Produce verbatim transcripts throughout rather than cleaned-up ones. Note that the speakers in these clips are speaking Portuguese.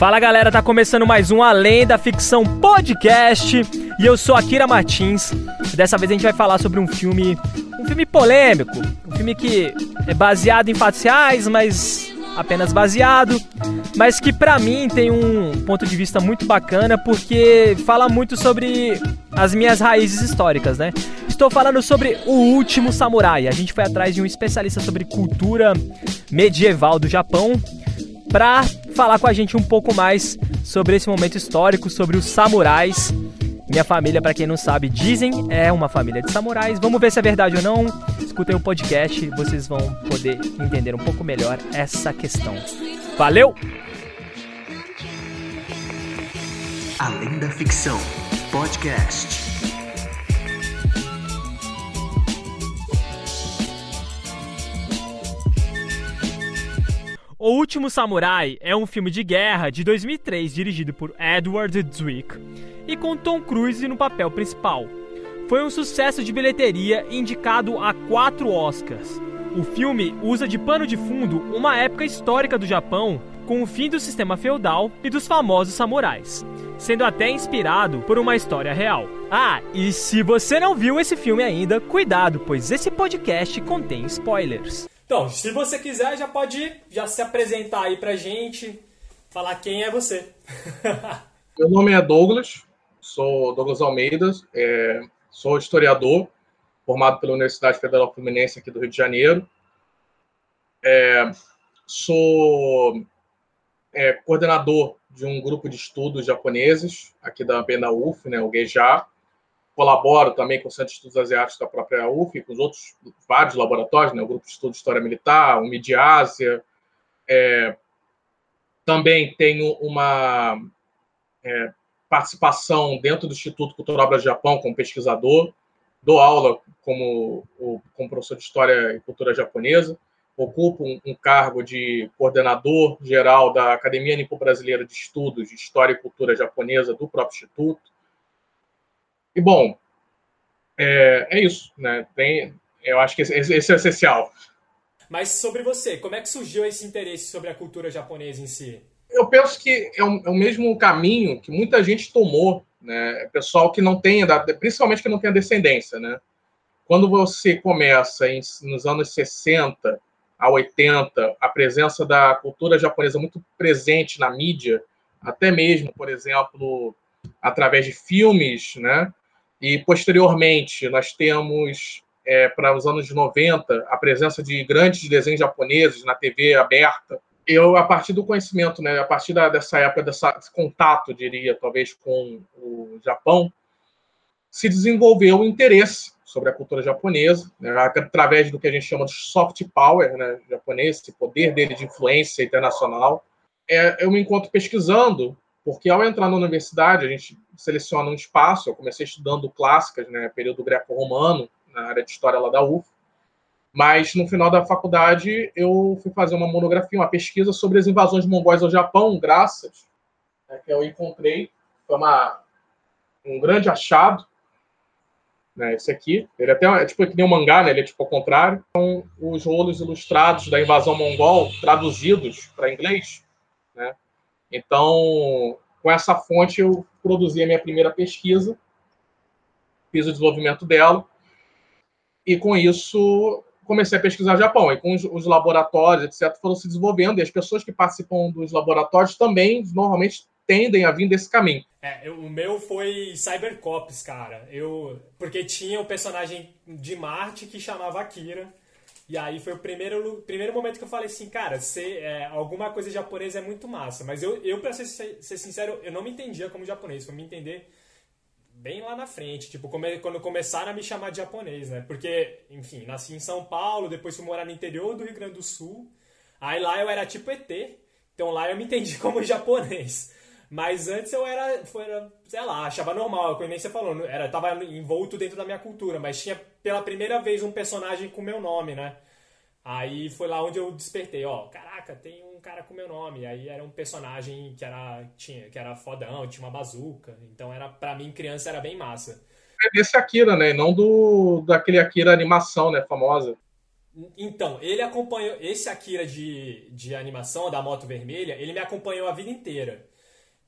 Fala galera, tá começando mais um Além da Ficção Podcast e eu sou Akira Martins. Dessa vez a gente vai falar sobre um filme, um filme polêmico, um filme que é baseado em fatos reais, mas apenas baseado, mas que pra mim tem um ponto de vista muito bacana porque fala muito sobre as minhas raízes históricas, né? Estou falando sobre O Último Samurai. A gente foi atrás de um especialista sobre cultura medieval do Japão para falar com a gente um pouco mais sobre esse momento histórico, sobre os samurais. Minha família, para quem não sabe, dizem é uma família de samurais. Vamos ver se é verdade ou não. Escutem o podcast, vocês vão poder entender um pouco melhor essa questão. Valeu! Além da Ficção Podcast. O Último Samurai é um filme de guerra de dois mil e três dirigido por Edward Zwick e com Tom Cruise no papel principal. Foi um sucesso de bilheteria indicado a quatro Oscars. O filme usa de pano de fundo uma época histórica do Japão com o fim do sistema feudal e dos famosos samurais, sendo até inspirado por uma história real. Ah, e se você não viu esse filme ainda, cuidado, pois esse podcast contém spoilers. Então, se você quiser, já pode já se apresentar aí pra gente, falar quem é você. Meu nome é Douglas, sou Douglas Almeida, é, sou historiador, formado pela Universidade Federal Fluminense aqui do Rio de Janeiro. É, sou é, coordenador de um grupo de estudos japoneses aqui da B N U F, né, o GEJA. Colaboro também com o Centro de Estudos Asiáticos da própria U F, com os outros vários laboratórios, né? O Grupo de Estudo de História Militar, o Midiásia. É, também tenho uma é, participação dentro do Instituto Cultural Brasil-Japão como pesquisador. Dou aula como, como professor de História e Cultura Japonesa. Ocupo um, um cargo de coordenador geral da Academia Nipo-Brasileira de Estudos de História e Cultura Japonesa do próprio Instituto. E, bom, é, é isso, né? Tem, eu acho que esse, esse é o essencial. Mas sobre você, como é que surgiu esse interesse sobre a cultura japonesa em si? Eu penso que é o, é o mesmo caminho que muita gente tomou, né? Pessoal que não tenha, principalmente que não tenha descendência, né? Quando você começa em, nos anos sessenta a oitenta, a presença da cultura japonesa muito presente na mídia, até mesmo, por exemplo, através de filmes, né? E, posteriormente, nós temos, é, para os anos noventa, a presença de grandes desenhos japoneses na T V aberta. Eu, a partir do conhecimento, né, a partir da, dessa época, dessa, desse contato, diria, talvez, com o Japão, se desenvolveu o interesse sobre a cultura japonesa, né, através do que a gente chama de soft power, né, japonês, esse poder dele de influência internacional. É, eu me encontro pesquisando, porque ao entrar na universidade, a gente seleciona um espaço. Eu comecei estudando clássicas, né, período greco-romano, na área de história lá da U F. Mas, no final da faculdade, eu fui fazer uma monografia, uma pesquisa sobre as invasões mongóis ao Japão, graças, né, que eu encontrei. Foi uma, um grande achado, né, esse aqui. Ele até é tipo que nem um mangá, né, ele é tipo ao contrário. São os rolos ilustrados da invasão mongol, traduzidos para inglês, né? Então, com essa fonte, eu produzi a minha primeira pesquisa, fiz o desenvolvimento dela, e com isso comecei a pesquisar o Japão. E com os, os laboratórios, etcétera, foram se desenvolvendo, e as pessoas que participam dos laboratórios também, normalmente, tendem a vir desse caminho. É, eu, o meu foi Cybercops, cara. Eu, porque tinha um personagem de Marte que chamava Akira. E aí foi o primeiro, primeiro momento que eu falei assim, cara, ser, é, alguma coisa japonesa é muito massa. Mas eu, eu pra ser, ser sincero, eu não me entendia como japonês. Foi me entender bem lá na frente. Tipo, come, quando começaram a me chamar de japonês, né? Porque, enfim, nasci em São Paulo, depois fui morar no interior do Rio Grande do Sul. Aí lá eu era tipo E T. Então lá eu me entendi como japonês. Mas antes eu era, foi, sei lá, achava normal, como nem você falou, era, tava envolto dentro da minha cultura, mas tinha pela primeira vez um personagem com meu nome, né? Aí foi lá onde eu despertei, ó, caraca, tem um cara com meu nome. Aí era um personagem que era, tinha, que era fodão, tinha uma bazuca, então era, pra mim, criança, era bem massa. É desse Akira, né? Não do, daquele Akira animação, né? Famosa. Então, ele acompanhou, esse Akira de, de animação, da moto vermelha, ele me acompanhou a vida inteira.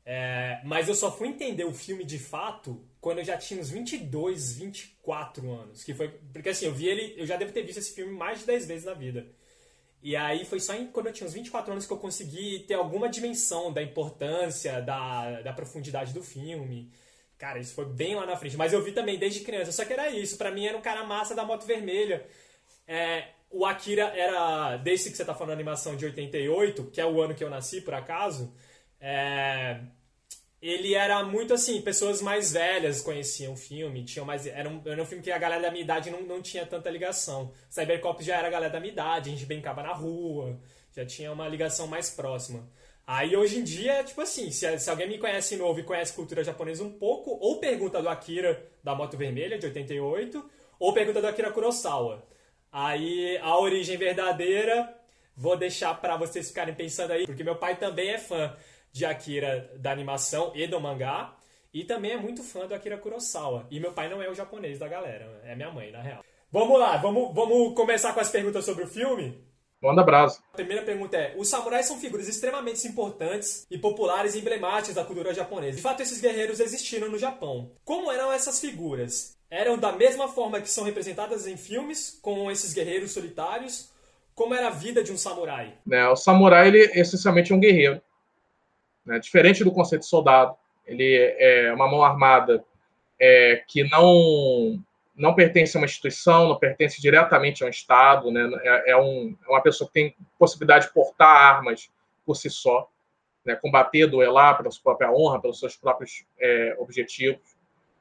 É, mas eu só fui entender o filme de fato quando eu já tinha uns vinte e dois, vinte e quatro anos. Que foi, porque assim, eu vi ele, eu já devo ter visto esse filme mais de dez vezes na vida. E aí foi só em, quando eu tinha uns vinte e quatro anos que eu consegui ter alguma dimensão da importância, da, da profundidade do filme. Cara, isso foi bem lá na frente. Mas eu vi também desde criança. Só que era isso. Pra mim era um cara massa da moto vermelha. É, o Akira era, desde que você tá falando da animação de oitenta e oito, que é o ano que eu nasci, por acaso, é, ele era muito assim, pessoas mais velhas conheciam o filme, tinham mais, era, um, era um filme que a galera da minha idade não, não tinha tanta ligação. Cybercop já era a galera da minha idade, a gente brincava na rua, já tinha uma ligação mais próxima. Aí hoje em dia, tipo assim, se, se alguém me conhece novo e conhece cultura japonesa um pouco, ou pergunta do Akira da Moto Vermelha, de oitenta e oito, ou pergunta do Akira Kurosawa. Aí a origem verdadeira, vou deixar pra vocês ficarem pensando aí, porque meu pai também é fã de Akira da animação e do mangá, e também é muito fã do Akira Kurosawa. E meu pai não é o japonês da galera, é minha mãe, na real. Vamos lá, vamos, vamos começar com as perguntas sobre o filme? Manda brasa. A primeira pergunta é: os samurais são figuras extremamente importantes e populares e emblemáticas da cultura japonesa. De fato, esses guerreiros existiram no Japão. Como eram essas figuras? Eram da mesma forma que são representadas em filmes, com esses guerreiros solitários? Como era a vida de um samurai? É, o samurai, ele essencialmente é um guerreiro. Né? Diferente do conceito de soldado. Ele é uma mão armada é, que não... não pertence a uma instituição, não pertence diretamente a um Estado, né? é, é, um, é uma pessoa que tem possibilidade de portar armas por si só, né? Combater, duelar pela sua própria honra, pelos seus próprios é, objetivos.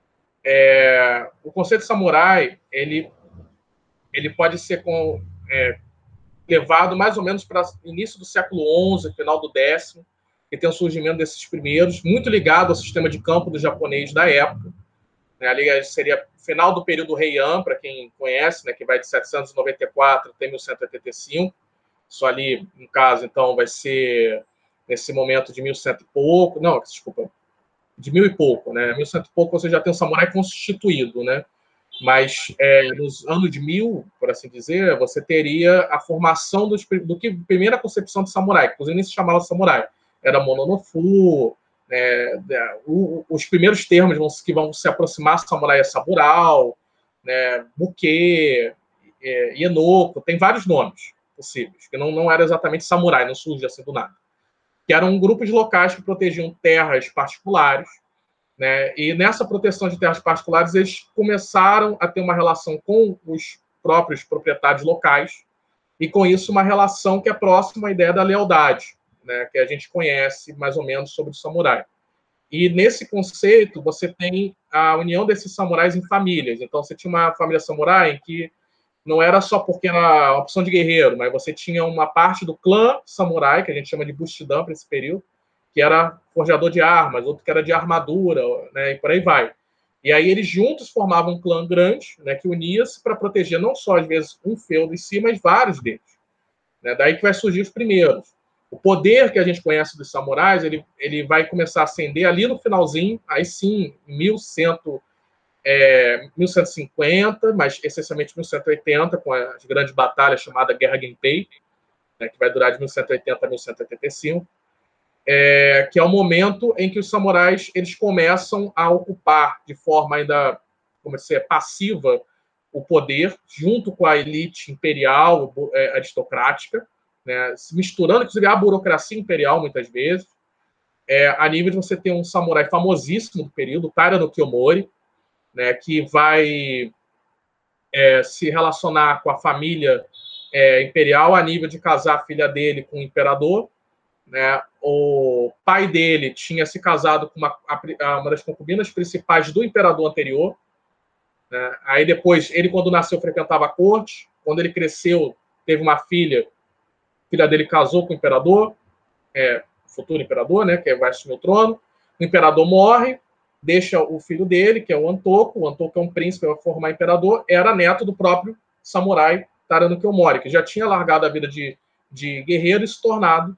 É, o conceito de samurai, ele, ele pode ser com, é, levado mais ou menos para o início do século onze, final do décimo, que tem o surgimento desses primeiros, muito ligado ao sistema de campo do japonês da época. Ali seria final do período Heian, para quem conhece, né, que vai de setecentos e noventa e quatro até mil cento e oitenta e cinco. Isso ali, no caso, então, vai ser nesse momento de mil e cento e pouco. Não, desculpa, de mil e pouco, né? Mil e cento e pouco você já tem um samurai constituído, né? Mas é, nos anos de mil, por assim dizer, você teria a formação dos, do que primeira concepção de samurai, que inclusive nem se chamava samurai. Era Mononofu. É, o, os primeiros termos vão, que vão se aproximar samurai é sabural, né, buke, é, ienoko, tem vários nomes possíveis, que não, não era exatamente samurai, não surge assim do nada. Que eram grupos locais que protegiam terras particulares, né, e nessa proteção de terras particulares eles começaram a ter uma relação com os próprios proprietários locais, e com isso uma relação que é próxima à ideia da lealdade, né, que a gente conhece mais ou menos sobre o samurai. E nesse conceito, você tem a união desses samurais em famílias. Então, você tinha uma família samurai em que não era só porque era uma opção de guerreiro, mas você tinha uma parte do clã samurai, que a gente chama de Bushidan para esse período, que era forjador de armas, outro que era de armadura, né, e por aí vai. E aí eles juntos formavam um clã grande, né, que unia-se para proteger não só, às vezes, um feudo em si, mas vários deles. Né? Daí que vai surgir os primeiros. O poder que a gente conhece dos samurais, ele, ele vai começar a ascender ali no finalzinho, aí sim, em mil e cento, é, mil cento e cinquenta, mas essencialmente mil cento e oitenta, com as grandes batalhas chamada Guerra Genpei, né, que vai durar de mil cento e oitenta a mil cento e oitenta e cinco, é, que é o momento em que os samurais eles começam a ocupar de forma ainda, como se é, passiva o poder, junto com a elite imperial, é, aristocrática, né, se misturando, inclusive, a burocracia imperial, muitas vezes. É, a nível de você ter um samurai famosíssimo do período, Taira no Kiyomori, né, que vai é, se relacionar com a família é, imperial a nível de casar a filha dele com o imperador. Né, o pai dele tinha se casado com uma, uma das concubinas principais do imperador anterior. Né, aí depois, ele, quando nasceu, frequentava a corte. Quando ele cresceu, teve uma filha. A filha dele casou com o imperador, é, futuro imperador, né, que vai assumir o trono. O imperador morre, deixa o filho dele, que é o Antoku. O Antoku é um príncipe, vai formar imperador. Era neto do próprio samurai Taira no Kiyomori, que já tinha largado a vida de, de guerreiro e se tornado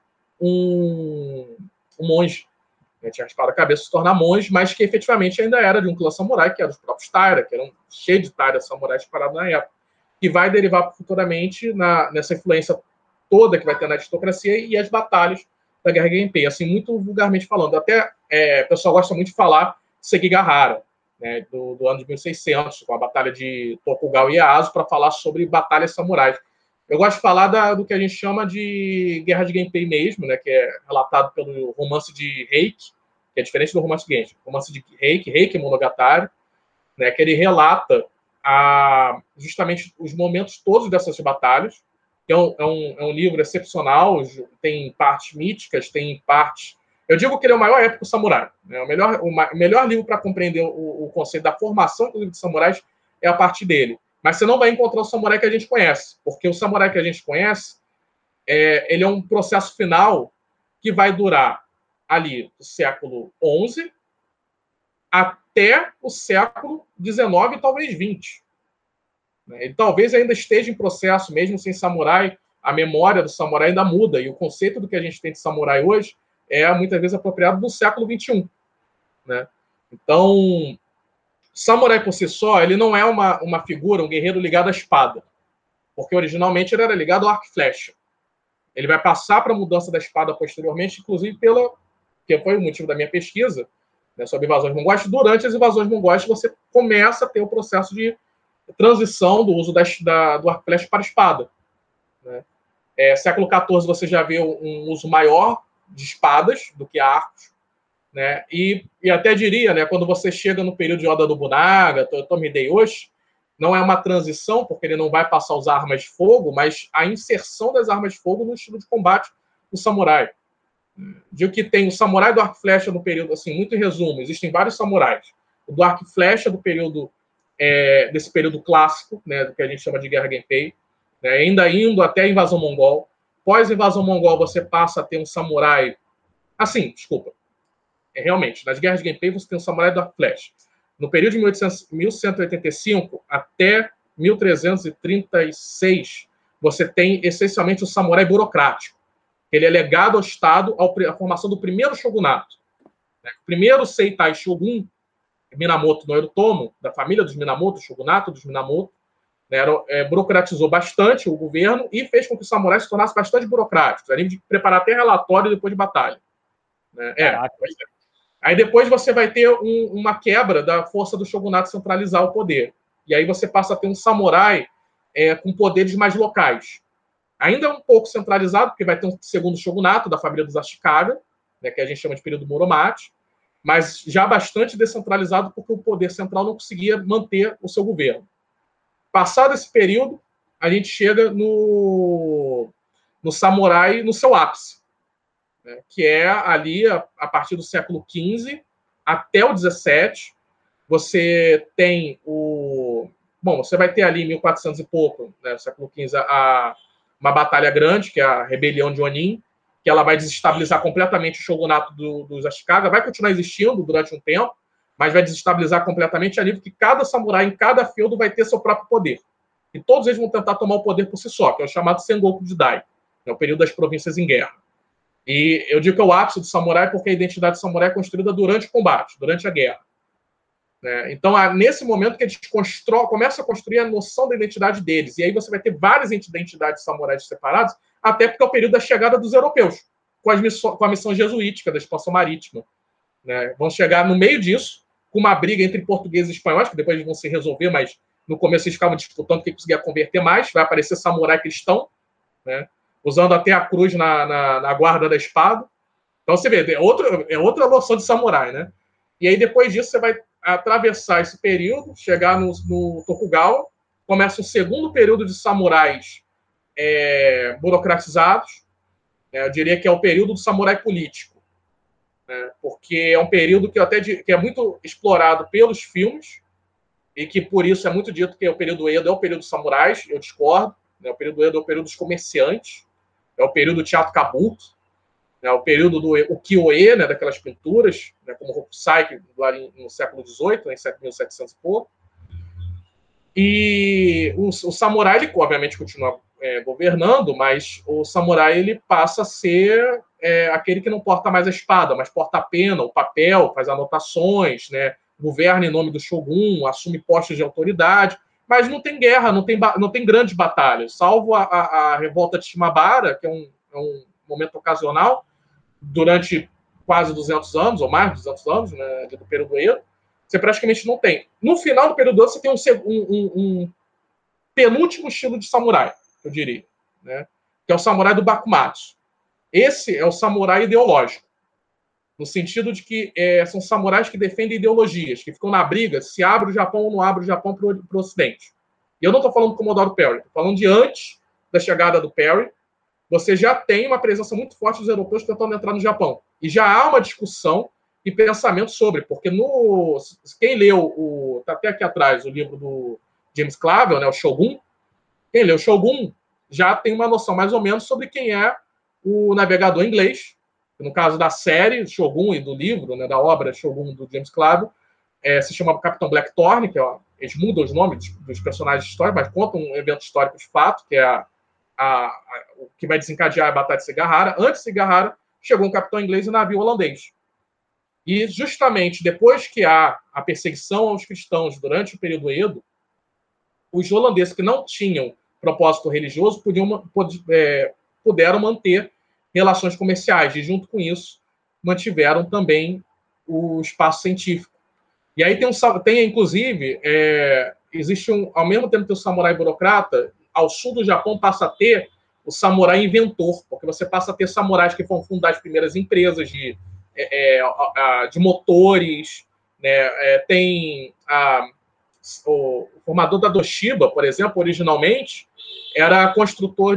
um, um monge. Ele tinha raspado a cabeça se tornar monge, mas que efetivamente ainda era de um clã samurai, que era os próprios Taira, que eram cheios de Taira samurais parados na época, que vai derivar futuramente na, nessa influência toda que vai ter na aristocracia e as batalhas da Guerra Genpei, assim, muito vulgarmente falando. Até é, o pessoal gosta muito de falar de Sekigahara, né, do, do ano de mil e seiscentos, com a Batalha de Tokugawa e Ieyasu, para falar sobre batalhas samurais. Eu gosto de falar da, do que a gente chama de Guerra de Genpei mesmo, né, que é relatado pelo romance de Reiki, que é diferente do romance de Genshin. O romance de Reiki, Reiki Monogatari, né, que ele relata a, justamente os momentos todos dessas batalhas. É um, é, um, é um livro excepcional, tem partes míticas, tem partes... Eu digo que ele é o maior épico samurai. Né? O, melhor, o, o melhor livro para compreender o, o conceito da formação do livro de samurais é a parte dele. Mas você não vai encontrar o samurai que a gente conhece, porque o samurai que a gente conhece, é, ele é um processo final que vai durar ali do século onze até o século dezenove, talvez vinte. Ele talvez ainda esteja em processo, mesmo sem samurai, a memória do samurai ainda muda, e o conceito do que a gente tem de samurai hoje é muitas vezes apropriado do século vinte e um. Né? Então, samurai por si só, ele não é uma, uma figura, um guerreiro ligado à espada, porque originalmente ele era ligado ao arco e flecha. Ele vai passar para a mudança da espada posteriormente, inclusive pela, que foi o motivo da minha pesquisa, né, sobre invasões mongóis. Durante as invasões mongóis, você começa a ter o processo de transição do uso da, da, do arco e flecha para a espada. Né? É, século quatorze você já vê um uso maior de espadas do que arcos, né? E, e até diria, né, quando você chega no período de Oda Nobunaga, Toyotomi Hideyoshi, não é uma transição, porque ele não vai passar a usar armas de fogo, mas a inserção das armas de fogo no estilo de combate do samurai. Digo que tem o samurai do arco e flecha no período, assim, muito em resumo, existem vários samurais. O do arco e flecha do período, é, desse período clássico, né, do que a gente chama de Guerra Genpei, né, ainda indo até a invasão mongol. Pós-invasão mongol, você passa a ter um samurai... Assim, desculpa. É, realmente, nas guerras de Genpei, você tem um samurai do arco e flecha. No período de mil cento e oitenta e cinco até mil trezentos e trinta e seis, você tem, essencialmente, o samurai burocrático. Ele é legado ao Estado à formação do primeiro shogunato. O primeiro Seitai Shogun, Minamoto no Yotomo, da família dos Minamoto, shogunato dos Minamoto, né, é, burocratizou bastante o governo e fez com que os samurais se tornassem bastante burocráticos, a nível de preparar até relatório depois de batalha. Né? É, aí depois você vai ter um, uma quebra da força do shogunato centralizar o poder. E aí você passa a ter um samurai é, com poderes mais locais. Ainda é um pouco centralizado, porque vai ter um segundo shogunato da família dos Ashikaga, né, que a gente chama de período Muromachi, mas já bastante descentralizado, porque o poder central não conseguia manter o seu governo. Passado esse período, a gente chega no, no samurai no seu ápice, né, que é ali, a, a partir do século quinze até o dezessete, você tem o... Bom, você vai ter ali em mil e quatrocentos e pouco, né, no século quinze, a, uma batalha grande, que é a Rebelião de Onin, que ela vai desestabilizar completamente o shogunato do, dos Ashikaga, vai continuar existindo durante um tempo, mas vai desestabilizar completamente a nível que cada samurai em cada feudo vai ter seu próprio poder. E todos eles vão tentar tomar o poder por si só, que é o chamado Sengoku Jidai, né, o período das províncias em guerra. E eu digo que é o ápice do samurai porque a identidade do samurai é construída durante o combate, durante a guerra. Né? Então, é nesse momento que eles constrói, começam a construir a noção da identidade deles. E aí você vai ter várias identidades de samurais separadas, até porque é o período da chegada dos europeus, com, as missões, com a missão jesuítica da expansão marítima. Né? Vão chegar no meio disso, com uma briga entre portugueses e espanhóis, que depois eles vão se resolver, mas no começo eles ficavam disputando quem conseguia converter mais. Vai aparecer samurai cristão, né? Usando até a cruz na, na, na guarda da espada. Então você vê, é, outro, é outra noção de samurai. Né? E aí depois disso você vai atravessar esse período, chegar no, no Tokugawa, começa um segundo período de samurais é, burocratizados. Né? Eu diria que é o período do samurai político. Né? Porque é um período que, eu até, que é muito explorado pelos filmes, e que por isso é muito dito que é o período Edo é o período dos samurais, eu discordo. Né? O período Edo é o período dos comerciantes, é o período do teatro kabuki, né? O período do ukiyo-e, né? Daquelas pinturas, né? Como o Hokusai, lá no século dezoito, né? Em mil e setecentos e pouco. E o, o samurai, ele obviamente continua é, governando, mas o samurai ele passa a ser é, aquele que não porta mais a espada, mas porta a pena, o papel, faz anotações, né? Governa em nome do shogun, assume postos de autoridade, mas não tem guerra, não tem, não tem grandes batalhas, salvo a, a, a revolta de Shimabara, que é um, é um momento ocasional. durante quase duzentos anos, ou mais de duzentos anos, né, do período Edo, você praticamente não tem. No final do período Edo, você tem um, um, um penúltimo estilo de samurai, eu diria, né, que é o samurai do Bakumatsu. Esse é o samurai ideológico, no sentido de que é, são samurais que defendem ideologias, que ficam na briga se abre o Japão ou não abre o Japão para o Ocidente. E eu não estou falando do Commodore Perry, estou falando de antes da chegada do Perry, você já tem uma presença muito forte dos europeus tentando entrar no Japão. E já há uma discussão e pensamento sobre, porque no quem leu, o está até aqui atrás, o livro do James Clavell, né, o Shogun, quem leu o Shogun já tem uma noção mais ou menos sobre quem é o navegador inglês, no caso da série Shogun e do livro, né, da obra Shogun do James Clavell, é, se chama Capitão Blackthorn, que ó, eles mudam os nomes dos personagens históricos, mas contam um evento histórico de fato, que é a, a, a, o que vai desencadear a Batalha de Segahara. Antes de Segahara, chegou um capitão inglês e um navio holandês. E justamente depois que há a perseguição aos cristãos durante o período Edo, os holandeses que não tinham propósito religioso podiam, é, puderam manter relações comerciais, e junto com isso mantiveram também o espaço científico. E aí tem, um, tem inclusive, é, existe um, ao mesmo tempo que o samurai burocrata, ao sul do Japão passa a ter o samurai inventor, porque você passa a ter samurais que vão fundar as primeiras empresas de, é, é, de motores, né? É, tem a, o, o formador da Toshiba, por exemplo, originalmente, era construtor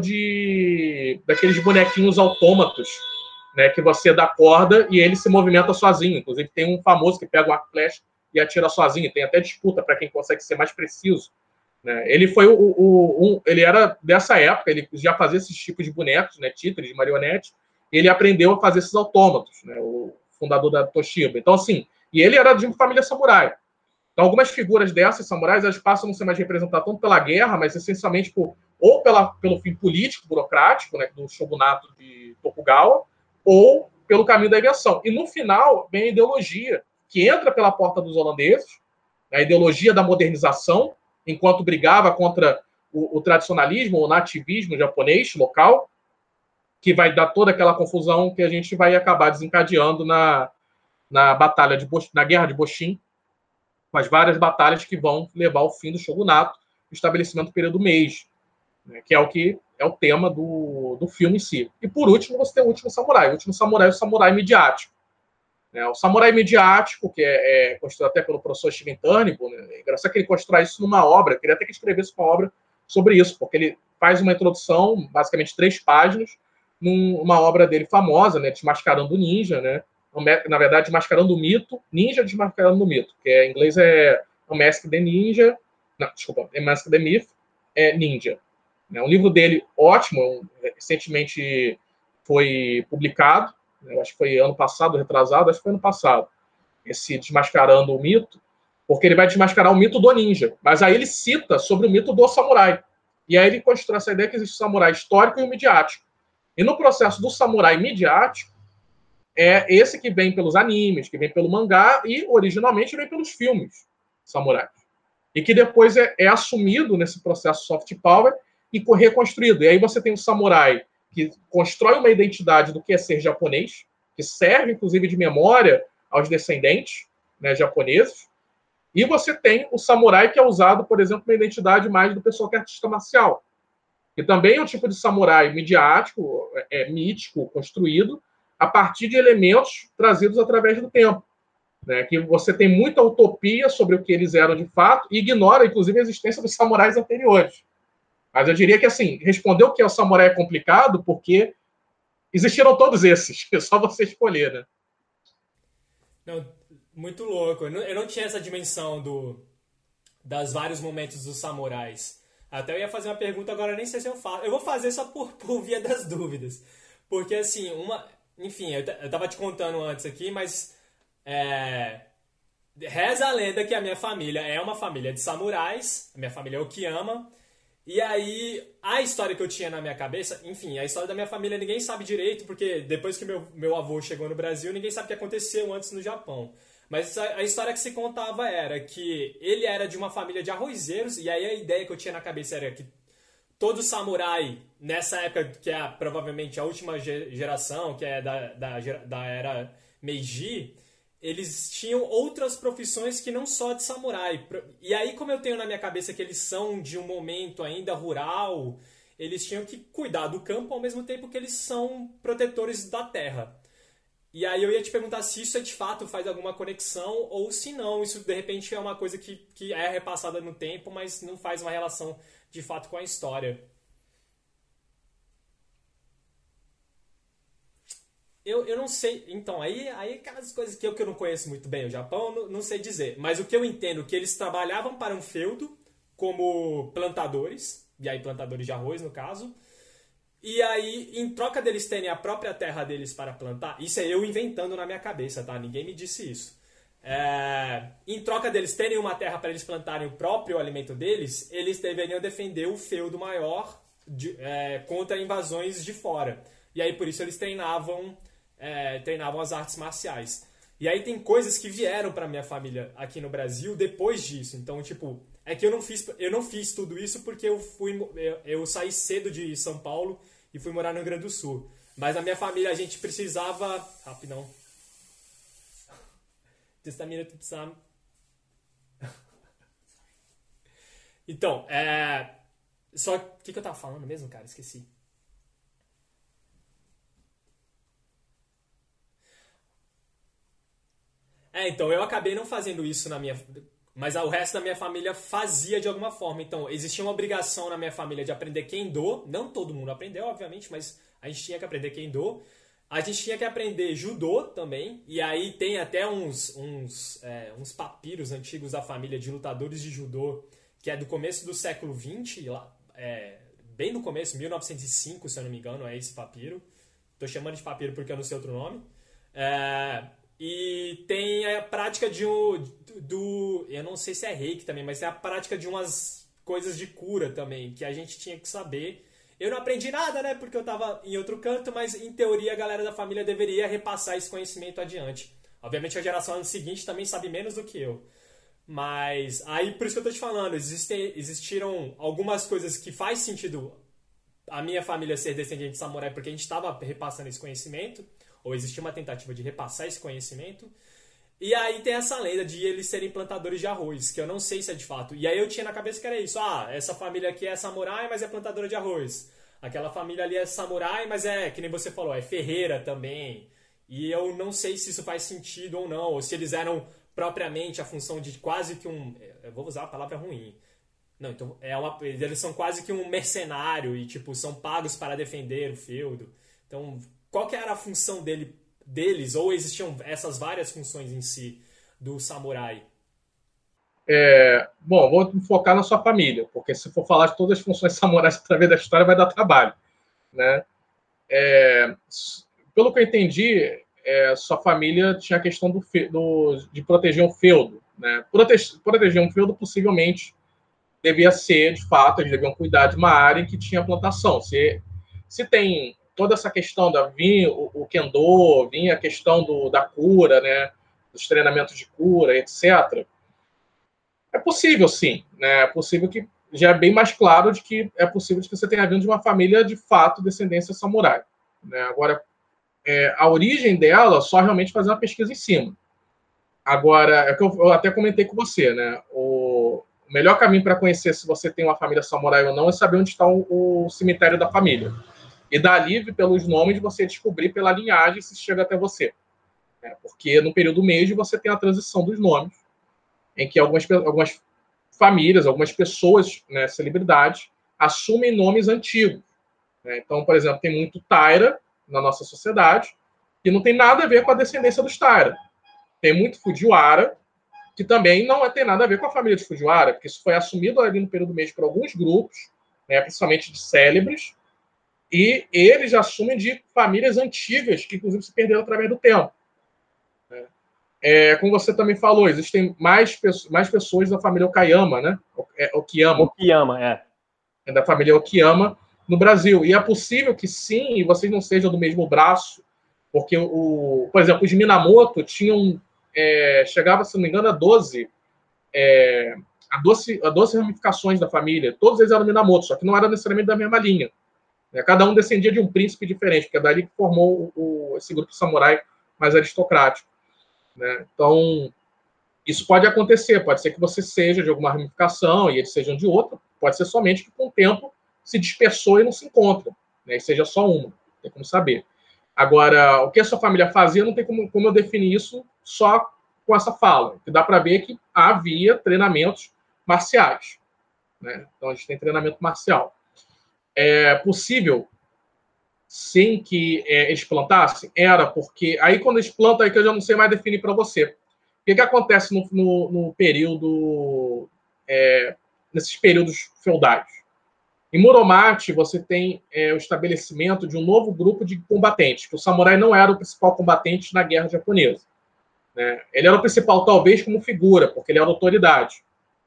de daqueles bonequinhos autômatos, né, que você dá corda e ele se movimenta sozinho. Inclusive, tem um famoso que pega o arco flecha e atira sozinho. Tem até disputa para quem consegue ser mais preciso. Né? Ele foi o, o um, ele era dessa época, ele já fazia esses tipos de bonecos, né, títeres, de marionete. Ele aprendeu a fazer esses autômatos, né, o fundador da Toshiba. Então, assim, e ele era de uma família samurai. Então, algumas figuras dessas samurais, elas passam a não ser mais representadas tanto pela guerra, mas essencialmente por, ou pela, pelo fim político, burocrático, né, do shogunato de Tokugawa, ou pelo caminho da invenção. E no final, vem a ideologia, que entra pela porta dos holandeses, a ideologia da modernização, enquanto brigava contra o, o tradicionalismo, o nativismo japonês local, que vai dar toda aquela confusão que a gente vai acabar desencadeando na, na batalha de Bosh, na guerra de Boshin, com as várias batalhas que vão levar ao fim do shogunato, o estabelecimento do período Meiji, né, que é o que é o tema do, do filme em si. E por último, você tem o último samurai. O último samurai é o samurai midiático. Né, o samurai midiático, que é, é construído até pelo professor Steven Turnbull, né, é engraçado que ele constrói isso numa obra, eu queria até que escrevesse uma obra sobre isso, porque ele faz uma introdução, basicamente três páginas, numa obra dele famosa, né, Desmascarando o Ninja, né, na verdade, Desmascarando o Mito, Ninja Desmascarando o Mito, que em inglês é Unmask the Ninja, não, desculpa, Unmask the Myth, é Ninja. É um livro dele ótimo, recentemente foi publicado, eu acho que foi ano passado, retrasado, acho que foi ano passado, esse Desmascarando o Mito, porque ele vai desmascarar o mito do ninja, mas aí ele cita sobre o mito do samurai. E aí ele constrói essa ideia que existe o samurai histórico e o midiático. E no processo do samurai midiático, é esse que vem pelos animes, que vem pelo mangá e, originalmente, vem pelos filmes samurais. E que depois é, é assumido nesse processo soft power e reconstruído. E aí você tem o samurai que constrói uma identidade do que é ser japonês, que serve, inclusive, de memória aos descendentes, né, japoneses. E você tem o samurai que é usado, por exemplo, uma identidade mais do pessoal que é artista marcial. Que também é um tipo de samurai midiático, é, mítico, construído, a partir de elementos trazidos através do tempo. Né? Que você tem muita utopia sobre o que eles eram de fato e ignora, inclusive, a existência dos samurais anteriores. Mas eu diria que, assim, responder o que é o samurai é complicado porque existiram todos esses. É só você escolher, né? Não, muito louco. Eu não, eu não tinha essa dimensão do, das vários momentos dos samurais. Até eu ia fazer uma pergunta, agora nem sei se eu faço. Eu vou fazer só por, por via das dúvidas. Porque, assim, uma... Enfim, eu, eu tava te contando antes aqui, mas... É, reza a lenda que a minha família é uma família de samurais. A minha família é Okiyama. E aí, a história que eu tinha na minha cabeça... Enfim, a história da minha família ninguém sabe direito, porque depois que meu, meu avô chegou no Brasil, ninguém sabe o que aconteceu antes no Japão. Mas a, a história que se contava era que ele era de uma família de arrozeiros, e aí a ideia que eu tinha na cabeça era que todo samurai, nessa época, que é provavelmente a última geração, que é da, da, da era Meiji, eles tinham outras profissões que não só de samurai. E aí, como eu tenho na minha cabeça que eles são de um momento ainda rural, eles tinham que cuidar do campo ao mesmo tempo que eles são protetores da terra. E aí eu ia te perguntar se isso é de fato faz alguma conexão ou se não, isso de repente é uma coisa que, que é repassada no tempo, mas não faz uma relação de fato com a história. Eu, eu não sei, então, aí, aí aquelas coisas que eu, que eu não conheço muito bem o Japão, não, não sei dizer. Mas o que eu entendo é que eles trabalhavam para um feudo como plantadores, e aí plantadores de arroz no caso, e aí em troca deles terem a própria terra deles para plantar, isso é eu inventando na minha cabeça, tá? Ninguém me disse isso. É, em troca deles terem uma terra para eles plantarem o próprio alimento deles, eles deveriam defender o feudo maior de, é, contra invasões de fora. E aí por isso eles treinavam... É, treinavam as artes marciais. E aí tem coisas que vieram pra minha família aqui no Brasil depois disso. Então, tipo, é que eu não fiz, eu não fiz tudo isso porque eu fui eu, eu saí cedo de São Paulo e fui morar no Rio Grande do Sul. Mas na minha família a gente precisava... Rapidão. Então, é... Só... O que, que eu tava falando mesmo, cara? Esqueci. É, então, eu acabei não fazendo isso na minha... Mas o resto da minha família fazia de alguma forma. Então, existia uma obrigação na minha família de aprender Kendo. Não todo mundo aprendeu, obviamente, mas a gente tinha que aprender Kendo. A gente tinha que aprender Judô também. E aí tem até uns, uns, é, uns papiros antigos da família de lutadores de Judô, que é do começo do século vinte, lá, é, bem no começo, mil novecentos e cinco, se eu não me engano, é esse papiro. Tô chamando de papiro porque eu não sei outro nome. É... E tem a prática de um, do... Eu não sei se é reiki também, mas tem a prática de umas coisas de cura também, que a gente tinha que saber. Eu não aprendi nada, né? Porque eu tava em outro canto, mas em teoria a galera da família deveria repassar esse conhecimento adiante. Obviamente a geração seguinte também sabe menos do que eu. Mas aí, por isso que eu tô te falando, existem, existiram algumas coisas que faz sentido a minha família ser descendente de samurai, porque a gente estava repassando esse conhecimento, ou existia uma tentativa de repassar esse conhecimento. E aí tem essa lenda de eles serem plantadores de arroz, que eu não sei se é de fato. E aí eu tinha na cabeça que era isso. Ah, essa família aqui é samurai, mas é plantadora de arroz. Aquela família ali é samurai, mas é, que nem você falou, é ferreira também. E eu não sei se isso faz sentido ou não, ou se eles eram propriamente a função de quase que um... Eu vou usar a palavra ruim. Não, então é uma, eles são quase que um mercenário e tipo, são pagos para defender o feudo. Então... Qual que era a função dele, deles, ou existiam essas várias funções em si do samurai? É, bom, vou me focar na sua família, porque se for falar de todas as funções samurais através da história, vai dar trabalho, né? É, pelo que eu entendi, é, sua família tinha a questão do, do, de proteger um feudo, né? Prote, proteger um feudo possivelmente devia ser, de fato, eles deviam cuidar de uma área em que tinha plantação. Se, se tem... toda essa questão da vinha, o, o Kendo, vinha a questão do, da cura, né, dos treinamentos de cura, etcétera. É possível, sim. Né, é possível que já é bem mais claro de que é possível que você tenha vindo de uma família de fato descendência samurai. Né. Agora, é, a origem dela, só realmente fazer uma pesquisa em cima. Agora, é que eu, eu até comentei com você, né, o, o melhor caminho para conhecer se você tem uma família samurai ou não é saber onde está o, o cemitério da família. E dali, pelos nomes, você descobrir pela linhagem se chega até você. É, porque no período Meiji você tem a transição dos nomes, em que algumas, algumas famílias, algumas pessoas, né, celebridades, assumem nomes antigos. Né? Então, por exemplo, tem muito Taira na nossa sociedade, que não tem nada a ver com a descendência dos Taira. Tem muito Fujiwara, que também não tem nada a ver com a família de Fujiwara, porque isso foi assumido ali no período Meiji por alguns grupos, né, principalmente de célebres, e eles assumem de famílias antigas, que inclusive se perderam através do tempo. É, como você também falou, existem mais, mais pessoas da família Okayama, né? Okiyama. Okiyama, é. É da família Okiyama no Brasil. E é possível que sim, e vocês não sejam do mesmo braço, porque, o, por exemplo, os Minamoto tinham, é, chegava, se não me engano, a doze é, a doze, a doze ramificações da família. Todos eles eram Minamoto, só que não eram necessariamente da mesma linha. Né? Cada um descendia de um príncipe diferente, porque é dali que formou o, esse grupo samurai mais aristocrático. Né? Então, isso pode acontecer. Pode ser que você seja de alguma ramificação e eles sejam de outra. Pode ser somente que, com o tempo, se dispersou e não se encontra. Né? E seja só uma. Não tem como saber. Agora, o que a sua família fazia, não tem como, como eu definir isso só com essa fala. Que dá para ver que havia treinamentos marciais. Né? Então, a gente tem treinamento marcial. É possível, sim, que é, eles plantassem? Era, porque aí quando eles plantam, aí que eu já não sei mais definir para você. O que, que acontece no, no, no período, é, nesses períodos feudais? Em Muromachi, você tem é, o estabelecimento de um novo grupo de combatentes, que o samurai não era o principal combatente na guerra japonesa. Né? Ele era o principal, talvez, como figura, porque ele era autoridade.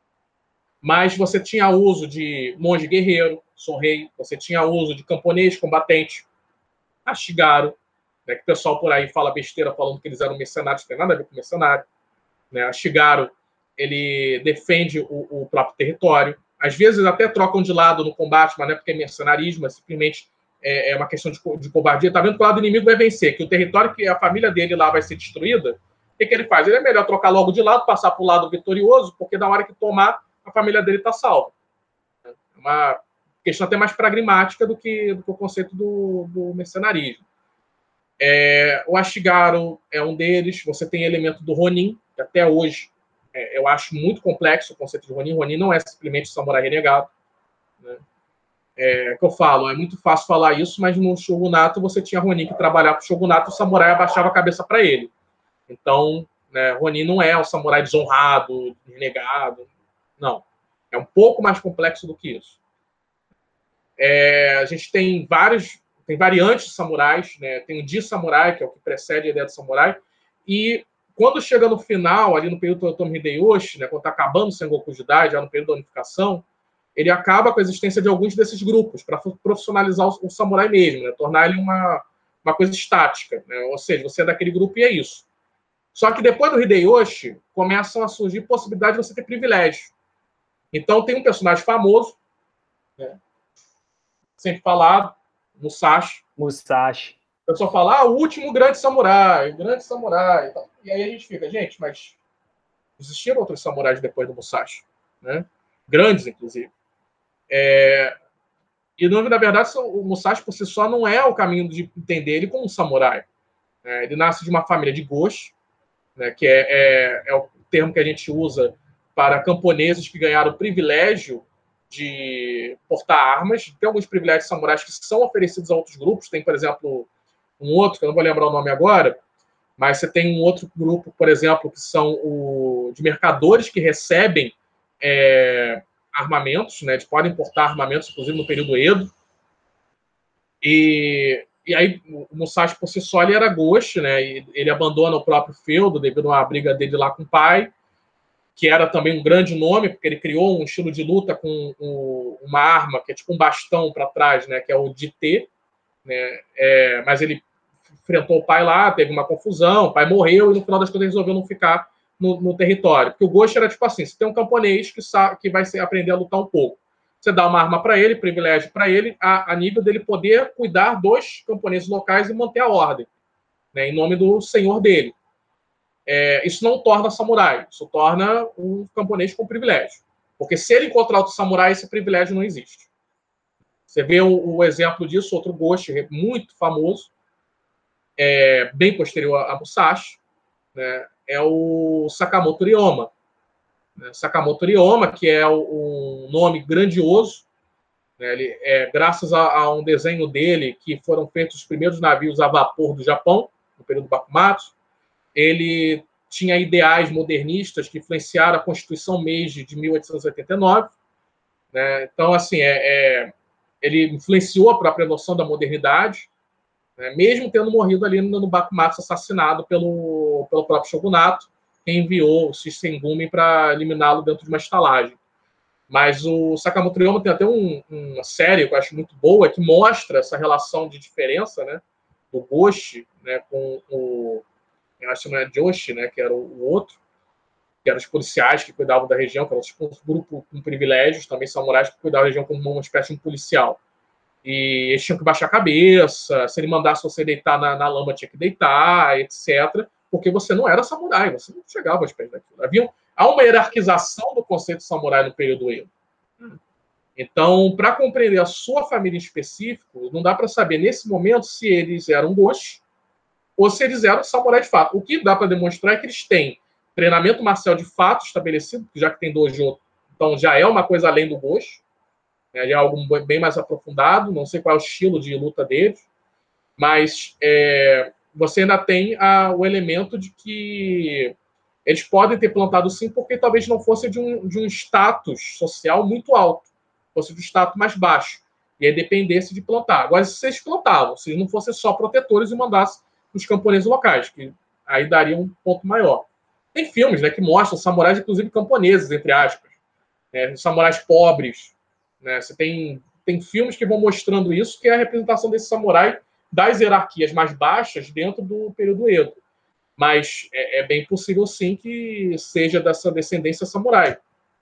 Mas você tinha uso de monge guerreiro, Sorrei, você tinha uso de camponês combatente, Ashigaru, né, que o pessoal por aí fala besteira falando que eles eram mercenários, não tem nada a ver com mercenário. Né? Ashigaru, ele defende o, o próprio território. Às vezes até trocam de lado no combate, mas não é porque é mercenarismo, é simplesmente é, é uma questão de, de covardia. Tá vendo que o lado inimigo vai vencer, que o território que a família dele lá vai ser destruída, o que, que ele faz? Ele é melhor trocar logo de lado, passar para o lado vitorioso, porque na hora que tomar, a família dele está salva. É uma questão até mais pragmática do que, do que o conceito do, do mercenarismo. É, o Ashigaru é um deles. Você tem elemento do Ronin, que até hoje é, eu acho muito complexo o conceito de Ronin. Ronin não é simplesmente samurai renegado. Né? É que eu falo, é muito fácil falar isso, mas no Shogunato você tinha Ronin que trabalhava para o Shogunato, o samurai abaixava a cabeça para ele. Então, né, Ronin não é o samurai desonrado, renegado. Não. É um pouco mais complexo do que isso. É, a gente tem vários, tem variantes de samurais, né? Tem o Di Samurai, que é o que precede a ideia do samurai, e quando chega no final, ali no período do Toyotomi Hideyoshi, né, quando está acabando o Sengoku Jidai, já no período da unificação, ele acaba com a existência de alguns desses grupos, para profissionalizar o, o samurai mesmo, né? Tornar ele uma, uma coisa estática. Né? Ou seja, você é daquele grupo e é isso. Só que depois do Hideyoshi, começam a surgir possibilidades de você ter privilégio. Então, tem um personagem famoso, né? Sempre falado, Musashi. Musashi. O pessoal fala, ah, o último grande samurai, grande samurai. E, tal. E aí a gente fica, gente, mas existiram outros samurais depois do Musashi, né? Grandes, inclusive. É... E, na verdade, o Musashi, por si só, não é o caminho de entender ele como um samurai. É, ele nasce de uma família de Goshi, né, que é, é, é o termo que a gente usa para camponeses que ganharam o privilégio de portar armas. Tem alguns privilégios samurais que são oferecidos a outros grupos. Tem, por exemplo, um outro, que eu não vou lembrar o nome agora, mas você tem um outro grupo, por exemplo, que são o, de mercadores que recebem é, armamentos, né? Eles podem portar armamentos, inclusive no período Edo. E, e aí o Musashi, por si só, ele era Goshi, né? E ele abandona o próprio feudo devido a uma briga dele lá com o pai, que era também um grande nome, porque ele criou um estilo de luta com um, uma arma que é tipo um bastão para trás, né? Que é o Jite, né? É, mas ele enfrentou o pai lá, teve uma confusão, o pai morreu e no final das contas resolveu não ficar no, no território. Porque o Goshi era tipo assim, você tem um camponês que, sabe, que vai ser, aprender a lutar um pouco. Você dá uma arma para ele, privilégio para ele, a, a nível dele poder cuidar dos camponeses locais e manter a ordem, né, em nome do senhor dele. É, isso não torna samurai, isso torna um camponês com privilégio. Porque se ele encontrar outro samurai, esse privilégio não existe. Você vê o, o exemplo disso, outro Goshi muito famoso, é, bem posterior a Musashi, né, é o Sakamoto Ryoma. Né, Sakamoto Ryoma, que é um nome grandioso, né, ele, é, graças a, a um desenho dele, que foram feitos os primeiros navios a vapor do Japão, no período Bakumatsu. Ele tinha ideais modernistas que influenciaram a Constituição Meiji de mil oitocentos e oitenta e nove. Né? Então, assim, é, é, ele influenciou a própria noção da modernidade, né? Mesmo tendo morrido ali no, no Bakumatsu, assassinado pelo, pelo próprio shogunato, que enviou o Shinsengumi para eliminá-lo dentro de uma estalagem. Mas o Sakamoto Ryoma tem até um, uma série que eu acho muito boa, que mostra essa relação de diferença, né, do Goshi, né, com o... eu acho que não é Joshi, né, que era o, o outro. que eram os policiais que cuidavam da região, que eram tipo, um grupo com privilégios, também samurais que cuidavam da região como uma espécie de um policial. E eles tinham que baixar a cabeça, se ele mandasse você deitar na, na lama, tinha que deitar, etcétera, porque você não era samurai, você não chegava aos pés daquilo. Havia, há uma hierarquização do conceito de samurai no período Edo. Então, para compreender a sua família em específico, não dá para saber nesse momento se eles eram goshi ou se eles eram samurai de fato. O que dá para demonstrar é que eles têm treinamento marcial de fato estabelecido, já que tem dojo, então já é uma coisa além do goshi, né, já é algo bem mais aprofundado, não sei qual é o estilo de luta deles, mas é, você ainda tem a, o elemento de que eles podem ter plantado sim, porque talvez não fosse de um, de um status social muito alto, fosse de um status mais baixo, e aí dependesse de plantar. Agora, se eles plantavam, se eles não fossem só protetores e mandassem os camponeses locais, que aí daria um ponto maior. Tem filmes, né, que mostram samurais, inclusive camponeses, entre aspas, né, samurais pobres. Né, você tem, tem filmes que vão mostrando isso, que é a representação desse samurai das hierarquias mais baixas dentro do período Edo. Mas é, é bem possível, sim, que seja dessa descendência samurai.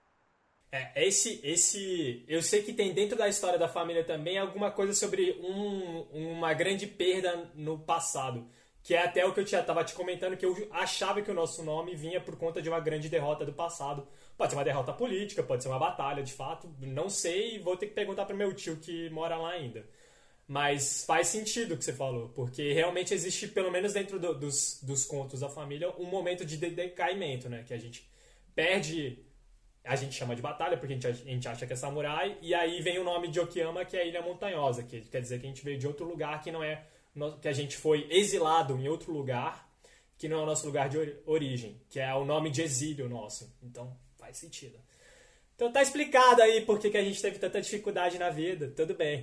É, esse, esse, eu sei que tem dentro da história da família também alguma coisa sobre um, uma grande perda no passado, que é até o que eu estava te comentando, que eu achava que o nosso nome vinha por conta de uma grande derrota do passado. Pode ser uma derrota política, pode ser uma batalha, de fato, não sei, vou ter que perguntar para o meu tio que mora lá ainda. Mas faz sentido o que você falou, porque realmente existe, pelo menos dentro do, dos, dos contos da família, um momento de decaimento, né? Que a gente perde... A gente chama de batalha porque a gente, a gente acha que é samurai, e aí vem o nome de Okayama, que é a Ilha Montanhosa, que quer dizer que a gente veio de outro lugar, que não é que a gente foi exilado em outro lugar, que não é o nosso lugar de origem, que é o nome de exílio nosso. Então faz sentido. Então tá explicado aí por que a gente teve tanta dificuldade na vida. Tudo bem.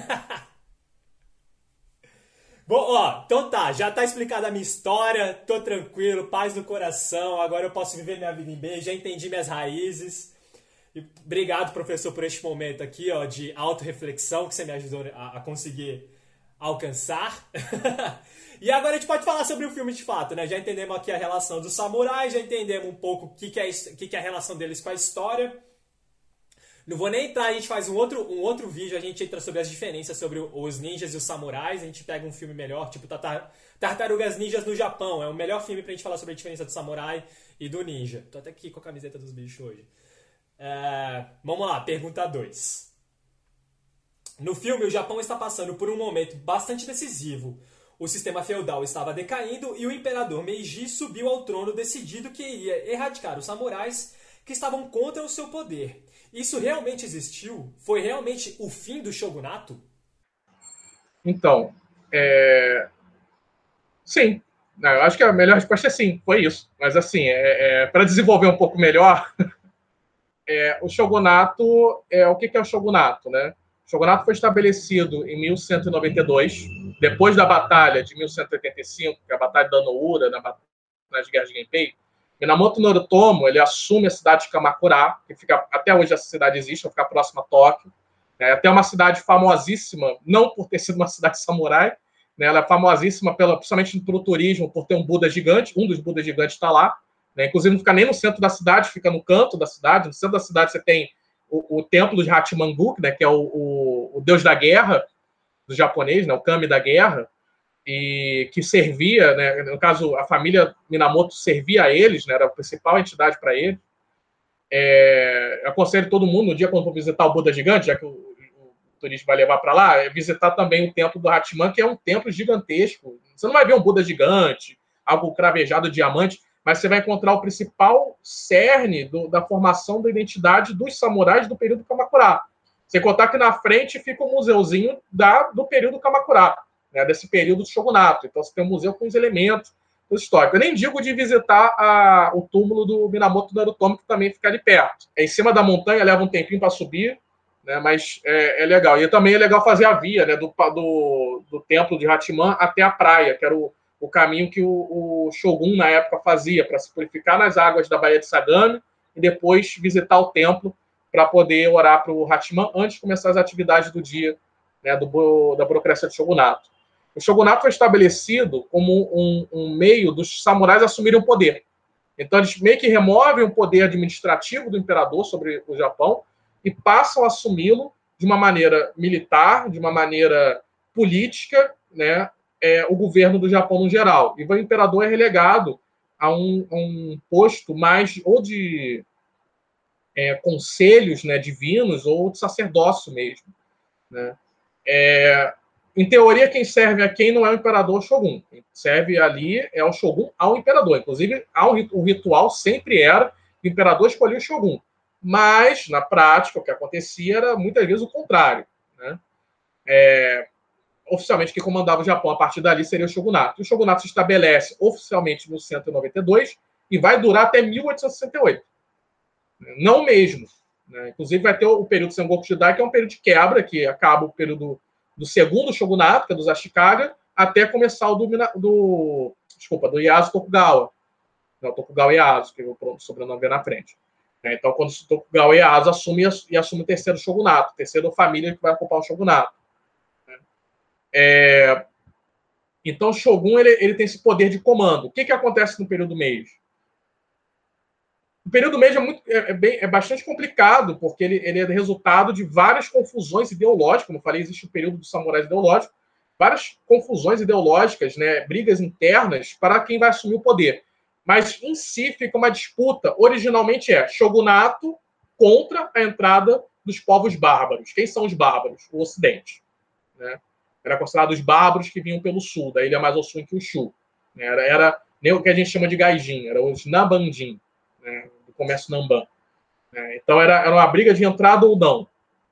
Bom, ó, então tá, já tá explicada a minha história, tô tranquilo, paz no coração, agora eu posso viver minha vida em bem, já entendi minhas raízes. E obrigado, professor, por este momento aqui, ó, de autorreflexão que você me ajudou a, a conseguir alcançar. E agora a gente pode falar sobre o filme de fato, né? Já entendemos aqui a relação dos samurais, já entendemos um pouco o que, que, é, que, que é a relação deles com a história. Não vou nem entrar, a gente faz um outro, um outro vídeo, a gente entra sobre as diferenças sobre os ninjas e os samurais, a gente pega um filme melhor, tipo Tartarugas Ninjas no Japão, é o melhor filme pra gente falar sobre a diferença do samurai e do ninja. Tô até aqui com a camiseta dos bichos hoje. É, vamos lá, pergunta dois. No filme, o Japão está passando por um momento bastante decisivo. O sistema feudal estava decaindo e o imperador Meiji subiu ao trono decidido que iria erradicar os samurais que estavam contra o seu poder. Isso realmente existiu? Foi realmente o fim do shogunato? Então, é... sim. Não, eu acho que a melhor resposta é sim, foi isso. Mas, assim, é, é... para desenvolver um pouco melhor, é... o shogunato, é... o que é o shogunato, né? O shogunato foi estabelecido em mil cento e noventa e dois, depois da batalha de mil cento e oitenta e cinco, que é a batalha da Noura, na batalha nas guerras de Genpei. Minamoto Narutomo, ele assume a cidade de Kamakura, que fica, até hoje essa cidade existe, vai ficar próxima a Tóquio. É até uma cidade famosíssima, não por ter sido uma cidade samurai, né, ela é famosíssima, pela, principalmente pelo turismo, por ter um Buda gigante, um dos Budas gigantes está lá. Né, inclusive não fica nem no centro da cidade, fica no canto da cidade. No centro da cidade você tem o, o templo de Hachimangu, né, que é o, o, o deus da guerra do japonês, né, o kami da guerra, e que servia, né, no caso, a família Minamoto servia a eles, né, era a principal entidade para eles. É, eu aconselho todo mundo, no dia quando for visitar o Buda gigante, já que o, o turista vai levar para lá, é visitar também o templo do Hachiman, que é um templo gigantesco. Você não vai ver um Buda gigante, algo cravejado de diamante, mas você vai encontrar o principal cerne do, da formação da identidade dos samurais do período Kamakura. Você contar que na frente fica um museuzinho da, do período Kamakura, né, desse período do shogunato. Então você tem um museu com os elementos históricos. Eu nem digo de visitar a, o túmulo do Minamoto Narutomo, que também fica ali perto. É em cima da montanha, leva um tempinho para subir, né, mas é, é legal. E também é legal fazer a via, né, do, do, do templo de Hachiman até a praia, que era o, o caminho que o, o Shogun, na época, fazia para se purificar nas águas da Baía de Sagami e depois visitar o templo para poder orar para o Hachiman antes de começar as atividades do dia, né, do, da burocracia do shogunato. O shogunato foi estabelecido como um, um meio dos samurais assumirem o poder. Então, eles meio que removem o poder administrativo do imperador sobre o Japão e passam a assumi-lo de uma maneira militar, de uma maneira política, né, é, o governo do Japão no geral. E o imperador é relegado a um, um posto mais ou de é, conselhos, né, divinos ou de sacerdócio mesmo. Né? É, em teoria, quem serve a quem não é o imperador, o shogun. Quem serve ali é o shogun ao imperador. Inclusive, o ritual sempre era que o imperador escolhia o shogun. Mas, na prática, o que acontecia era muitas vezes o contrário. Né? É, oficialmente, quem comandava o Japão a partir dali seria o shogunato. O shogunato se estabelece oficialmente no cento e noventa e dois e vai durar até mil oitocentos e sessenta e oito. Não mesmo. Né? Inclusive, vai ter o período Sengoku Jidai, que é um período de quebra, que acaba o período do segundo shogunato, que é dos Ashikaga, até começar o do, do, desculpa, do Ieyasu Tokugawa. Não, Tokugawa Ieyasu, que o sobrenome vem na frente. Então, quando o Tokugawa Ieyasu assume e assume o terceiro shogunato, terceira família que vai ocupar o shogunato. É... Então, o shogun ele, ele tem esse poder de comando. O que, que acontece no período Meiji? O período Meiji é, muito, é, bem, é bastante complicado, porque ele, ele é resultado de várias confusões ideológicas. Como eu falei, existe o período dos samurais ideológicos, várias confusões ideológicas, né, brigas internas para quem vai assumir o poder. Mas, em si, fica uma disputa. Originalmente é shogunato contra a entrada dos povos bárbaros. Quem são os bárbaros? O Ocidente. Né? Era considerado os bárbaros que vinham pelo sul, da ilha mais ao sul em Kyushu. Era, era nem o que a gente chama de gaijin, era os Nabandin, né, do comércio Namban. É, então, era, era uma briga de entrada ou não.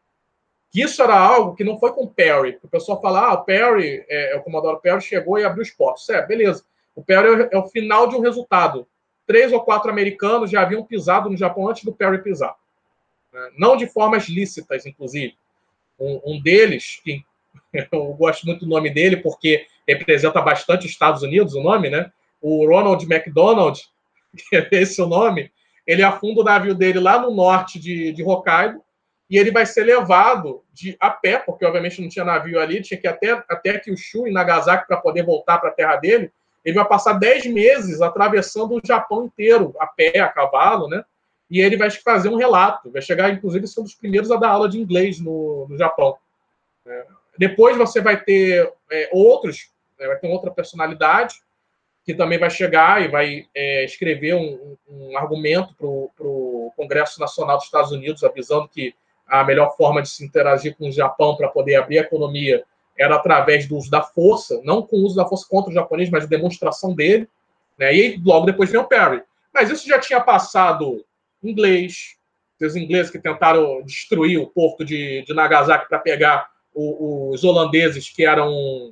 Isso era algo que não foi com o Perry. Porque o pessoal fala, ah, o Perry, é, o Comodoro Perry chegou e abriu os portos. É, beleza. O Perry é o final de um resultado. Três ou quatro americanos já haviam pisado no Japão antes do Perry pisar. Né? Não de formas lícitas, inclusive. Um, um deles, que eu gosto muito do nome dele, porque representa bastante os Estados Unidos, o nome, né? O Ronald McDonald, que é esse o nome, ele afunda o navio dele lá no norte de, de Hokkaido, e ele vai ser levado de, a pé, porque obviamente não tinha navio ali, tinha que ir até, até Kyushu e Nagasaki para poder voltar para a terra dele. Ele vai passar dez meses atravessando o Japão inteiro, a pé, a cavalo, né? E ele vai fazer um relato, vai chegar, inclusive, a ser um dos primeiros a dar aula de inglês no, no Japão. É, depois você vai ter é, outros, é, vai ter outra personalidade, que também vai chegar e vai é, escrever um, um argumento para o Congresso Nacional dos Estados Unidos, avisando que a melhor forma de se interagir com o Japão para poder abrir a economia era através do uso da força, não com o uso da força contra o japonês, mas a demonstração dele. Né? E logo depois vem o Perry. Mas isso já tinha passado inglês, os ingleses que tentaram destruir o porto de, de Nagasaki para pegar o, os holandeses que eram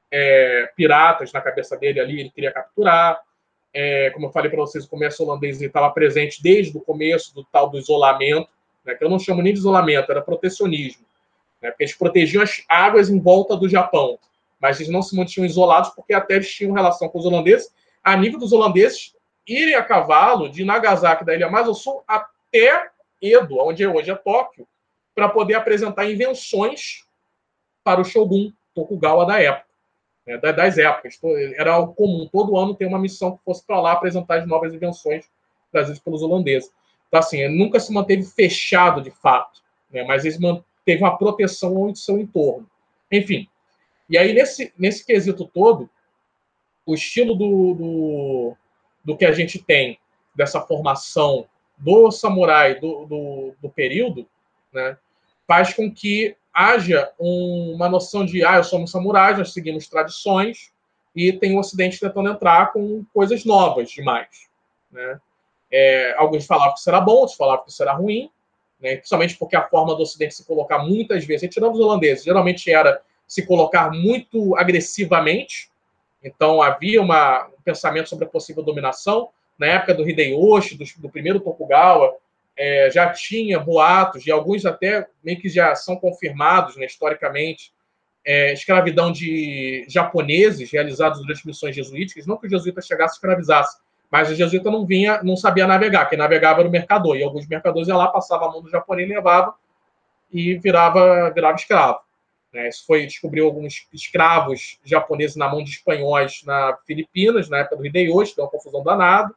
é, piratas na cabeça dele ali, ele queria capturar. É, como eu falei para vocês, o comércio holandês estava presente desde o começo do tal do isolamento, né, que eu não chamo nem de isolamento, era protecionismo. Né, porque eles protegiam as águas em volta do Japão, mas eles não se mantinham isolados porque até eles tinham relação com os holandeses, a nível dos holandeses irem a cavalo de Nagasaki, da ilha mais ao sul, até Edo, onde hoje é Tóquio, para poder apresentar invenções para o shogun Tokugawa da época, né, das épocas. Era algo comum, todo ano ter uma missão que fosse para lá apresentar as novas invenções trazidas pelos holandeses. Então, assim, ele nunca se manteve fechado de fato, né, mas ele teve uma proteção ao seu entorno. Enfim, e aí nesse, nesse quesito todo, o estilo do, do, do que a gente tem, dessa formação do samurai do, do, do período, né, faz com que haja um, uma noção de, ah, eu somos samurais, nós seguimos tradições, e tem o Ocidente tentando entrar com coisas novas demais. Né? É, alguns falavam que isso era bom, outros falavam que isso era ruim, né? Principalmente porque a forma do Ocidente se colocar muitas vezes, tirando os holandeses, geralmente era se colocar muito agressivamente. Então, havia uma, um pensamento sobre a possível dominação. Na época do Hideyoshi, do, do primeiro Tokugawa, é, já tinha boatos, e alguns até meio que já são confirmados, né, historicamente, é, escravidão de japoneses realizados durante missões jesuíticas. Não que os jesuítas chegassem e escravizassem, mas o jesuíta não vinha, não sabia navegar. Quem navegava era o mercador, e alguns mercadores iam lá, passavam a mão do japonês, levava e virava, virava escravo. Né? Isso foi, descobriu alguns escravos japoneses na mão de espanhóis na Filipinas, na época do Hideyoshi, deu uma confusão danada.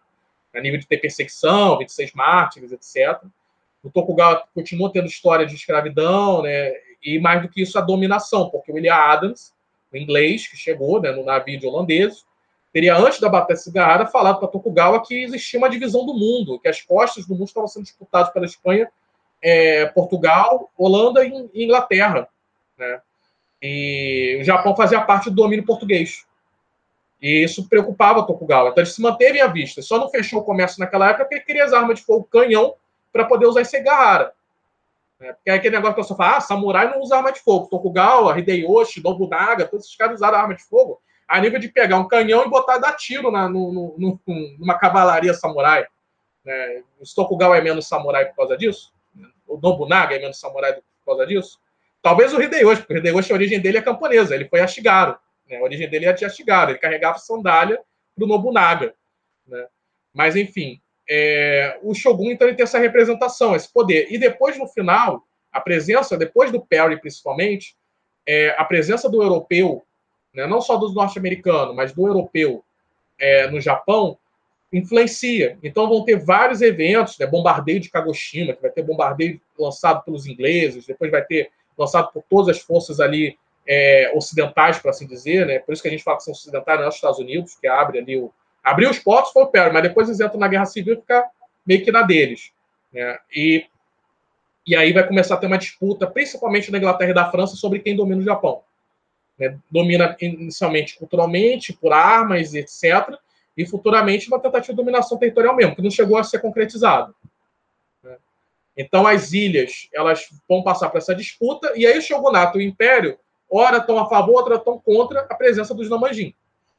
a nível de ter perseguição, vinte e seis mártires, etcétera. O Tokugawa continuou tendo história de escravidão, né? E mais do que isso, a dominação, porque o William Adams, o inglês, que chegou, né, no navio de holandeses, teria, antes da Batalha de Sekigahara, falado para Tokugawa que existia uma divisão do mundo, que as costas do mundo estavam sendo disputadas pela Espanha, é, Portugal, Holanda e Inglaterra, né? E o Japão fazia parte do domínio português. E isso preocupava Tokugawa. Então ele se manteve à vista. Só não fechou o comércio naquela época porque ele queria as armas de fogo canhão para poder usar em Sekigahara. É, porque é aquele negócio que a pessoa fala, ah, samurai não usa arma de fogo. Tokugawa, Hideyoshi, Nobunaga, todos esses caras usaram arma de fogo a nível de pegar um canhão e botar dar tiro na, no, no, no, numa cavalaria samurai. É, o Tokugawa é menos samurai por causa disso? O Nobunaga é menos samurai por causa disso? Talvez o Hideyoshi, porque o Hideyoshi, a origem dele é camponesa, ele foi Ashigaru. Né? A origem dele é de Ashigaru, ele carregava sandália do Nobunaga. Né? Mas, enfim, é, o Shogun, então, ele tem essa representação, esse poder. E depois, no final, a presença, depois do Perry, principalmente, é, a presença do europeu, né, não só do norte-americano, mas do europeu é, no Japão, influencia. Então, vão ter vários eventos, né, bombardeio de Kagoshima, que vai ter bombardeio lançado pelos ingleses, depois vai ter lançado por todas as forças ali é, ocidentais, por assim dizer, né? Por isso que a gente fala que são ocidentais, não é os Estados Unidos, que abre ali o... Abriu os portos, foi o Perry, mas depois eles entram na Guerra Civil e fica meio que na deles. Né? E, e aí vai começar a ter uma disputa, principalmente na Inglaterra e da França, sobre quem domina o Japão. Né? Domina inicialmente culturalmente, por armas, etcétera, e futuramente uma tentativa de dominação territorial mesmo, que não chegou a ser concretizado. Né? Então as ilhas elas vão passar por essa disputa, e aí o shogunato e o império, ora estão a favor, ora estão contra a presença dos Namanjin.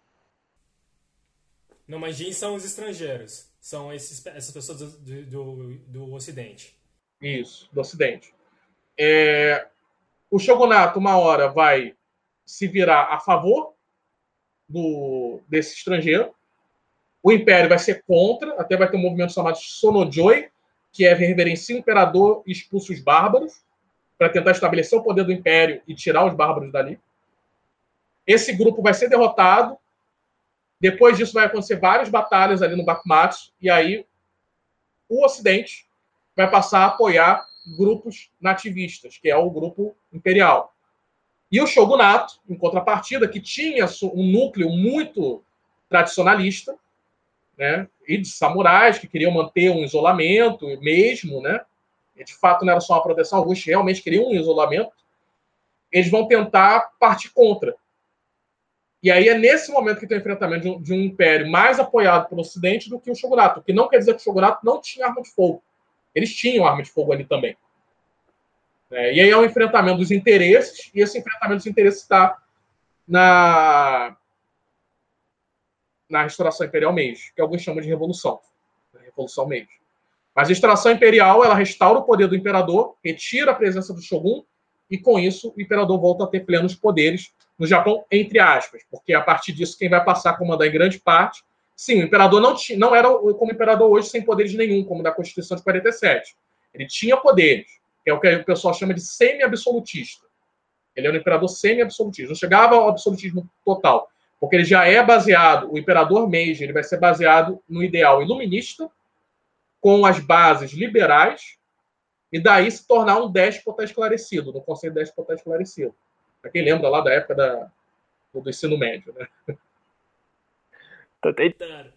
Namanjin são os estrangeiros, são esses, essas pessoas do, do, do Ocidente. Isso, do Ocidente. É, o shogunato, uma hora, vai se virar a favor do, desse estrangeiro. O império vai ser contra, até vai ter um movimento chamado Sonojoi, que é reverenciar o imperador e expulsa os bárbaros, para tentar estabelecer o poder do império e tirar os bárbaros dali. Esse grupo vai ser derrotado. Depois disso, vai acontecer várias batalhas ali no Bakumatsu, e aí o Ocidente vai passar a apoiar grupos nativistas, que é o grupo imperial. E o shogunato, em contrapartida, que tinha um núcleo muito tradicionalista, né, e de samurais que queriam manter um isolamento mesmo, né, e de fato não era só uma proteção, alguns realmente queriam um isolamento, eles vão tentar partir contra. E aí é nesse momento que tem o enfrentamento de um, de um império mais apoiado pelo Ocidente do que o shogunato, o que não quer dizer que o shogunato não tinha arma de fogo. Eles tinham arma de fogo ali também. É, e aí é um enfrentamento dos interesses, e esse enfrentamento dos interesses está na, na restauração imperial Meiji, que alguns chamam de revolução. Revolução Meiji. Mas a restauração imperial, ela restaura o poder do imperador, retira a presença do shogun, e com isso o imperador volta a ter plenos poderes no Japão, entre aspas, porque a partir disso quem vai passar a comandar em grande parte, sim, o imperador não, tinha, não era como imperador hoje sem poderes nenhum, como da Constituição de quarenta e sete. Ele tinha poderes, que é o que o pessoal chama de semi-absolutista. Ele é um imperador semi-absolutista, não chegava ao absolutismo total, porque ele já é baseado, o imperador Meiji, ele vai ser baseado no ideal iluminista, com as bases liberais, e daí se tornar um déspota esclarecido, no conceito de déspota esclarecido. Para quem lembra lá da época da, do ensino médio, né? Tô tentando.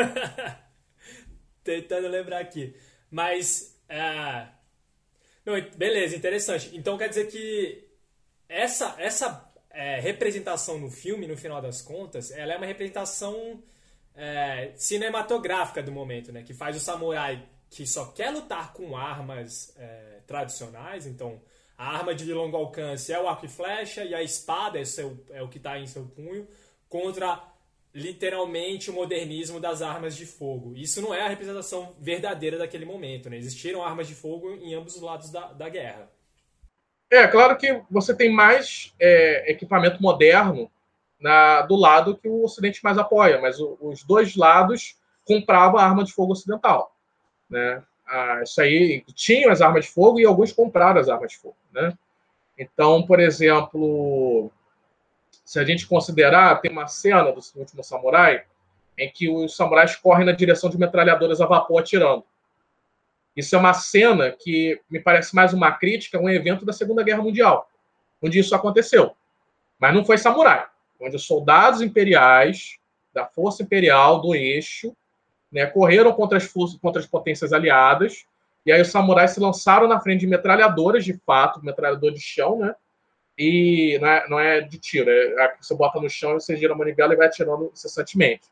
Tentando lembrar aqui. Mas, é... Não, beleza, interessante. Então quer dizer que essa, essa é, representação no filme, no final das contas, ela é uma representação é, cinematográfica do momento, né? Que faz o samurai que só quer lutar com armas é, tradicionais, então a arma de longo alcance é o arco e flecha e a espada é, seu, é o que está em seu punho, contra literalmente o modernismo das armas de fogo. Isso não é a representação verdadeira daquele momento, né? Existiram armas de fogo em ambos os lados da, da guerra. É, claro que você tem mais é, equipamento moderno na, do lado que o Ocidente mais apoia, mas o, os dois lados compravam a arma de fogo ocidental. Né? Ah, isso aí, tinham as armas de fogo e alguns compraram as armas de fogo. Né? Então, por exemplo, se a gente considerar, tem uma cena do Último Samurai em que os samurais correm na direção de metralhadoras a vapor atirando. Isso é uma cena que me parece mais uma crítica a um evento da Segunda Guerra Mundial, onde isso aconteceu. Mas não foi samurai, onde os soldados imperiais da Força Imperial do Eixo, né, correram contra as, contra as potências aliadas, e aí os samurais se lançaram na frente de metralhadoras, de fato, metralhador de chão, né? E não é, não é de tiro, é a que você bota no chão e você gira a manivela e vai atirando incessantemente.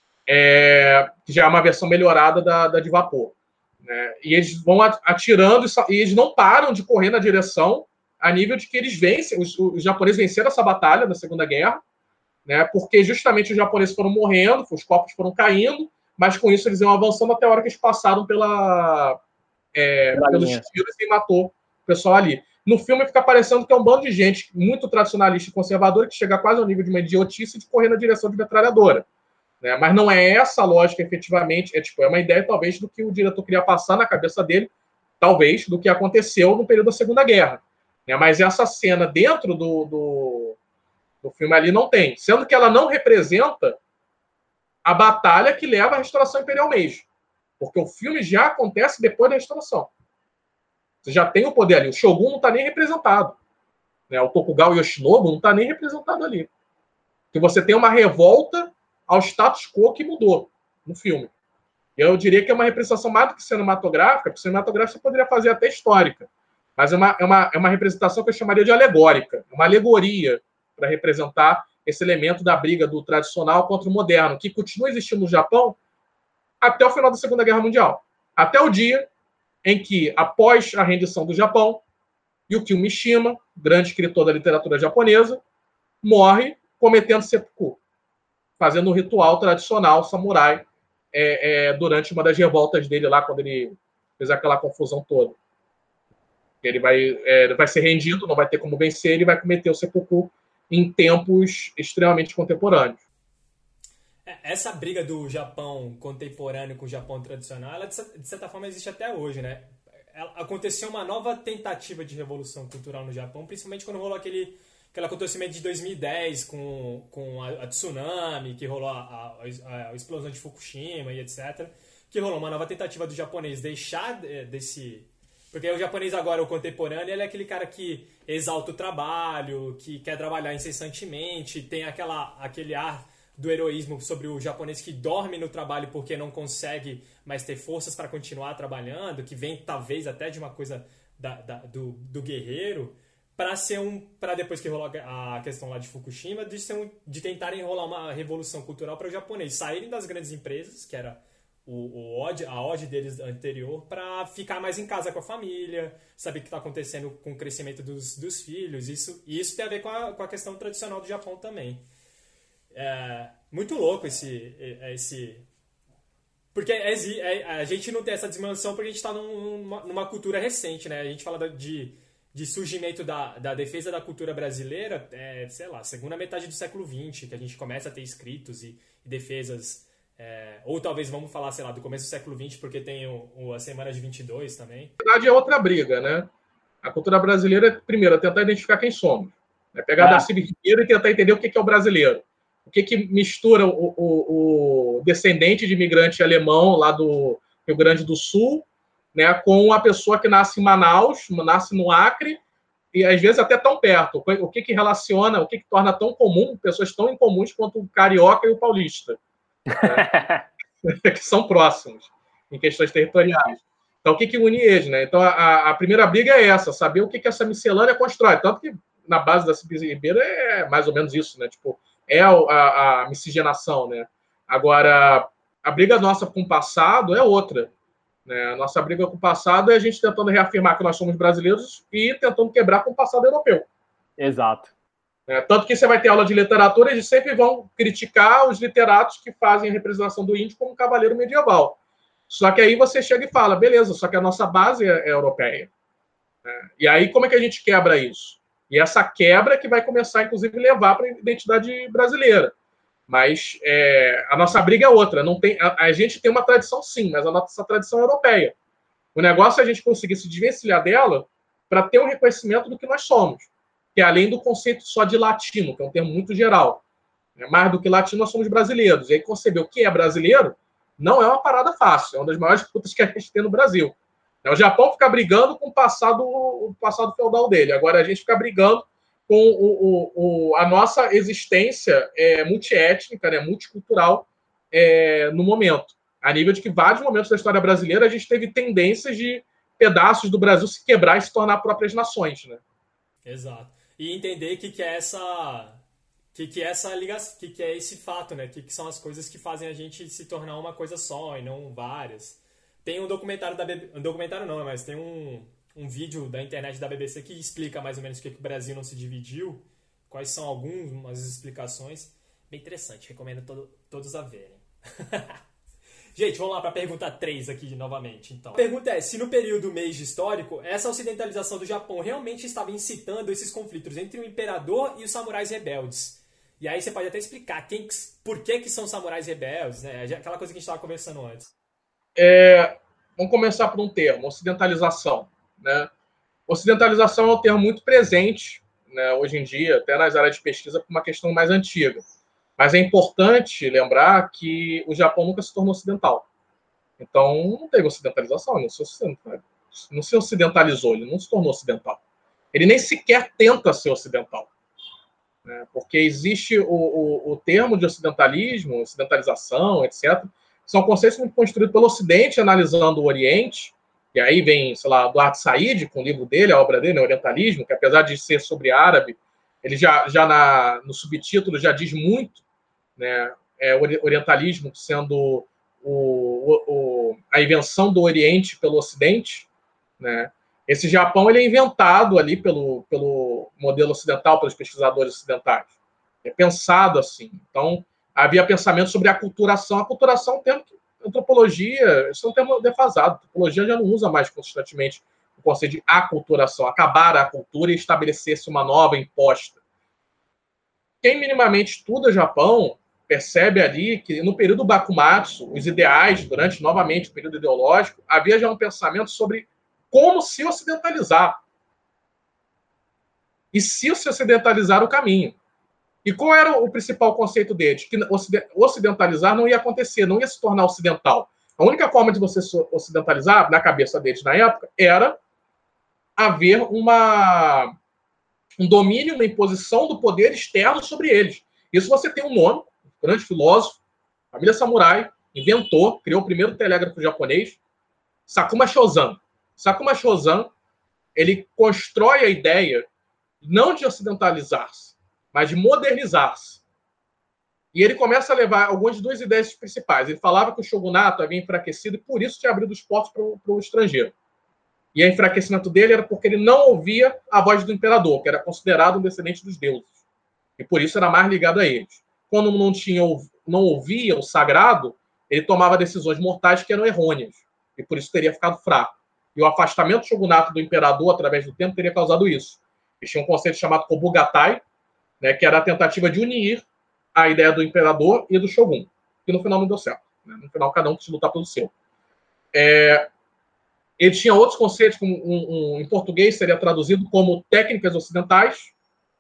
É, que já é uma versão melhorada da, da de vapor. Né? E eles vão atirando e eles não param de correr na direção a nível de que eles vencem, os, os japoneses venceram essa batalha da Segunda Guerra, né? Porque justamente os japoneses foram morrendo, os corpos foram caindo, mas com isso eles iam avançando até a hora que eles passaram pela, é, pelos tiros e matou o pessoal ali. No filme fica parecendo que é um bando de gente muito tradicionalista e conservadora que chega quase ao nível de uma idiotice de correr na direção de metralhadora. Né? Mas não é essa a lógica, efetivamente. É, tipo, é uma ideia, talvez, do que o diretor queria passar na cabeça dele, talvez, do que aconteceu no período da Segunda Guerra. Né? Mas essa cena dentro do, do, do filme ali não tem. Sendo que ela não representa a batalha que leva à restauração imperial mesmo. Porque o filme já acontece depois da restauração. Você já tem o poder ali. O Shogun não está nem representado. Né? O Tokugawa Yoshinobu não está nem representado ali. Porque você tem uma revolta ao status quo que mudou no filme. E eu diria que é uma representação mais do que cinematográfica, porque cinematográfica você poderia fazer até histórica. Mas é uma, é uma, é uma representação que eu chamaria de alegórica. Uma alegoria para representar esse elemento da briga do tradicional contra o moderno, que continua existindo no Japão até o final da Segunda Guerra Mundial. Até o dia em que, após a rendição do Japão, Yukio Mishima, grande escritor da literatura japonesa, morre cometendo seppuku, fazendo um ritual tradicional samurai é, é, durante uma das revoltas dele lá, quando ele fez aquela confusão toda. Ele vai, é, ele vai ser rendido, não vai ter como vencer, ele vai cometer o seppuku em tempos extremamente contemporâneos. Essa briga do Japão contemporâneo com o Japão tradicional, ela de certa forma existe até hoje, né? Aconteceu uma nova tentativa de revolução cultural no Japão, principalmente quando rolou aquele, aquele acontecimento de dois mil e dez com, com a, a tsunami, que rolou a, a, a explosão de Fukushima e etcétera. Que rolou uma nova tentativa do japonês deixar desse... Porque o japonês agora, o contemporâneo, ele é aquele cara que exalta o trabalho, que quer trabalhar incessantemente, tem aquela, aquele ar do heroísmo sobre o japonês que dorme no trabalho porque não consegue mais ter forças para continuar trabalhando, que vem talvez até de uma coisa da, da, do, do guerreiro, para ser um, para depois que rolou a questão lá de Fukushima, de, ser um, de tentarem enrolar uma revolução cultural para o japonês saírem das grandes empresas, que era o, o ódio, a ódio deles anterior, para ficar mais em casa com a família, saber o que está acontecendo com o crescimento dos, dos filhos. Isso, e isso tem a ver com a, com a questão tradicional do Japão também. É muito louco esse... esse porque a gente não tem essa dimensão porque a gente está numa, numa cultura recente, né? A gente fala de, de surgimento da, da defesa da cultura brasileira, é, sei lá, segunda metade do século vinte, que a gente começa a ter escritos e, e defesas... É, ou talvez vamos falar, sei lá, do começo do século vinte, porque tem o, o, a Semana de vinte e dois também. Na verdade, é outra briga, né? A cultura brasileira, primeiro, é tentar identificar quem somos. É pegar ah. Darcy Ribeiro e tentar entender o que é o brasileiro. O que, que mistura o, o, o descendente de imigrante alemão lá do Rio Grande do Sul, né, com a pessoa que nasce em Manaus, nasce no Acre, e às vezes até tão perto. O que, que relaciona, o que, que torna tão comum pessoas tão incomuns quanto o carioca e o paulista. Né? Que são próximos em questões territoriais. Então, o que, que une eles? Né? Então, a, a primeira briga é essa, saber o que, que essa miscelânea constrói. Tanto que, na base da Cibise Ribeiro, é mais ou menos isso, né? Tipo, é a, a, a miscigenação, né? Agora, a briga nossa com o passado é outra. Né? A nossa briga com o passado é a gente tentando reafirmar que nós somos brasileiros e tentando quebrar com o passado europeu. Exato. É, tanto que você vai ter aula de literatura, eles sempre vão criticar os literatos que fazem a representação do índio como um cavaleiro medieval. Só que aí você chega e fala, beleza, só que a nossa base é, é europeia. É, e aí como é que a gente quebra isso? E essa quebra que vai começar, inclusive, a levar para a identidade brasileira. Mas é, a nossa briga é outra. Não tem, a, a gente tem uma tradição, sim, mas a nossa tradição é europeia. O negócio é a gente conseguir se desvencilhar dela para ter um reconhecimento do que nós somos. Que é além do conceito só de latino, que é um termo muito geral. Né? Mais do que latino, nós somos brasileiros. E aí conceber o que é brasileiro não é uma parada fácil. É uma das maiores lutas que a gente tem no Brasil. O Japão fica brigando com o passado, o passado feudal dele. Agora a gente fica brigando com o, o, o, a nossa existência é, multiétnica, né, multicultural é, no momento. A nível de que vários momentos da história brasileira a gente teve tendências de pedaços do Brasil se quebrar e se tornar próprias nações. Né? Exato. E entender que, que é essa... que, que é essa ligação, que, que é esse fato, né? Que, que são as coisas que fazem a gente se tornar uma coisa só e não várias. Tem um documentário da B B C, um documentário não, mas tem um, um vídeo da internet da B B C que explica mais ou menos o que, que o Brasil não se dividiu, quais são algumas explicações. Bem interessante, recomendo todo, todos a verem. Gente, vamos lá para a pergunta três aqui novamente. Então. A pergunta é, se no período Meiji histórico, essa ocidentalização do Japão realmente estava incitando esses conflitos entre o imperador e os samurais rebeldes. E aí você pode até explicar quem, por que, que são samurais rebeldes, né? Aquela coisa que a gente estava conversando antes. É, vamos começar por um termo, ocidentalização. Né? Ocidentalização é um termo muito presente, né, hoje em dia, até nas áreas de pesquisa, por uma questão mais antiga. Mas é importante lembrar que o Japão nunca se tornou ocidental. Então, não teve ocidentalização, ele não se, não se ocidentalizou, ele não se tornou ocidental. Ele nem sequer tenta ser ocidental. Né? Porque existe o, o, o termo de ocidentalismo, ocidentalização, etcétera, são conceitos muito construídos pelo Ocidente, analisando o Oriente, e aí vem, sei lá, Eduardo Said, com o livro dele, a obra dele, né, Orientalismo, que apesar de ser sobre árabe, ele já, já na, no subtítulo já diz muito, né, é, orientalismo sendo o, o, o, a invenção do Oriente pelo Ocidente. Né. Esse Japão ele é inventado ali pelo, pelo modelo ocidental, pelos pesquisadores ocidentais. É pensado assim. Então, havia pensamento sobre a aculturação. A aculturação é um termo que antropologia, isso é um termo defasado. A antropologia já não usa mais constantemente o conceito de aculturação, acabar a cultura e estabelecer-se uma nova imposta. Quem minimamente estuda o Japão percebe ali que no período Bakumatsu, os ideais, durante novamente o período ideológico, havia já um pensamento sobre como se ocidentalizar. E se se ocidentalizar o caminho. E qual era o principal conceito deles? Que ocidentalizar não ia acontecer, não ia se tornar ocidental. A única forma de você se ocidentalizar, na cabeça deles na época, era haver uma, um domínio, uma imposição do poder externo sobre eles. Isso você tem um nome, um grande filósofo, família samurai, inventou, criou o primeiro telégrafo japonês, Sakuma Shozan. Sakuma Shozan, ele constrói a ideia não de ocidentalizar-se, mas de modernizar-se. E ele começa a levar algumas de duas ideias principais. Ele falava que o shogunato havia enfraquecido e por isso tinha abrido os portos para o estrangeiro. E o enfraquecimento dele era porque ele não ouvia a voz do imperador, que era considerado um descendente dos deuses. E por isso era mais ligado a eles. Quando não, tinha, não ouvia o sagrado, ele tomava decisões mortais que eram errôneas. E por isso teria ficado fraco. E o afastamento do shogunato do imperador através do tempo teria causado isso. Eles tinham um conceito chamado Kobugatai, né, que era a tentativa de unir a ideia do imperador e do shogun, que no final não deu certo. Né? No final, cada um quis lutar pelo seu. É, ele tinha outros conceitos, como um, um, em português seria traduzido como técnicas ocidentais,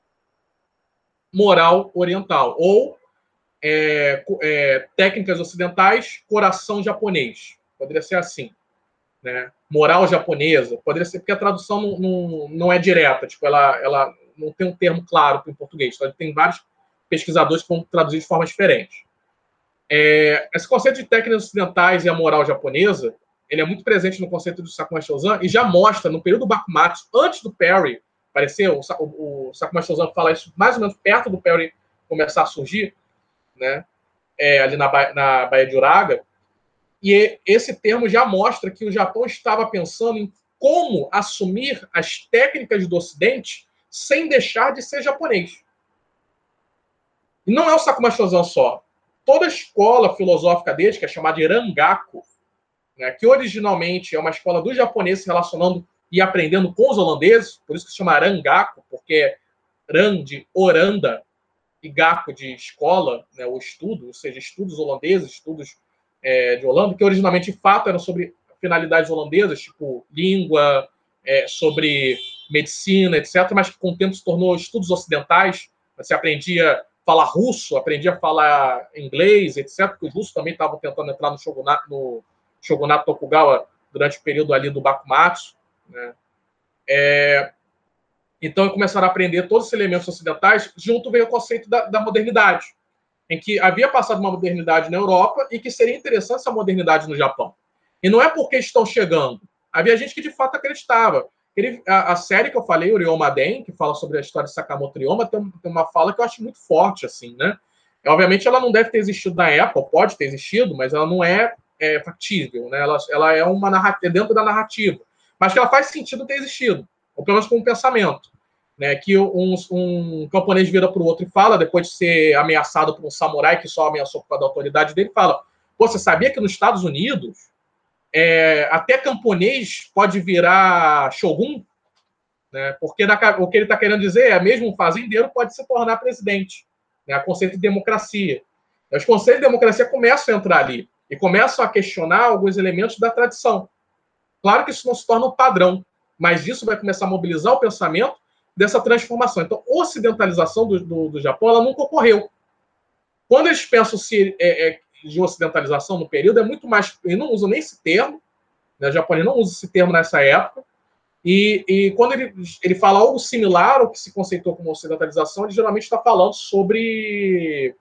moral oriental, ou é, é, técnicas ocidentais, coração japonês. Poderia ser assim. Né? Moral japonesa, poderia ser, porque a tradução não, não, não é direta, tipo, ela, ela não tem um termo claro em português, então tem vários pesquisadores que vão traduzir de forma diferente. É, esse conceito de técnicas ocidentais e a moral japonesa, ele é muito presente no conceito do Sakuma Shozan e já mostra, no período Bakumatsu, antes do Perry aparecer, o, o, o Sakuma Shozan fala isso mais ou menos perto do Perry começar a surgir, né, é, ali na, ba na Baía de Uraga, e esse termo já mostra que o Japão estava pensando em como assumir as técnicas do Ocidente sem deixar de ser japonês. E não é o Sakuma Shozan só. Toda a escola filosófica deles, que é chamada de Rangaku, né, que originalmente é uma escola dos japoneses se relacionando e aprendendo com os holandeses, por isso que se chama Rangaku, porque é Ran de Oranda e Gaku de escola, né, ou estudo, ou seja, estudos holandeses, estudos é, de Holanda, que originalmente, de fato, eram sobre finalidades holandesas, tipo língua, é, sobre medicina, etcétera, mas que com o tempo se tornou estudos ocidentais. Você aprendia falar russo, aprendi a falar inglês, etcétera, porque os russos também estavam tentando entrar no shogunato, no shogunato Tokugawa durante o período ali do Bakumatsu, né? É, então, começaram a aprender todos esses elementos ocidentais, junto veio o conceito da, da modernidade, em que havia passado uma modernidade na Europa e que seria interessante essa modernidade no Japão. E não é porque estão chegando. Havia gente que, de fato, acreditava. Ele, a, a série que eu falei, o Ryomaden, que fala sobre a história de Sakamoto Ryoma, tem, tem uma fala que eu acho muito forte, assim, né? E, obviamente, ela não deve ter existido na época, pode ter existido, mas ela não é, é factível, né? Ela, ela é uma narrativa, dentro da narrativa. Mas que ela faz sentido ter existido, ou pelo menos como um pensamento. Né, que um, um camponês vira para o outro e fala, depois de ser ameaçado por um samurai que só ameaçou por causa da autoridade dele, fala, pô, você sabia que nos Estados Unidos é, até camponês pode virar shogun? Né, porque na, o que ele está querendo dizer é mesmo um fazendeiro pode se tornar presidente. Né, o conceito de democracia. Os conceitos de democracia começam a entrar ali e começam a questionar alguns elementos da tradição. Claro que isso não se torna um padrão, mas isso vai começar a mobilizar o pensamento dessa transformação. Então, a ocidentalização do, do, do Japão, ela nunca ocorreu. Quando eles pensam se, é, é, de ocidentalização no período, é muito mais... Eles não usam nem esse termo, né? O japonês não usa esse termo nessa época, e, e quando ele, ele fala algo similar ao que se conceitou como ocidentalização, ele geralmente está falando sobre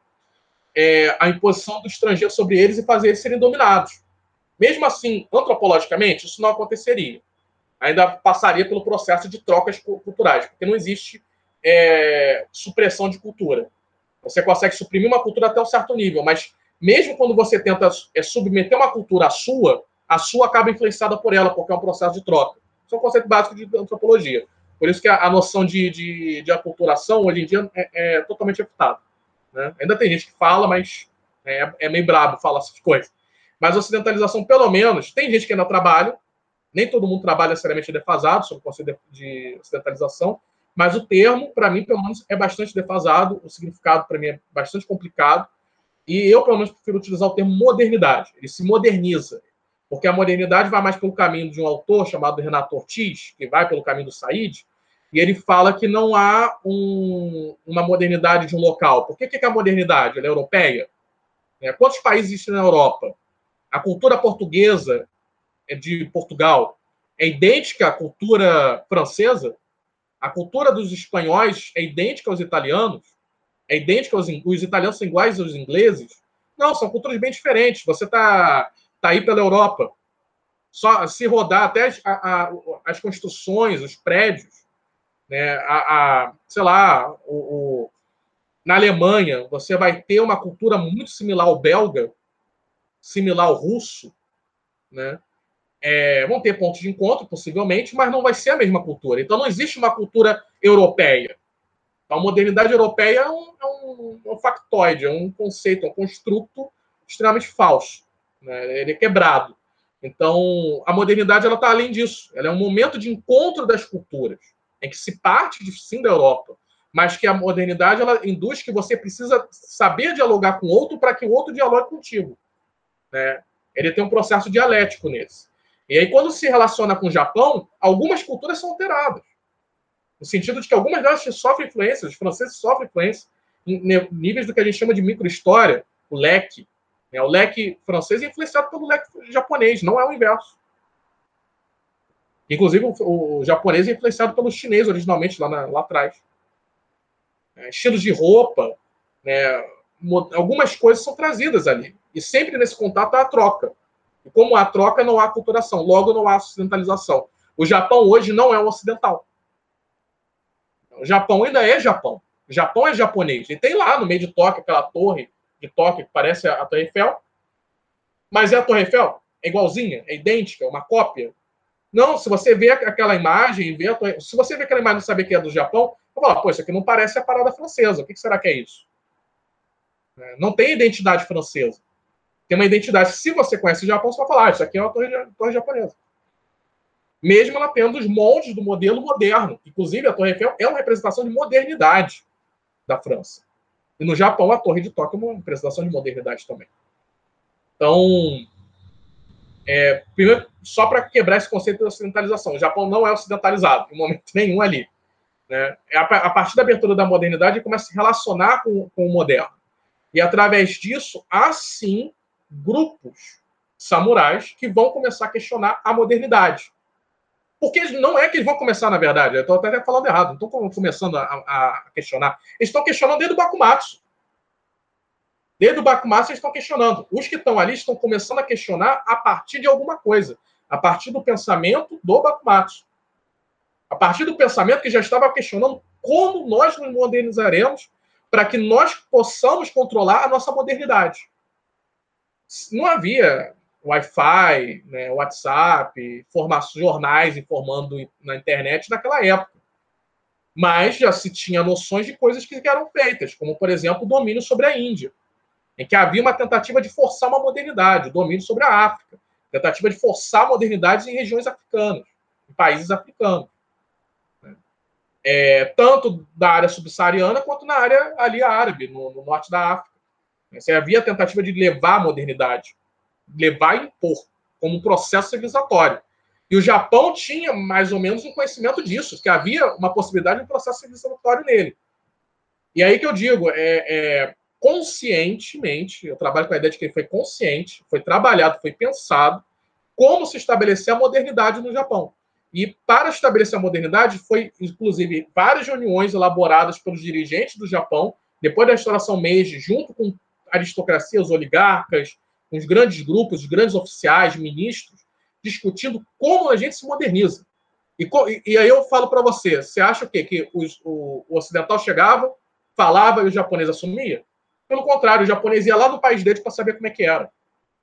é, a imposição do estrangeiro sobre eles e fazer eles serem dominados. Mesmo assim, antropologicamente, isso não aconteceria. Ainda passaria pelo processo de trocas culturais, porque não existe é, supressão de cultura. Você consegue suprimir uma cultura até um certo nível, mas mesmo quando você tenta é, submeter uma cultura à sua, a sua acaba influenciada por ela, porque é um processo de troca. Isso é um conceito básico de antropologia. Por isso que a, a noção de, de, de aculturação, hoje em dia, é, é totalmente refutada. Né? Ainda tem gente que fala, mas é, é meio brabo falar essas coisas. Mas a ocidentalização, pelo menos, tem gente que ainda trabalha, nem todo mundo trabalha necessariamente defasado sobre o conceito de ocidentalização, mas o termo, para mim, pelo menos, é bastante defasado, o significado, para mim, é bastante complicado, e eu, pelo menos, prefiro utilizar o termo modernidade. Ele se moderniza, porque a modernidade vai mais pelo caminho de um autor chamado Renato Ortiz, que vai pelo caminho do Said, e ele fala que não há um, uma modernidade de um local. Por que, que é a modernidade? Ela é europeia? É, quantos países existem na Europa? A cultura portuguesa de Portugal é idêntica à cultura francesa? A cultura dos espanhóis é idêntica aos italianos? É idêntica aos... Os italianos são iguais aos ingleses? Não, são culturas bem diferentes. Você está tá aí pela Europa. Só se rodar até as, a, a, as construções, os prédios, né, a, a, sei lá, o, o, na Alemanha, você vai ter uma cultura muito similar ao belga, similar ao russo, né? É, vão ter pontos de encontro, possivelmente, mas não vai ser a mesma cultura. Então, não existe uma cultura europeia. Então, a modernidade europeia é um, é um, é um factoide, é um conceito, é um construto extremamente falso. Né? Ele é quebrado. Então, a modernidade está além disso. Ela é um momento de encontro das culturas, em que se parte, de, sim, da Europa, mas que a modernidade ela induz que você precisa saber dialogar com o outro para que o outro dialogue contigo. Né? Ele tem um processo dialético nesse. E aí, quando se relaciona com o Japão, algumas culturas são alteradas. No sentido de que algumas delas sofrem influência, os franceses sofrem influência em níveis do que a gente chama de microhistória, o leque. Né? O leque francês é influenciado pelo leque japonês, não é o inverso. Inclusive, o, o japonês é influenciado pelo chinês, originalmente, lá, na, lá atrás. É, estilos de roupa, né? Algumas coisas são trazidas ali. E sempre nesse contato há a troca. E como há troca, não há aculturação. Logo, não há ocidentalização. O Japão hoje não é um ocidental. O Japão ainda é Japão. O Japão é japonês. E tem lá, no meio de Tóquio, aquela torre de Tóquio que parece a Torre Eiffel. Mas é a Torre Eiffel? É igualzinha? É idêntica? É uma cópia? Não, se você vê aquela imagem, vê a torre... se você vê aquela imagem e não saber que é do Japão, você fala, pô, isso aqui não parece a parada francesa. O que será que é isso? Não tem identidade francesa. Tem uma identidade. Se você conhece o Japão, você vai falar, ah, isso aqui é uma torre, torre japonesa. Mesmo ela tendo os moldes do modelo moderno. Inclusive, a Torre Eiffel é uma representação de modernidade da França. E no Japão, a Torre de Tóquio é uma representação de modernidade também. Então, é, primeiro, só para quebrar esse conceito de ocidentalização. O Japão não é ocidentalizado, em momento nenhum ali. né? A partir da abertura da modernidade, ele começa a se relacionar com, com o moderno. E, através disso, há, sim, grupos samurais que vão começar a questionar a modernidade. Porque não é que eles vão começar, na verdade, eu estou até falando errado, não estou começando a, a questionar. Eles estão questionando desde o Bakumatsu. Desde o Bakumatsu eles estão questionando. Os que estão ali estão começando a questionar a partir de alguma coisa. A partir do pensamento do Bakumatsu. A partir do pensamento que já estava questionando como nós nos modernizaremos para que nós possamos controlar a nossa modernidade. Não havia Wi-Fi, né, WhatsApp, jornais informando na internet naquela época. Mas já se tinha noções de coisas que eram feitas, como, por exemplo, o domínio sobre a Índia, em que havia uma tentativa de forçar uma modernidade, o domínio sobre a África, tentativa de forçar modernidades em regiões africanas, em países africanos. É, tanto da área subsaariana quanto na área ali árabe, no, no norte da África. Você havia a tentativa de levar a modernidade, levar e impor, como um processo civilizatório. E o Japão tinha mais ou menos um conhecimento disso, que havia uma possibilidade de um processo civilizatório nele. E aí que eu digo, é, é, conscientemente, eu trabalho com a ideia de que ele foi consciente, foi trabalhado, foi pensado, como se estabelecer a modernidade no Japão. E para estabelecer a modernidade, foi, inclusive, várias reuniões elaboradas pelos dirigentes do Japão, depois da restauração Meiji, junto com a aristocracia, os oligarcas, com os grandes grupos, os grandes oficiais, ministros, discutindo como a gente se moderniza. E, e aí eu falo para você, você acha o quê? Que os, o, o ocidental chegava, falava e o japonês assumia? Pelo contrário, o japonês ia lá no país dele para saber como é que era.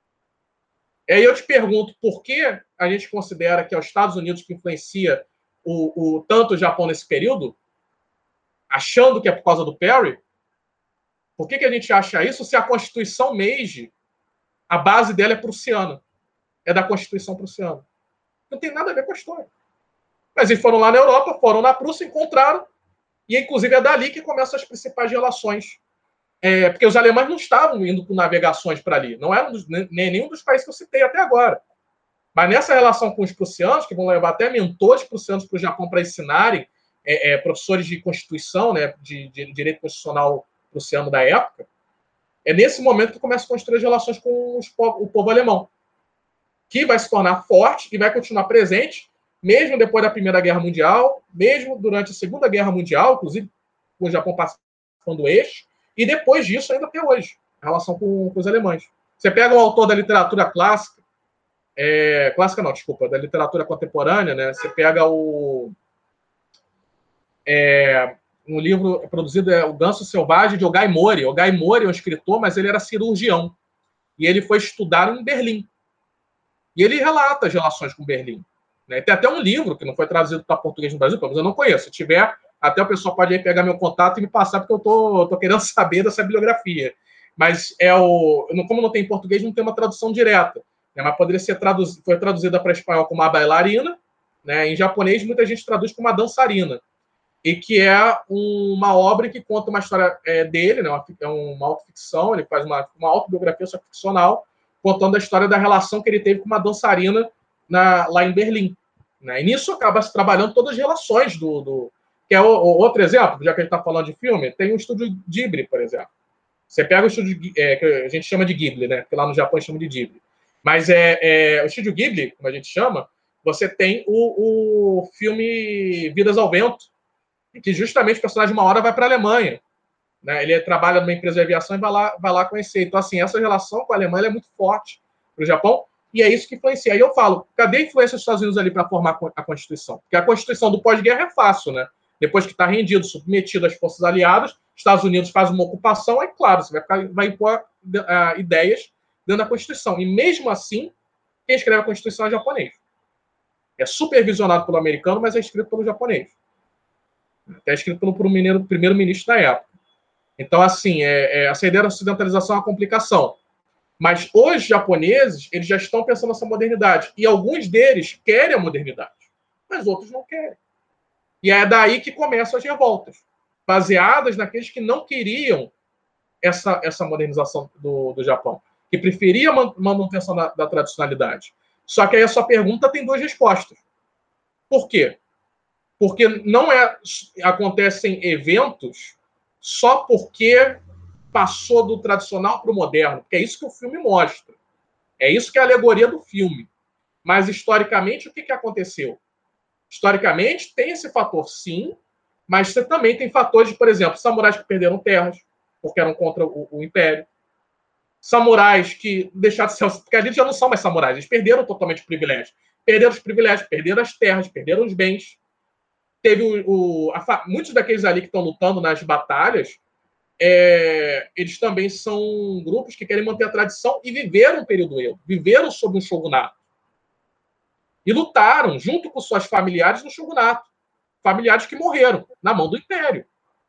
E aí eu te pergunto, por que a gente considera que é os Estados Unidos que influencia o, o, tanto o Japão nesse período, achando que é por causa do Perry? Por que, que a gente acha isso se a Constituição Meiji, a base dela é prussiana? É da Constituição prussiana. Não tem nada a ver com a história. Mas eles foram lá na Europa, foram na Prússia, encontraram, e inclusive é dali que começam as principais relações. É, porque os alemães não estavam indo com navegações para ali. Não eram dos, nem nenhum dos países que eu citei até agora. Mas nessa relação com os prussianos, que vão levar até mentores prussianos para o Japão para ensinarem, é, é, professores de Constituição, né, de, de direito constitucional prussiano da época, é nesse momento que começa a construir as relações com os, o povo alemão, que vai se tornar forte e vai continuar presente, mesmo depois da Primeira Guerra Mundial, mesmo durante a Segunda Guerra Mundial, inclusive com o Japão participando do eixo, e depois disso, ainda até hoje, a relação com, com os alemães. Você pega um autor da literatura clássica, é, clássica não, desculpa, da literatura contemporânea, né? Você pega o é, um livro produzido, é O Ganso Selvagem, de Ogai Mori. Ogai Mori é um escritor, mas ele era cirurgião. E ele foi estudar em Berlim. E ele relata as relações com Berlim. Né? Tem até um livro que não foi traduzido para português no Brasil, mas eu não conheço. Se tiver, até o pessoal pode aí pegar meu contato e me passar, porque eu tô, tô querendo saber dessa bibliografia. Mas é o, como não tem em português, não tem uma tradução direta. Né? Mas poderia ser traduzido, foi traduzida para espanhol como uma bailarina, né? Em japonês, muita gente traduz como uma dançarina. E que é um, uma obra que conta uma história é, dele, né? uma, é uma autoficção, ele faz uma, uma autobiografia só ficcional, contando a história da relação que ele teve com uma dançarina na, lá em Berlim. Né? E nisso acaba se trabalhando todas as relações do... do que é o, o, outro exemplo, já que a gente está falando de filme, tem o estúdio Ghibli, por exemplo. Você pega o estúdio é, que a gente chama de Ghibli, né? Porque lá no Japão chama de Ghibli. Mas é, é, o estúdio Ghibli, como a gente chama, você tem o, o filme Vidas ao Vento, que justamente o personagem uma hora vai para a Alemanha. Né? Ele trabalha numa empresa de aviação e vai lá, vai lá conhecer. Então, assim, essa relação com a Alemanha é muito forte para o Japão, e é isso que influencia. Aí eu falo, cadê a influência dos Estados Unidos ali para formar a Constituição? Porque a Constituição do pós-guerra é fácil, né? Depois que está rendido, submetido às forças aliadas, Estados Unidos faz uma ocupação, aí, claro, você vai, ficar, vai impor uh, ideias dentro da Constituição. E mesmo assim, quem escreve a Constituição é japonês. É supervisionado pelo americano, mas é escrito pelo japonês. É escrito pelo primeiro-ministro da época. Então, assim, é, é, essa ideia da ocidentalização é uma complicação. Mas os japoneses, eles já estão pensando nessa modernidade. E alguns deles querem a modernidade, mas outros não querem. E é daí que começam as revoltas, baseadas naqueles que não queriam essa, essa modernização do, do Japão, que preferia a manutenção da, da tradicionalidade. Só que aí a sua pergunta tem duas respostas. Por quê? Porque não é, acontecem eventos só porque passou do tradicional para o moderno, porque é isso que o filme mostra. É isso que é a alegoria do filme. Mas, historicamente, o que, que aconteceu? Historicamente, tem esse fator, sim, mas você também tem fatores de, por exemplo, samurais que perderam terras, porque eram contra o, o Império. Samurais que deixaram de ser... Porque a gente já não são mais samurais, eles perderam totalmente o privilégio. Perderam os privilégios, perderam as terras, perderam os bens. Teve o... o a, muitos daqueles ali que estão lutando nas batalhas, é, eles também são grupos que querem manter a tradição e viveram um período Edo, viveram sob um shogunato. E lutaram junto com suas familiares no shogunato. Familiares que morreram na mão do Império.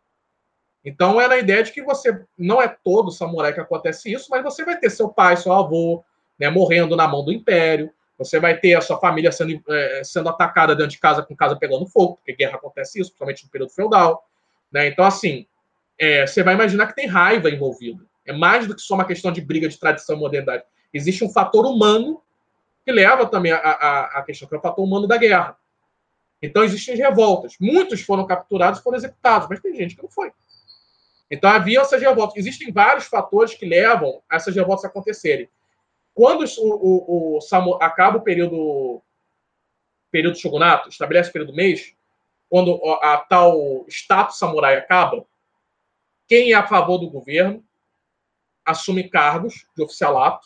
Então, era a ideia de que você... Não é todo samurai que acontece isso, mas você vai ter seu pai, seu avô, né, morrendo na mão do Império. Você vai ter a sua família sendo, é, sendo atacada dentro de casa, com casa pegando fogo, porque guerra acontece isso, principalmente no período feudal. Né? Então, assim, é, você vai imaginar que tem raiva envolvida. É mais do que só uma questão de briga de tradição e modernidade. Existe um fator humano que leva também a, a, a questão, que é o fator humano da guerra. Então, existem revoltas. Muitos foram capturados e foram executados, mas tem gente que não foi. Então, havia essas revoltas. Existem vários fatores que levam a essas revoltas a acontecerem. Quando o, o, o Samu, acaba o período, período shogunato, estabelece o período Meiji, quando a, a tal status samurai acaba, quem é a favor do governo assume cargos de oficialato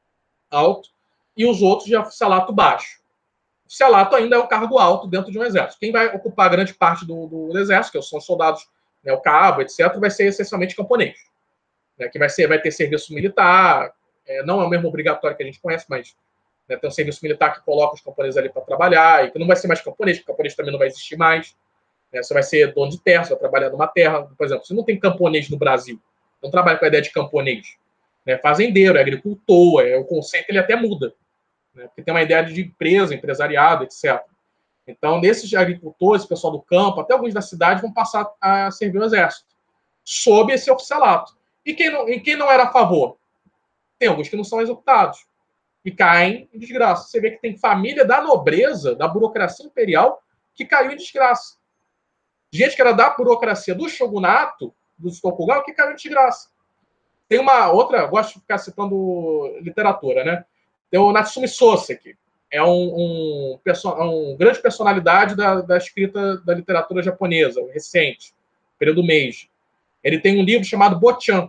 alto e os outros de oficialato baixo. O oficialato ainda é um cargo alto dentro de um exército. Quem vai ocupar grande parte do, do exército, que são os soldados, né, o cabo, etcétera, vai ser essencialmente camponês. Né, que vai, ser, vai ter serviço militar, é, não é o mesmo obrigatório que a gente conhece, mas né, tem um serviço militar que coloca os camponeses ali para trabalhar, e que não vai ser mais camponês, porque camponês também não vai existir mais. Né, você vai ser dono de terra, você vai trabalhar numa terra. Por exemplo, você não tem camponês no Brasil, não trabalha com a ideia de camponês. Né, fazendeiro, é agricultor, é, o conceito ele até muda. Né, porque tem uma ideia de empresa, empresariado, etcétera. Então, nesses agricultores, pessoal do campo, até alguns da cidade vão passar a servir o exército, sob esse oficialato. E quem não, e quem não era a favor? Tem alguns que não são executados e caem em desgraça. Você vê que tem família da nobreza, da burocracia imperial, que caiu em desgraça. Gente que era da burocracia do shogunato, do Tokugawa, que caiu em desgraça. Tem uma outra, gosto de ficar citando literatura, né? Tem o Natsumi Soseki. É um, um, um grande personalidade da, da escrita da literatura japonesa, recente, período Meiji. Ele tem um livro chamado Bochan.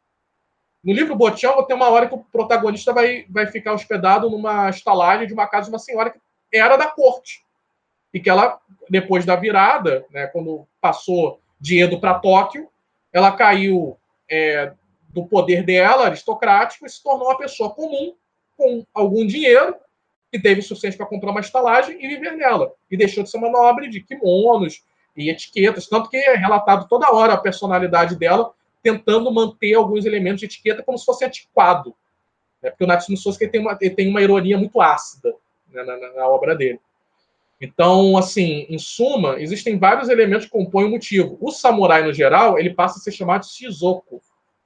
No livro Bochan, tem uma hora que o protagonista vai, vai ficar hospedado numa estalagem de uma casa de uma senhora que era da corte. E que ela, depois da virada, né, quando passou de Edo para Tóquio, ela caiu é, do poder dela, aristocrático, e se tornou uma pessoa comum, com algum dinheiro, que teve o suficiente para comprar uma estalagem e viver nela. E deixou de ser uma nobre de kimonos e etiquetas, tanto que é relatado toda hora a personalidade dela, tentando manter alguns elementos de etiqueta como se fosse antiquado. Né? Porque o Natsumi Soseki tem uma, ele tem uma ironia muito ácida, né, na, na, na obra dele. Então, assim, em suma, existem vários elementos que compõem o motivo. O samurai, no geral, ele passa a ser chamado de Shizoku.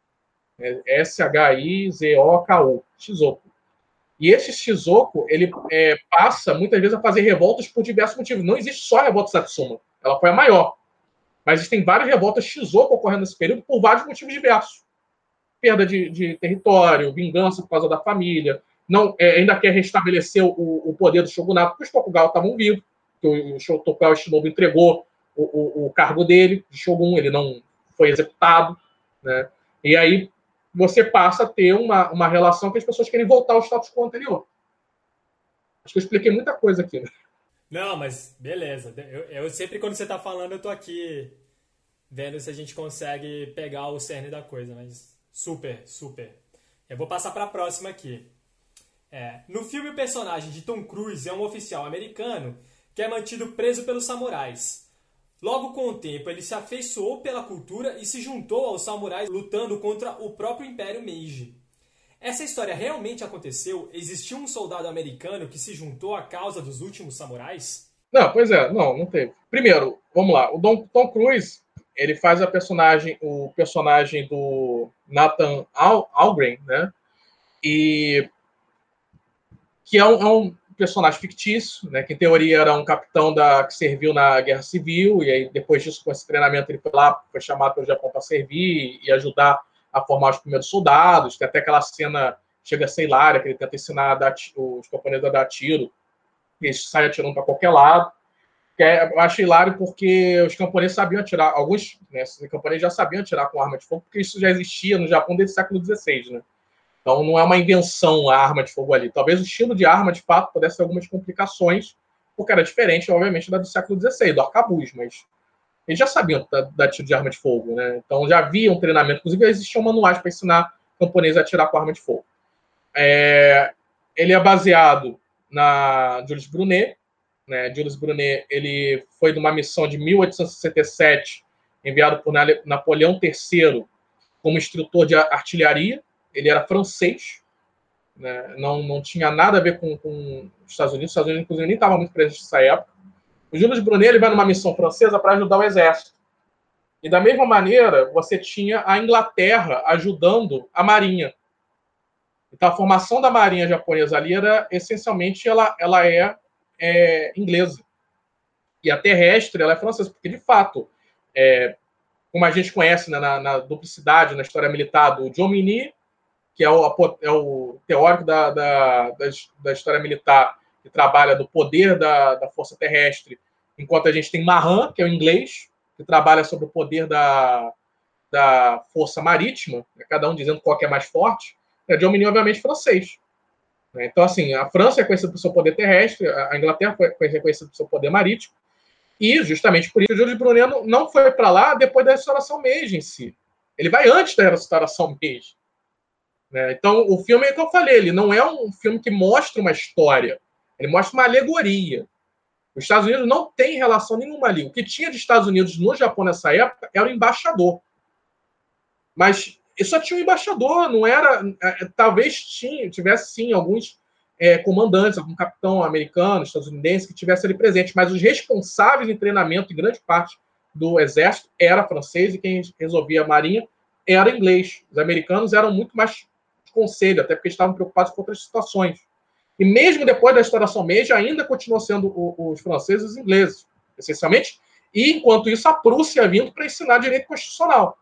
S H I Z O K U. Shizoku. E esse Shizoku, ele é, passa, muitas vezes, a fazer revoltas por diversos motivos. Não existe só a revolta Satsuma. Ela foi a maior. Mas existem várias revoltas Shizoku ocorrendo nesse período por vários motivos diversos. Perda de, de território, vingança por causa da família, não, é, ainda quer restabelecer o, o poder do shogunato, porque os Tokugawa estavam vivos, que o, o Tokugawa Shinobu entregou o, o, o cargo dele, de shogun, ele não foi executado. Né? E aí você passa a ter uma, uma relação que as pessoas querem voltar ao status quo anterior. Acho que eu expliquei muita coisa aqui. Né? Não, mas beleza. Eu, eu sempre, quando você está falando, eu tô aqui vendo se a gente consegue pegar o cerne da coisa, mas super, super. Eu vou passar para a próxima aqui. É, no filme, o personagem de Tom Cruise é um oficial americano que é mantido preso pelos samurais. Logo com o tempo, ele se afeiçoou pela cultura e se juntou aos samurais lutando contra o próprio Império Meiji. Essa história realmente aconteceu? Existiu um soldado americano que se juntou à causa dos últimos samurais? Não, pois é, não, não teve. Primeiro, vamos lá, o Tom, Tom Cruise, ele faz a personagem, o personagem do Nathan Al, Algren, né? E que é um, é um personagem fictício, né, que em teoria era um capitão da, que serviu na Guerra Civil, e aí depois disso, com esse treinamento, ele foi lá, foi chamado pelo Japão para servir e ajudar a formar os primeiros soldados. Tem até aquela cena, chega a ser hilária, que ele tenta ensinar a dar, os camponeses a dar tiro, e eles saem atirando para qualquer lado. Que é, eu acho hilário porque os camponeses sabiam atirar, alguns, né, camponeses já sabiam atirar com arma de fogo, porque isso já existia no Japão desde o século dezesseis, né? Então, não é uma invenção a arma de fogo ali. Talvez o estilo de arma, de fato, pudesse ter algumas complicações, porque era diferente, obviamente, da do século dezesseis, do arcabuz, mas eles já sabiam dar tiro de arma de fogo, né? Então, já havia um treinamento. Inclusive, existiam manuais para ensinar camponeses a atirar com arma de fogo. É... Ele é baseado na Jules Brunet, né? Jules Brunet, ele foi de uma missão de mil oitocentos e sessenta e sete, enviado por Napoleão terceiro como instrutor de artilharia. Ele era francês, né? não, não tinha nada a ver com, com os Estados Unidos. Os Estados Unidos, inclusive, nem estavam muito presentes nessa época. O Jules Brunet ele vai numa missão francesa para ajudar o exército. E, da mesma maneira, você tinha a Inglaterra ajudando a marinha. Então, a formação da marinha japonesa ali era, essencialmente, ela, ela é, é inglesa. E a terrestre, ela é francesa, porque, de fato, é, como a gente conhece, né, na, na duplicidade, na história militar do Jomini, que é o, é o teórico da, da, da, da história militar, que trabalha do poder da, da força terrestre, enquanto a gente tem Mahan, que é o inglês, que trabalha sobre o poder da, da força marítima, né, cada um dizendo qual que é mais forte. É Jomini, obviamente, francês. Né? Então, assim, a França é conhecida pelo seu poder terrestre, a Inglaterra é conhecida pelo seu poder marítimo, e, justamente por isso, o Jules Brunet não foi para lá depois da restauração Meiji em si. Ele vai antes da restauração Meiji. Então, o filme, é o que eu falei, ele não é um filme que mostra uma história, ele mostra uma alegoria. Os Estados Unidos não tem relação nenhuma ali. O que tinha de Estados Unidos no Japão nessa época era o embaixador. Mas só tinha um embaixador, não era... Talvez tinha, tivesse, sim, alguns é, comandantes, algum capitão americano, estadunidense, que tivesse ali presente, mas os responsáveis em treinamento, em grande parte do exército, era francês, e quem resolvia a marinha era inglês. Os americanos eram muito mais conselho, até porque estavam preocupados com outras situações. E mesmo depois da restauração Meiji, ainda continuou sendo o, os franceses e os ingleses, essencialmente, e, enquanto isso, a Prússia vindo para ensinar direito constitucional.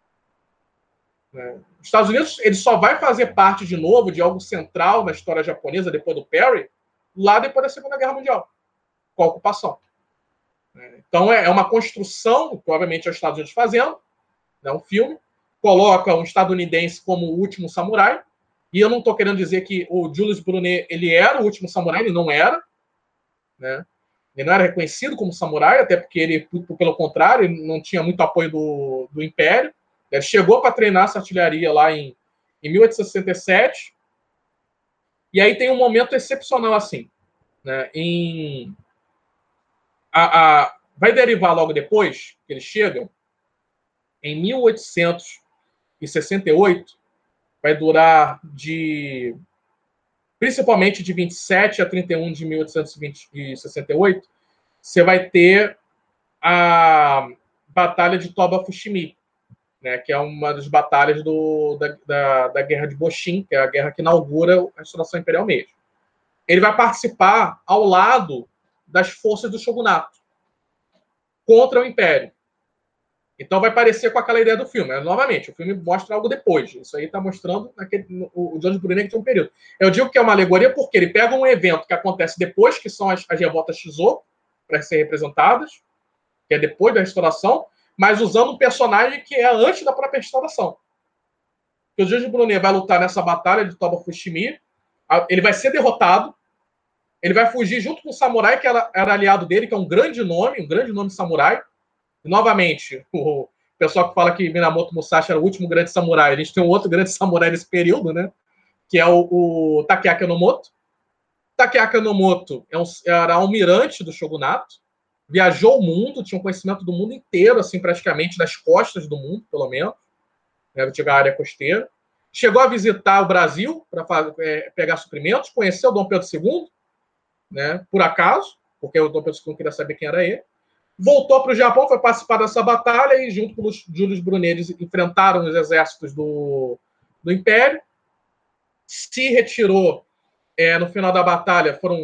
Né? Os Estados Unidos ele só vai fazer parte, de novo, de algo central na história japonesa, depois do Perry, lá depois da Segunda Guerra Mundial, com a ocupação. Então, é uma construção, que, obviamente, é os Estados Unidos fazendo, né, um filme, coloca um estadunidense como o último samurai, e eu não estou querendo dizer que o Jules Brunet ele era o último samurai, ele não era, né? Ele não era reconhecido como samurai, até porque ele, pelo contrário, ele não tinha muito apoio do, do Império. Ele chegou para treinar essa artilharia lá em, em mil oitocentos e sessenta e sete, e aí tem um momento excepcional assim, né? Em, a, a, vai derivar logo depois, que eles chegam, em mil oitocentos e sessenta e oito, vai durar de principalmente de vinte e sete a trinta e um de mil oitocentos e sessenta e oito, você vai ter a Batalha de Toba Fushimi, né, que é uma das batalhas do, da, da, da Guerra de Boshin, que é a guerra que inaugura a restauração imperial Meiji. Ele vai participar ao lado das forças do shogunato contra o Império. Então vai parecer com aquela ideia do filme. Novamente, o filme mostra algo depois. Isso aí está mostrando naquele, o, o Jules Brunet que tem um período. Eu digo que é uma alegoria porque ele pega um evento que acontece depois, que são as, as revoltas Shizo, para serem representadas, que é depois da restauração, mas usando um personagem que é antes da própria restauração. O Jules Brunet vai lutar nessa batalha de Toba Fushimi, ele vai ser derrotado, ele vai fugir junto com o samurai que era, era aliado dele, que é um grande nome, um grande nome samurai. E, novamente, o pessoal que fala que Minamoto Musashi era o último grande samurai, a gente tem um outro grande samurai nesse período, né? Que é o, o Takeaki Enomoto. Takeaki Enomoto é um, era almirante do shogunato, viajou o mundo, tinha um conhecimento do mundo inteiro, assim, praticamente das costas do mundo, pelo menos, né, a área costeira. Chegou a visitar o Brasil para é, pegar suprimentos, conheceu o Dom Pedro segundo, né, por acaso, porque o Dom Pedro segundo queria saber quem era ele. Voltou para o Japão, foi participar dessa batalha e, junto com os Jules Brunet, eles enfrentaram os exércitos do, do Império. Se retirou, é, no final da batalha, foram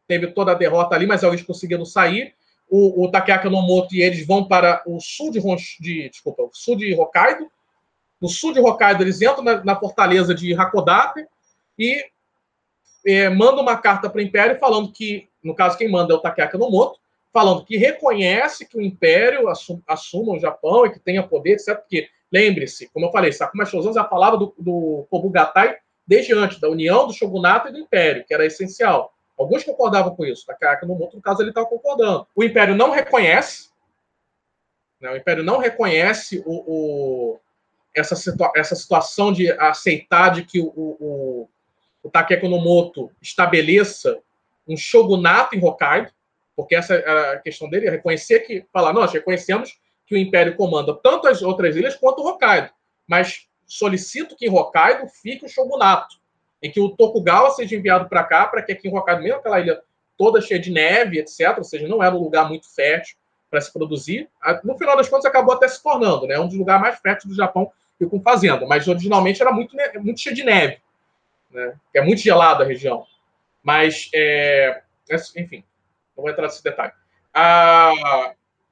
teve toda a derrota ali, mas eles conseguiram sair. O, o Takeaki Enomoto e eles vão para o sul de, de, desculpa, o sul de Hokkaido. No sul de Hokkaido, eles entram na, na fortaleza de Hakodate e é, mandam uma carta para o Império falando que, no caso, quem manda é o Takeaki Enomoto, falando que reconhece que o Império assuma, assuma o Japão e que tenha poder, etcétera. Porque, lembre-se, como eu falei, Sakuma Shouzan já falava do, do Kobugatai desde antes, da união do Shogunato e do Império, que era essencial. Alguns concordavam com isso. Takeaki Enomoto, no caso, ele estava concordando. O Império não reconhece, né, o Império não reconhece o, o, essa, situa essa situação de aceitar de que o, o, o Takeaki Enomoto estabeleça um shogunato em Hokkaido, porque essa é a questão dele, é reconhecer que, falar, nós reconhecemos que o Império comanda tanto as outras ilhas quanto o Hokkaido, mas solicito que em Hokkaido fique o shogunato, em que o Tokugawa seja enviado para cá, para que aqui em Hokkaido, mesmo aquela ilha toda cheia de neve, etcétera, ou seja, não era um lugar muito fértil para se produzir. No final das contas, acabou até se tornando, né, um dos lugares mais férteis do Japão e com fazenda, mas originalmente era muito, muito cheio de neve, né, é muito gelada a região. Mas, é, enfim, não vou entrar nesse detalhe. Ah,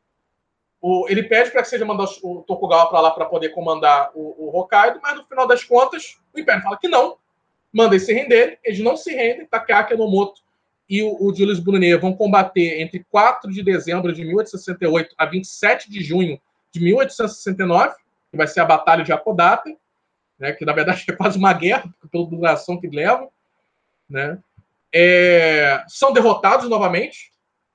o, ele pede para que seja mandado o Tokugawa para lá para poder comandar o, o Hokkaido, mas no final das contas, o Império fala que não, manda eles se renderem, eles não se rendem, Takeaki Enomoto e o, o Julius Brunet vão combater entre quatro de dezembro de mil oitocentos e sessenta e oito a vinte e sete de junho de mil oitocentos e sessenta e nove, que vai ser a Batalha de Hakodate, né, que na verdade é quase uma guerra, pela duração que leva, né? É, são derrotados novamente,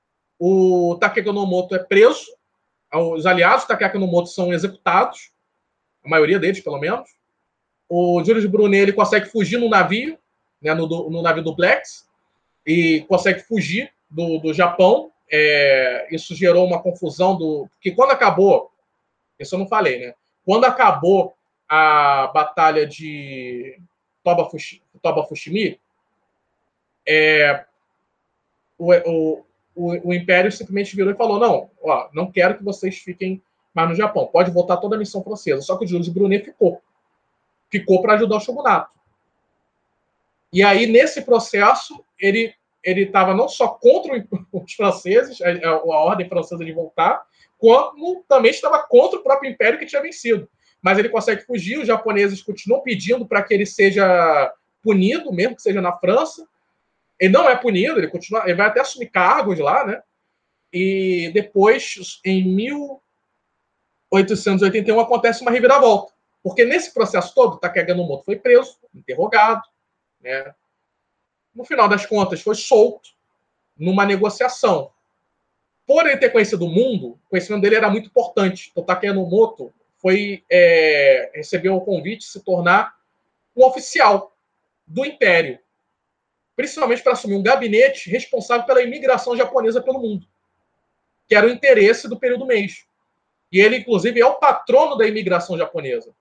o Takeaki Enomoto é preso, os aliados do Takeaki Enomoto são executados, a maioria deles, pelo menos. O Julius Brunet ele consegue fugir no navio, né, no, no navio do Blacks, e consegue fugir do, do Japão. É, isso gerou uma confusão, do, porque quando acabou, isso eu não falei, né? Quando acabou a batalha de Toba, Fushi, Toba Fushimi, é, o, o, o, o Império simplesmente virou e falou, não, ó, não quero que vocês fiquem mais no Japão, pode voltar toda a missão francesa. Só que o Julius Brunet ficou. Ficou para ajudar o shogunato. E aí, nesse processo, ele ele estava não só contra os franceses, a, a, a ordem francesa de voltar, como também estava contra o próprio Império que tinha vencido. Mas ele consegue fugir, os japoneses continuam pedindo para que ele seja punido, mesmo que seja na França. Ele não é punido, ele, continua, ele vai até assumir cargos lá, né? E depois, em mil oitocentos e oitenta e um, acontece uma reviravolta. Porque nesse processo todo, Takeaki Enomoto foi preso, interrogado, né? No final das contas, foi solto numa negociação. Por ele ter conhecido o mundo, o conhecimento dele era muito importante. Então, Takeaki Enomoto foi, é, recebeu o convite de se tornar um oficial do Império, principalmente para assumir um gabinete responsável pela imigração japonesa pelo mundo, que era o interesse do período Meiji. E ele, inclusive, é o patrono da imigração japonesa.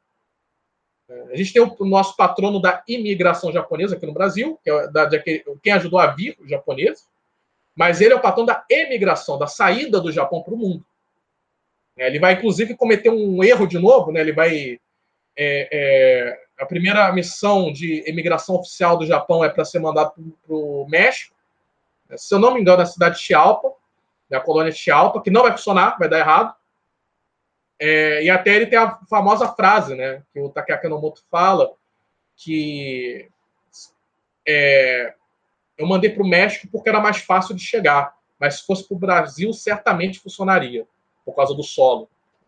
A gente tem o nosso patrono da imigração japonesa aqui no Brasil, que é da, de, quem ajudou a vir os japoneses, mas ele é o patrono da emigração, da saída do Japão para o mundo. Ele vai, inclusive, cometer um erro de novo, né? Ele vai... É, é, a primeira missão de imigração oficial do Japão é para ser mandado para o México, se eu não me engano, na cidade de Chialpa, na colônia de Chialpa, que não vai funcionar, vai dar errado. É, e até ele tem a famosa frase, né, que o Takeaki Enomoto fala, que é, eu mandei para o México porque era mais fácil de chegar, mas se fosse para o Brasil, certamente funcionaria, por causa do solo.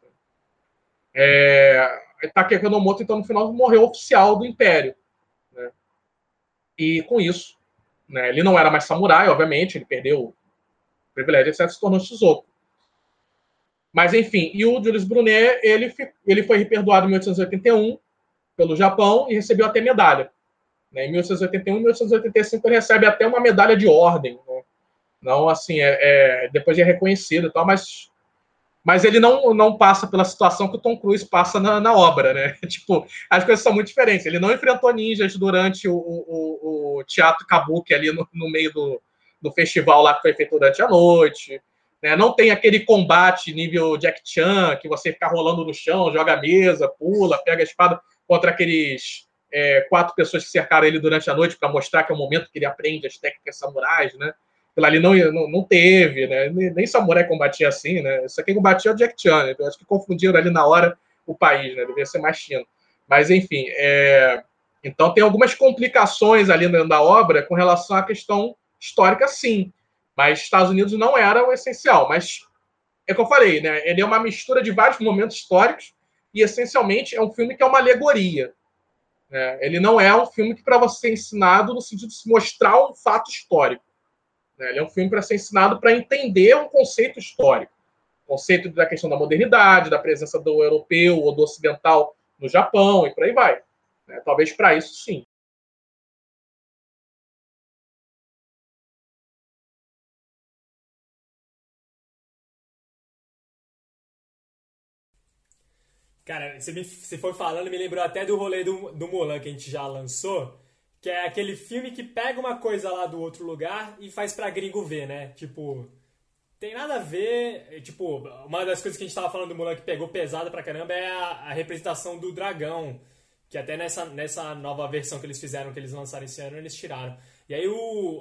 É, Takeaki Enomoto, então, no final, morreu oficial do Império. Né? E com isso, né, ele não era mais samurai, obviamente, ele perdeu o privilégio, etcétera, se tornou Shizoku. Mas, enfim, e o Julius Brunet, ele, ele foi perdoado em mil oitocentos e oitenta e um pelo Japão e recebeu até medalha. Né? Em mil oitocentos e oitenta e um e mil oitocentos e oitenta e cinco ele recebe até uma medalha de ordem. Né? Não, assim, é, é, depois é reconhecido e tal, mas, mas ele não, não passa pela situação que o Tom Cruise passa na, na obra, né? Tipo, as coisas são muito diferentes. Ele não enfrentou ninjas durante o, o, o teatro kabuki ali no, no meio do, do festival lá que foi feito durante a noite. Né? Não tem aquele combate nível Jack Chan, que você fica rolando no chão, joga a mesa, pula, pega a espada contra aqueles é, quatro pessoas que cercaram ele durante a noite para mostrar que é o momento que ele aprende as técnicas samurais, né? Aquilo ali não, não, não teve, né? Nem, nem samurai combatia assim, né? Isso aqui combatia o Jack Chan, né? Eu acho que confundiram ali na hora o país, né? Devia ser mais China. Mas, enfim, é... então tem algumas complicações ali na obra com relação à questão histórica, sim. Mas Estados Unidos não era o essencial. Mas é o que eu falei, né? Ele é uma mistura de vários momentos históricos e, essencialmente, é um filme que é uma alegoria. Né? Ele não é um filme que para você ser ensinado no sentido de se mostrar um fato histórico. Né? Ele é um filme para ser ensinado para entender um conceito histórico. Conceito da questão da modernidade, da presença do europeu ou do ocidental no Japão e por aí vai. Né? Talvez para isso, sim. Cara, você, me, você foi falando, me lembrou até do rolê do, do Mulan que a gente já lançou, que é aquele filme que pega uma coisa lá do outro lugar e faz pra gringo ver, né? Tipo, tem nada a ver. Tipo, uma das coisas que a gente tava falando do Mulan que pegou pesada pra caramba é a, a representação do dragão. Que até nessa, nessa nova versão que eles fizeram, que eles lançaram esse ano, eles tiraram. E aí o,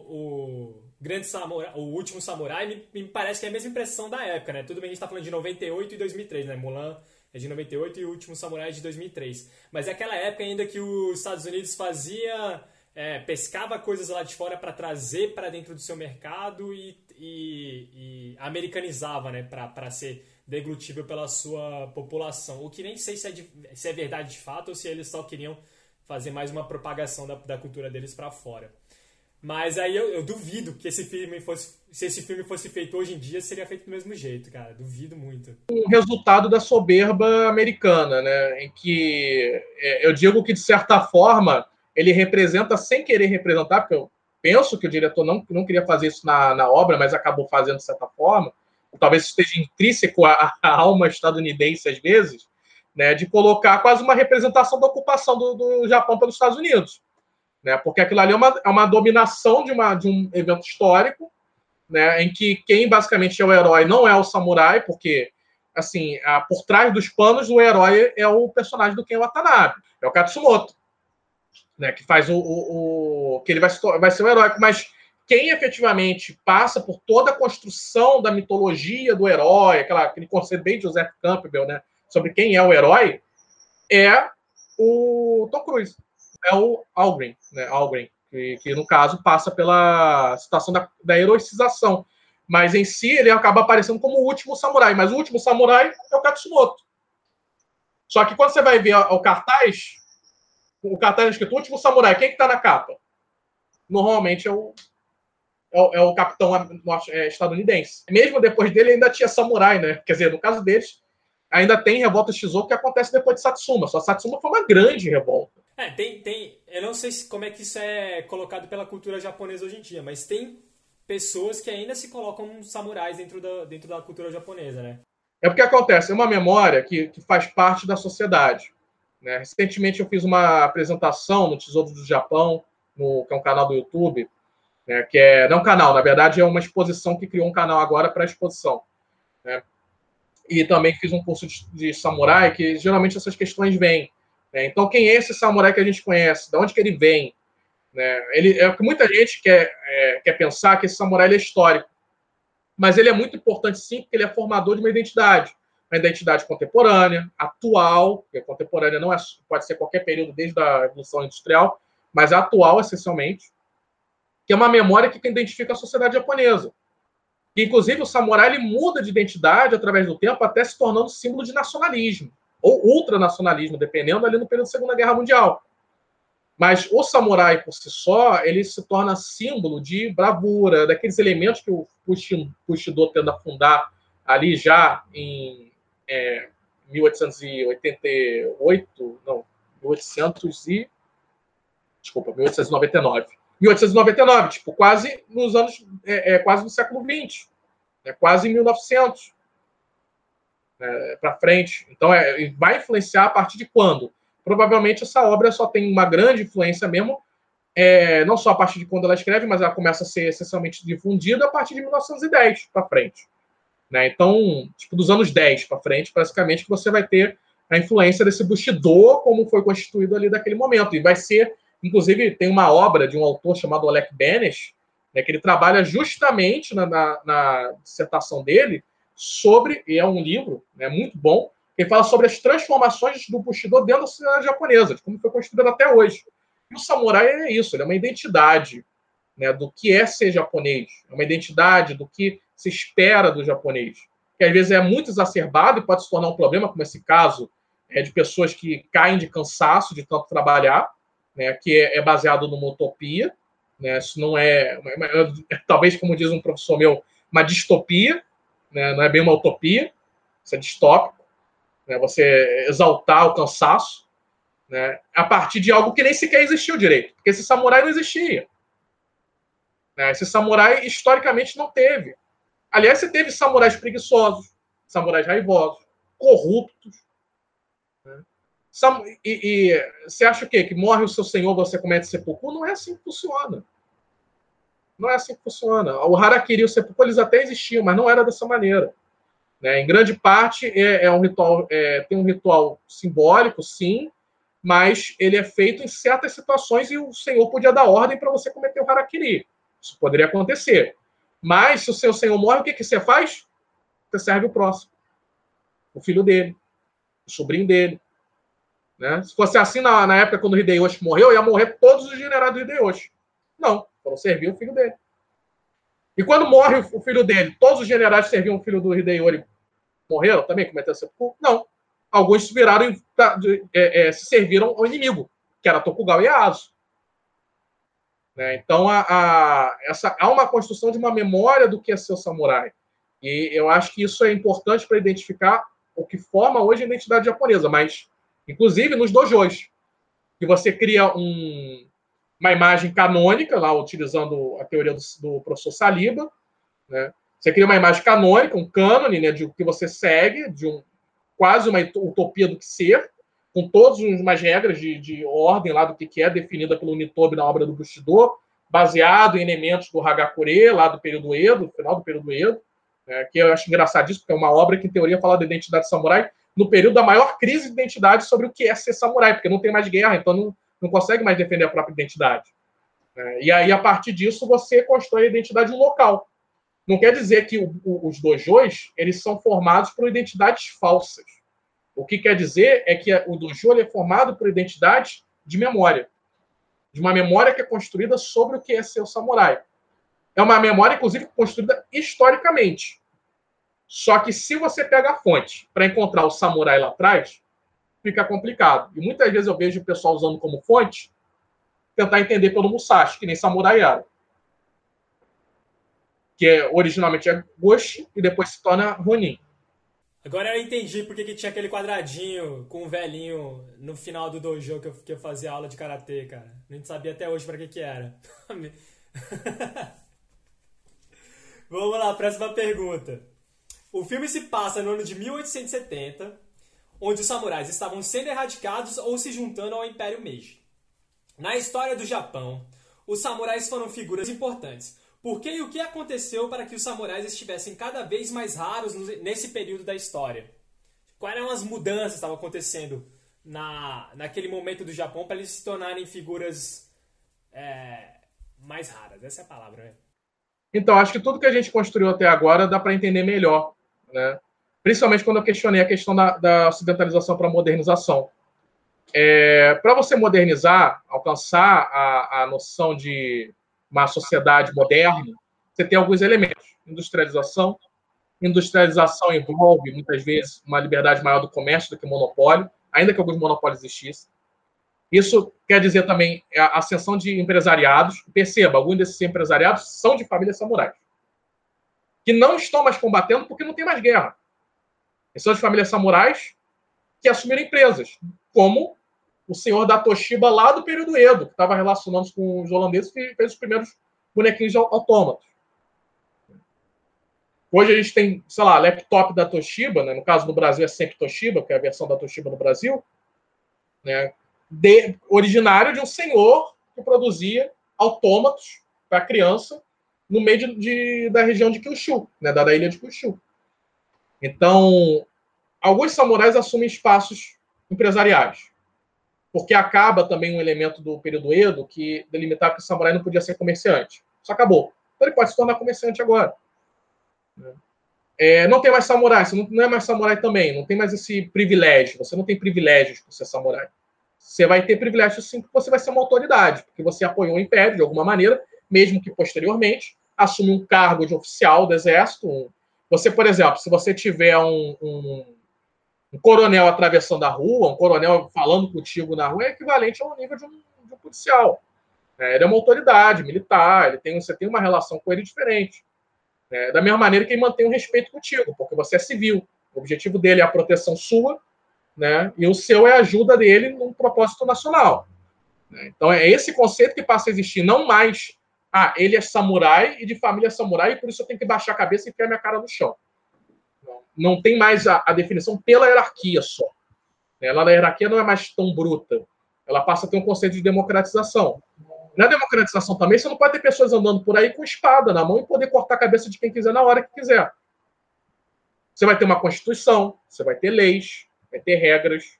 o Grande Samurai, o Último Samurai, me, me parece que é a mesma impressão da época, né? Tudo bem, a gente tá falando de noventa e oito e dois mil e três, né? Mulan é de noventa e oito e o Último Samurai é de dois mil e três. Mas é aquela época ainda que os Estados Unidos fazia... É, pescava coisas lá de fora para trazer para dentro do seu mercado e, e, e americanizava, né? Para ser deglutível pela sua população. O que nem sei se é, de, se é verdade de fato ou se eles só queriam fazer mais uma propagação da, da cultura deles para fora. Mas aí eu, eu duvido que esse filme fosse... Se esse filme fosse feito hoje em dia, seria feito do mesmo jeito, cara. Duvido muito. Um resultado da soberba americana, né? Em que é, eu digo que, de certa forma, ele representa sem querer representar, porque eu penso que o diretor não, não queria fazer isso na, na obra, mas acabou fazendo de certa forma, talvez esteja intrínseco à, à alma estadunidense às vezes, né, de colocar quase uma representação da ocupação do, do Japão pelos Estados Unidos. Né, porque aquilo ali é uma, é uma dominação de, uma, de um evento histórico, né, em que quem basicamente é o herói não é o samurai, porque assim, a, por trás dos panos o herói é o personagem do Ken Watanabe, é o Katsumoto. Né, que faz o, o, o que ele vai, vai ser o heróico, mas quem efetivamente passa por toda a construção da mitologia do herói, aquela, aquele conceito bem de Joseph Campbell, né, sobre quem é o herói, é o Tom Cruise, é o Algren, né, Algren que, que no caso passa pela situação da, da heroicização, mas em si ele acaba aparecendo como o último samurai, mas o último samurai é o Katsumoto. Só que quando você vai ver o cartaz, o cartaz escrito Último Samurai, quem que tá na capa? Normalmente é o, é o, é o capitão estadunidense. Mesmo depois dele ainda tinha samurai, né? Quer dizer, no caso deles, ainda tem revolta Shizuoka que acontece depois de Satsuma. Só Satsuma foi uma grande revolta. É, tem, tem... Eu não sei como é que isso é colocado pela cultura japonesa hoje em dia, mas tem pessoas que ainda se colocam samurais dentro da, dentro da cultura japonesa, né? É porque acontece, é uma memória que, que faz parte da sociedade. Né? Recentemente eu fiz uma apresentação no Tesouro do Japão, no, que é um canal do YouTube, né? Que é, não é um canal, na verdade é uma exposição que criou um canal agora para exposição. Né? E também fiz um curso de, de samurai, que geralmente essas questões vêm. Né? Então, quem é esse samurai que a gente conhece? De onde que ele vem? Né? Ele, é o que muita gente quer, é, quer pensar que esse samurai ele é histórico. Mas ele é muito importante, sim, porque ele é formador de uma identidade. Uma identidade contemporânea, atual, porque contemporânea não é, pode ser qualquer período desde a Revolução Industrial, mas atual, essencialmente, que é uma memória que identifica a sociedade japonesa. E, inclusive, o samurai ele muda de identidade através do tempo até se tornando símbolo de nacionalismo, ou ultranacionalismo, dependendo ali no período da Segunda Guerra Mundial. Mas o samurai, por si só, ele se torna símbolo de bravura, daqueles elementos que o Bushido tenta fundar ali já em é, mil oitocentos e oitenta e oito, não, mil e oitocentos e... Desculpa, mil oitocentos e noventa e nove. mil oitocentos e noventa e nove, tipo, quase nos anos, é, é, quase no século vinte, é, quase em mil e novecentos é, para frente. Então, é, vai influenciar a partir de quando? Provavelmente essa obra só tem uma grande influência mesmo, é, não só a partir de quando ela escreve, mas ela começa a ser essencialmente difundida a partir de mil novecentos e dez para frente. Né? Então, tipo, dos anos dez para frente, basicamente, que você vai ter a influência desse Bushido como foi constituído ali daquele momento. E vai ser, inclusive, tem uma obra de um autor chamado Alec Benes, né, que ele trabalha justamente na, na, na dissertação dele sobre, e é um livro, né, muito bom, que fala sobre as transformações do Bushido dentro da sociedade japonesa, de como foi construído até hoje. E o samurai é isso, ele é uma identidade, né, do que é ser japonês, é uma identidade do que se espera do japonês, que às vezes é muito exacerbado e pode se tornar um problema, como esse caso é, de pessoas que caem de cansaço de tanto trabalhar, né, que é, é baseado numa utopia, né, isso não é, é, é, talvez, como diz um professor meu, uma distopia, né, não é bem uma utopia, isso é distópico, né, você exaltar o cansaço, né, a partir de algo que nem sequer existiu direito, porque esse samurai não existia. Né, esse samurai, historicamente, não teve. Aliás, você teve samurais preguiçosos, samurais raivosos, corruptos. Né? E, e você acha o quê? Que morre o seu senhor, você comete seppuku? Não é assim que funciona. Não é assim que funciona. O harakiri e o seppuku, eles até existiam, mas não era dessa maneira. Né? Em grande parte, é, é um ritual, é, tem um ritual simbólico, sim, mas ele é feito em certas situações e o senhor podia dar ordem para você cometer o harakiri. Isso poderia acontecer. Mas, se o seu senhor morre, o que, que você faz? Você serve o próximo. O filho dele. O sobrinho dele. Né? Se fosse assim na, na época quando o Hideyoshi morreu, ia morrer todos os generados do Hideyoshi. Não. Foram servir o filho dele. E quando morre o filho dele, todos os generais que serviam o filho do Hideyoshi morreram também? Cometeram seppuku? Não. Alguns se viraram e é, é, se serviram ao inimigo, que era Tokugawa Ieyasu. Né? Então, a, a, essa, há uma construção de uma memória do que é ser o samurai. E eu acho que isso é importante para identificar o que forma hoje a identidade japonesa, mas, inclusive, nos dojos, que você cria um, uma imagem canônica, lá utilizando a teoria do, do professor Saliba, né? Você cria uma imagem canônica, um cânone, né, de que você segue, de um, quase uma utopia do que ser, com todas umas regras de, de ordem lá do que, que é definida pelo Nitobe na obra do Bushido, baseado em elementos do Hagakure, lá do período Edo, final do período Edo, né, que eu acho engraçadíssimo, porque é uma obra que, em teoria, fala da identidade samurai no período da maior crise de identidade sobre o que é ser samurai, porque não tem mais guerra, então não, não consegue mais defender a própria identidade. É, e aí, a partir disso, você constrói a identidade local. Não quer dizer que o, o, os dojos, eles são formados por identidades falsas. O que quer dizer é que o dojo é formado por identidades de memória. De uma memória que é construída sobre o que é ser o samurai. É uma memória, inclusive, construída historicamente. Só que se você pega a fonte para encontrar o samurai lá atrás, fica complicado. E muitas vezes eu vejo o pessoal usando como fonte tentar entender pelo Musashi, que nem samurai era. Que é, originalmente é Goshi e depois se torna Ronin. Agora eu entendi porque que tinha aquele quadradinho com o velhinho no final do dojo que eu, que eu fazia aula de karatê, cara. Nem sabia até hoje pra que que era. Vamos lá, próxima pergunta. O filme se passa no ano de mil oitocentos e setenta, onde os samurais estavam sendo erradicados ou se juntando ao Império Meiji. Na história do Japão, os samurais foram figuras importantes. Por que e o que aconteceu para que os samurais estivessem cada vez mais raros nesse período da história? Quais eram as mudanças que estavam acontecendo na, naquele momento do Japão para eles se tornarem figuras é, mais raras? Essa é a palavra, né? Então, acho que tudo que a gente construiu até agora dá para entender melhor, né? Principalmente quando eu questionei a questão da, da ocidentalização para a modernização. É, para você modernizar, alcançar a, a noção de uma sociedade moderna, você tem alguns elementos. Industrialização. Industrialização envolve, muitas vezes, uma liberdade maior do comércio do que monopólio, ainda que alguns monopólios existissem. Isso quer dizer também a ascensão de empresariados. Perceba, alguns desses empresariados são de famílias samurais, que não estão mais combatendo porque não tem mais guerra. Eles são de famílias samurais que assumiram empresas, como o senhor da Toshiba lá do período Edo, que estava relacionando-se com os holandeses e fez os primeiros bonequinhos autômatos. Hoje a gente tem, sei lá, laptop da Toshiba, né? No caso do Brasil é sempre Toshiba, que é a versão da Toshiba no Brasil, né? De, originário de um senhor que produzia autômatos para criança no meio de, de, da região de Kyushu, né? da, da ilha de Kyushu. Então, alguns samurais assumem espaços empresariais, porque acaba também um elemento do período Edo que delimitava que o samurai não podia ser comerciante. Isso acabou. Então ele pode se tornar comerciante agora. É, não tem mais samurai, você não, não é mais samurai também, não tem mais esse privilégio, você não tem privilégios por ser samurai. Você vai ter privilégios sim, porque você vai ser uma autoridade, porque você apoiou o Império de alguma maneira, mesmo que posteriormente assume um cargo de oficial do exército. Um... Você, por exemplo, se você tiver um, um, um coronel atravessando a rua, um coronel falando contigo na rua, é equivalente ao nível de um, de um policial. É, ele é uma autoridade militar, ele tem, você tem uma relação com ele diferente. É, da mesma maneira que ele mantém um respeito contigo, porque você é civil. O objetivo dele é a proteção sua, né? E o seu é a ajuda dele num propósito nacional. Então é esse conceito que passa a existir, não mais, ah, ele é samurai e de família samurai, e por isso eu tenho que baixar a cabeça e enfiar minha cara no chão. Não, não tem mais a, a definição pela hierarquia só. Ela, a hierarquia não é mais tão bruta. Ela passa a ter um conceito de democratização. Na democratização também, você não pode ter pessoas andando por aí com espada na mão e poder cortar a cabeça de quem quiser na hora que quiser. Você vai ter uma constituição, você vai ter leis, vai ter regras.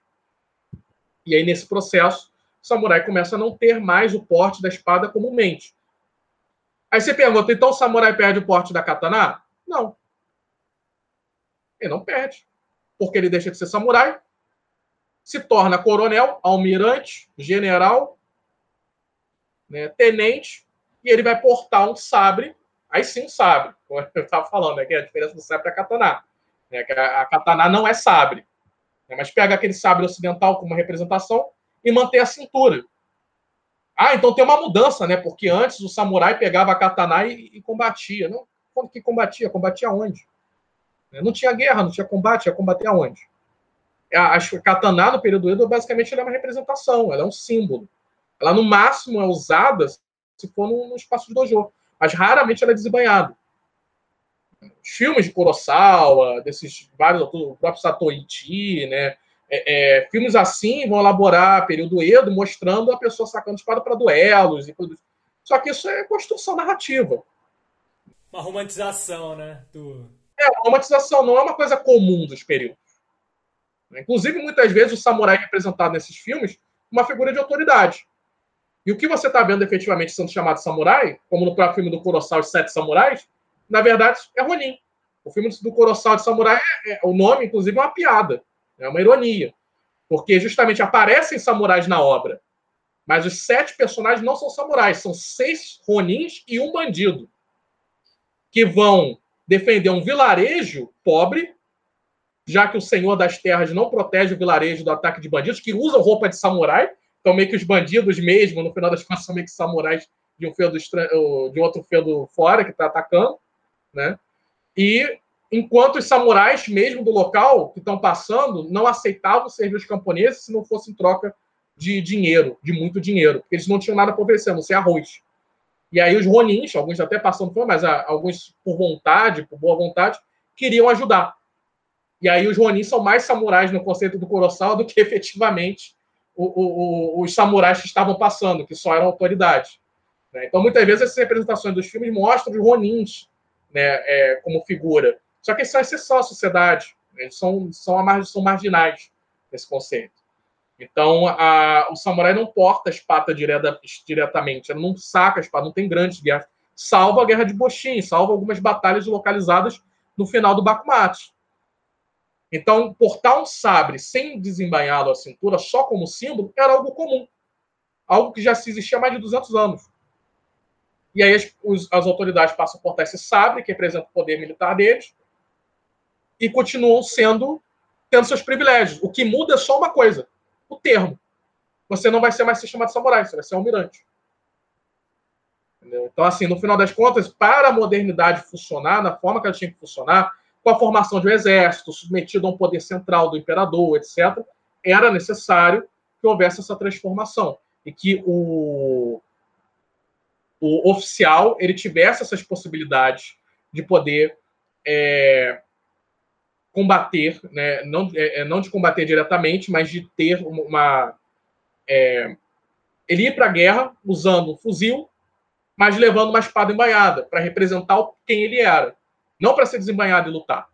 E aí, nesse processo, o samurai começa a não ter mais o porte da espada comumente. Aí você pergunta, então o samurai perde o porte da katana? Não. Ele não perde. Porque ele deixa de ser samurai, se torna coronel, almirante, general, né, tenente, e ele vai portar um sabre, aí sim um sabre, como eu estava falando, né, que é a diferença do sabre para a katana. Né, que a, a katana não é sabre, né, mas pega aquele sabre ocidental como representação e mantém a cintura. Ah, então tem uma mudança, né? Porque antes o samurai pegava a katana e, e combatia. Não, quando que combatia? Combatia onde? Não tinha guerra, não tinha combate, ia combater aonde? A, a katana, no período Edo, basicamente ela é uma representação, ela é um símbolo. Ela, no máximo, é usada se for no, no espaço de dojo, mas raramente ela é desembainhada. Os filmes de Kurosawa, desses vários, o próprio Satoichi, né? É, é, filmes assim vão elaborar período Edo, mostrando a pessoa sacando espada para duelos e tudo. Só que isso é construção narrativa. Uma romantização, né? Do... É, a romantização não é uma coisa comum dos períodos. Inclusive, muitas vezes, o samurai é representado nesses filmes uma figura de autoridade. E o que você está vendo efetivamente sendo chamado samurai, como no próprio filme do Kurosawa, Os Sete Samurais, na verdade, é Ronin. O filme do Kurosawa de samurai, é, é, o nome, inclusive, é uma piada. É uma ironia. Porque justamente aparecem samurais na obra. Mas os sete personagens não são samurais. São seis Ronins e um bandido. Que vão defender um vilarejo pobre, já que o senhor das terras não protege o vilarejo do ataque de bandidos, que usam roupa de samurai. Então, meio que os bandidos mesmo, no final das contas, são meio que samurais de um feudo de outro feudo fora que está atacando, né? E enquanto os samurais mesmo do local que estão passando não aceitavam servir os camponeses se não fosse em troca de dinheiro, de muito dinheiro, porque eles não tinham nada para oferecer, a não ser arroz. E aí os Ronins, alguns até passando fome, mas alguns por vontade, por boa vontade, queriam ajudar. E aí os Ronins são mais samurais no conceito do Kurosawa do que efetivamente o, o, o, os samurais que estavam passando, que só eram autoridade. Né? Então, muitas vezes, essas representações dos filmes mostram os Ronins, né, é, como figura. Só que eles são exceção à sociedade. Eles são, são, a, são marginais nesse conceito. Então, a, o samurai não porta a espada direta, diretamente. Ele não saca a espada, não tem grandes guerras. Salvo a Guerra de Boshin, salvo algumas batalhas localizadas no final do Bakumatsu. Então, portar um sabre sem desembainhá-lo à cintura, só como símbolo, era algo comum. Algo que já se existia há mais de duzentos anos. E aí as, os, as autoridades passam a portar esse sabre, que representa o poder militar deles, e continuam sendo, tendo seus privilégios. O que muda é só uma coisa, o termo. Você não vai ser mais ser chamado de samurai, você vai ser almirante. Entendeu? Então, assim, no final das contas, para a modernidade funcionar, na forma que ela tinha que funcionar, com a formação de um exército, submetido a um poder central do imperador, etcétera, era necessário que houvesse essa transformação. E que o, o oficial ele tivesse essas possibilidades de poder é, combater, né, não, é, não de combater diretamente, mas de ter uma... É, ele ir para a guerra usando um fuzil, mas levando uma espada embainhada, para representar quem ele era. Não para ser desembainhado e lutar.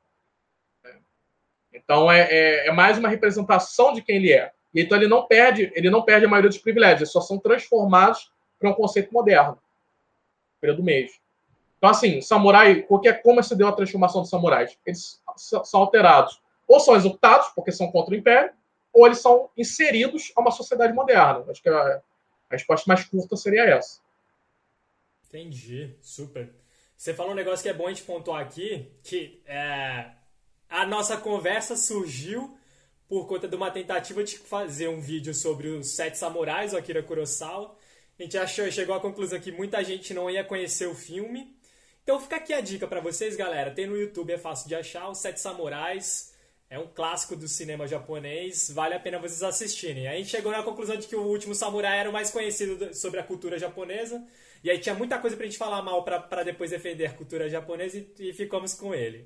Então, é, é, é mais uma representação de quem ele é. E então, ele não perde, ele não perde a maioria dos privilégios, eles só são transformados para um conceito moderno. Período Meiji. Então, assim, samurai, qualquer, como se deu a transformação dos samurais? Eles são alterados. Ou são executados, porque são contra o Império, ou eles são inseridos a uma sociedade moderna. Acho que a, a resposta mais curta seria essa. Entendi, super. Você falou um negócio que é bom a gente pontuar aqui, que é, a nossa conversa surgiu por conta de uma tentativa de fazer um vídeo sobre os Sete Samurais, o Akira Kurosawa. A gente achou, chegou à conclusão que muita gente não ia conhecer o filme. Então fica aqui a dica para vocês, galera. Tem no YouTube, é fácil de achar, os Sete Samurais. É um clássico do cinema japonês, vale a pena vocês assistirem. Aí a gente chegou na conclusão de que o Último Samurai era o mais conhecido sobre a cultura japonesa. E aí tinha muita coisa pra gente falar mal para depois defender a cultura japonesa e, e ficamos com ele.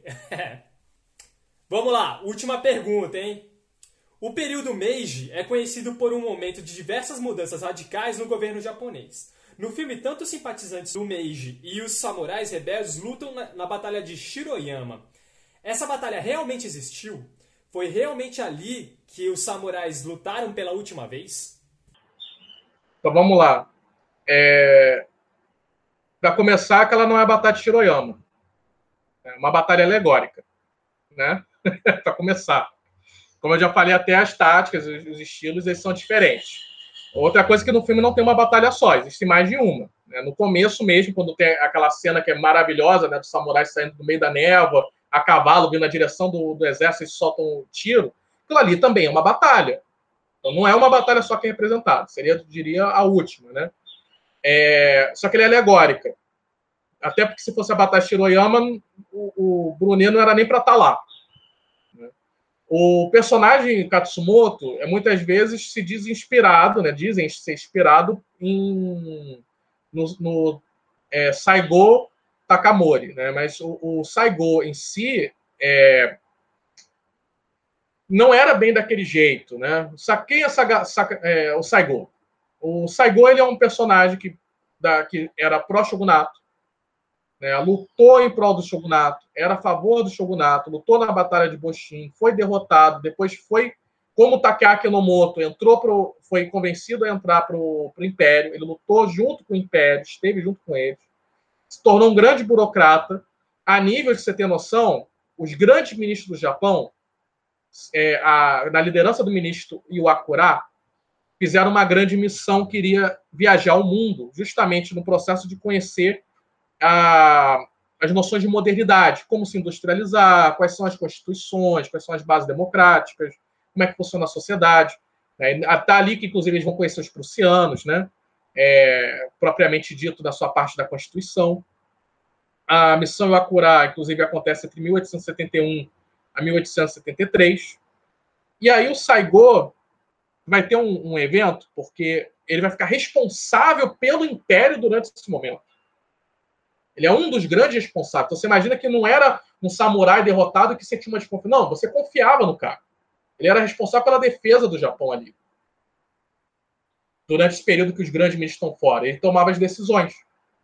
Vamos lá, última pergunta, hein? O período Meiji é conhecido por um momento de diversas mudanças radicais no governo japonês. No filme, tanto os simpatizantes do Meiji e os samurais rebeldes lutam na, na Batalha de Shiroyama. Essa batalha realmente existiu? Foi realmente ali que os samurais lutaram pela última vez? Então vamos lá. É... Para começar, que ela não é a Batalha de Shiroyama. É uma batalha alegórica, né? Para começar. Como eu já falei, até as táticas, os estilos, eles são diferentes. Outra coisa é que no filme não tem uma batalha só, existe mais de uma. Né? No começo mesmo, quando tem aquela cena que é maravilhosa, né, dos samurais saindo do meio da névoa, a cavalo vindo na direção do, do exército e soltam um tiro, aquilo ali também é uma batalha. Então não é uma batalha só que é representada, seria, eu diria, a última. Né? É, só que ele é alegórica. Até porque se fosse a batalha de Shiroyama, o, o Brunet não era nem para estar lá. Né? O personagem Katsumoto é muitas vezes se diz inspirado, né? Dizem ser inspirado em, no, no é, Saigo Takamori, né? Mas o, o Saigo em si é, não era bem daquele jeito, né? Quem é, saga, saca, é o Saigo? O Saigo ele é um personagem que, da, que era pró-shogunato, né? Lutou em prol do shogunato, era a favor do shogunato, lutou na Batalha de Boshin, foi derrotado, depois foi, como Takeaki Enomoto, entrou pro, foi convencido a entrar para o Império, ele lutou junto com o Império, esteve junto com eles, se tornou um grande burocrata. A nível de você ter noção, os grandes ministros do Japão, é, a, na liderança do ministro Iwakura, fizeram uma grande missão que iria viajar ao mundo, justamente no processo de conhecer a, as noções de modernidade, como se industrializar, quais são as constituições, quais são as bases democráticas, como é que funciona a sociedade. Está ali que, inclusive, eles vão conhecer os prussianos, né? É, propriamente dito, da sua parte da Constituição. A missão Iwakura, inclusive, acontece entre mil oitocentos e setenta e um a mil oitocentos e setenta e três. E aí o Saigo vai ter um, um evento, porque ele vai ficar responsável pelo Império durante esse momento. Ele é um dos grandes responsáveis. Então, você imagina que não era um samurai derrotado que você tinha uma desconfiança. Não, você confiava no cara. Ele era responsável pela defesa do Japão ali. Durante esse período que os grandes ministros estão fora. Ele tomava as decisões.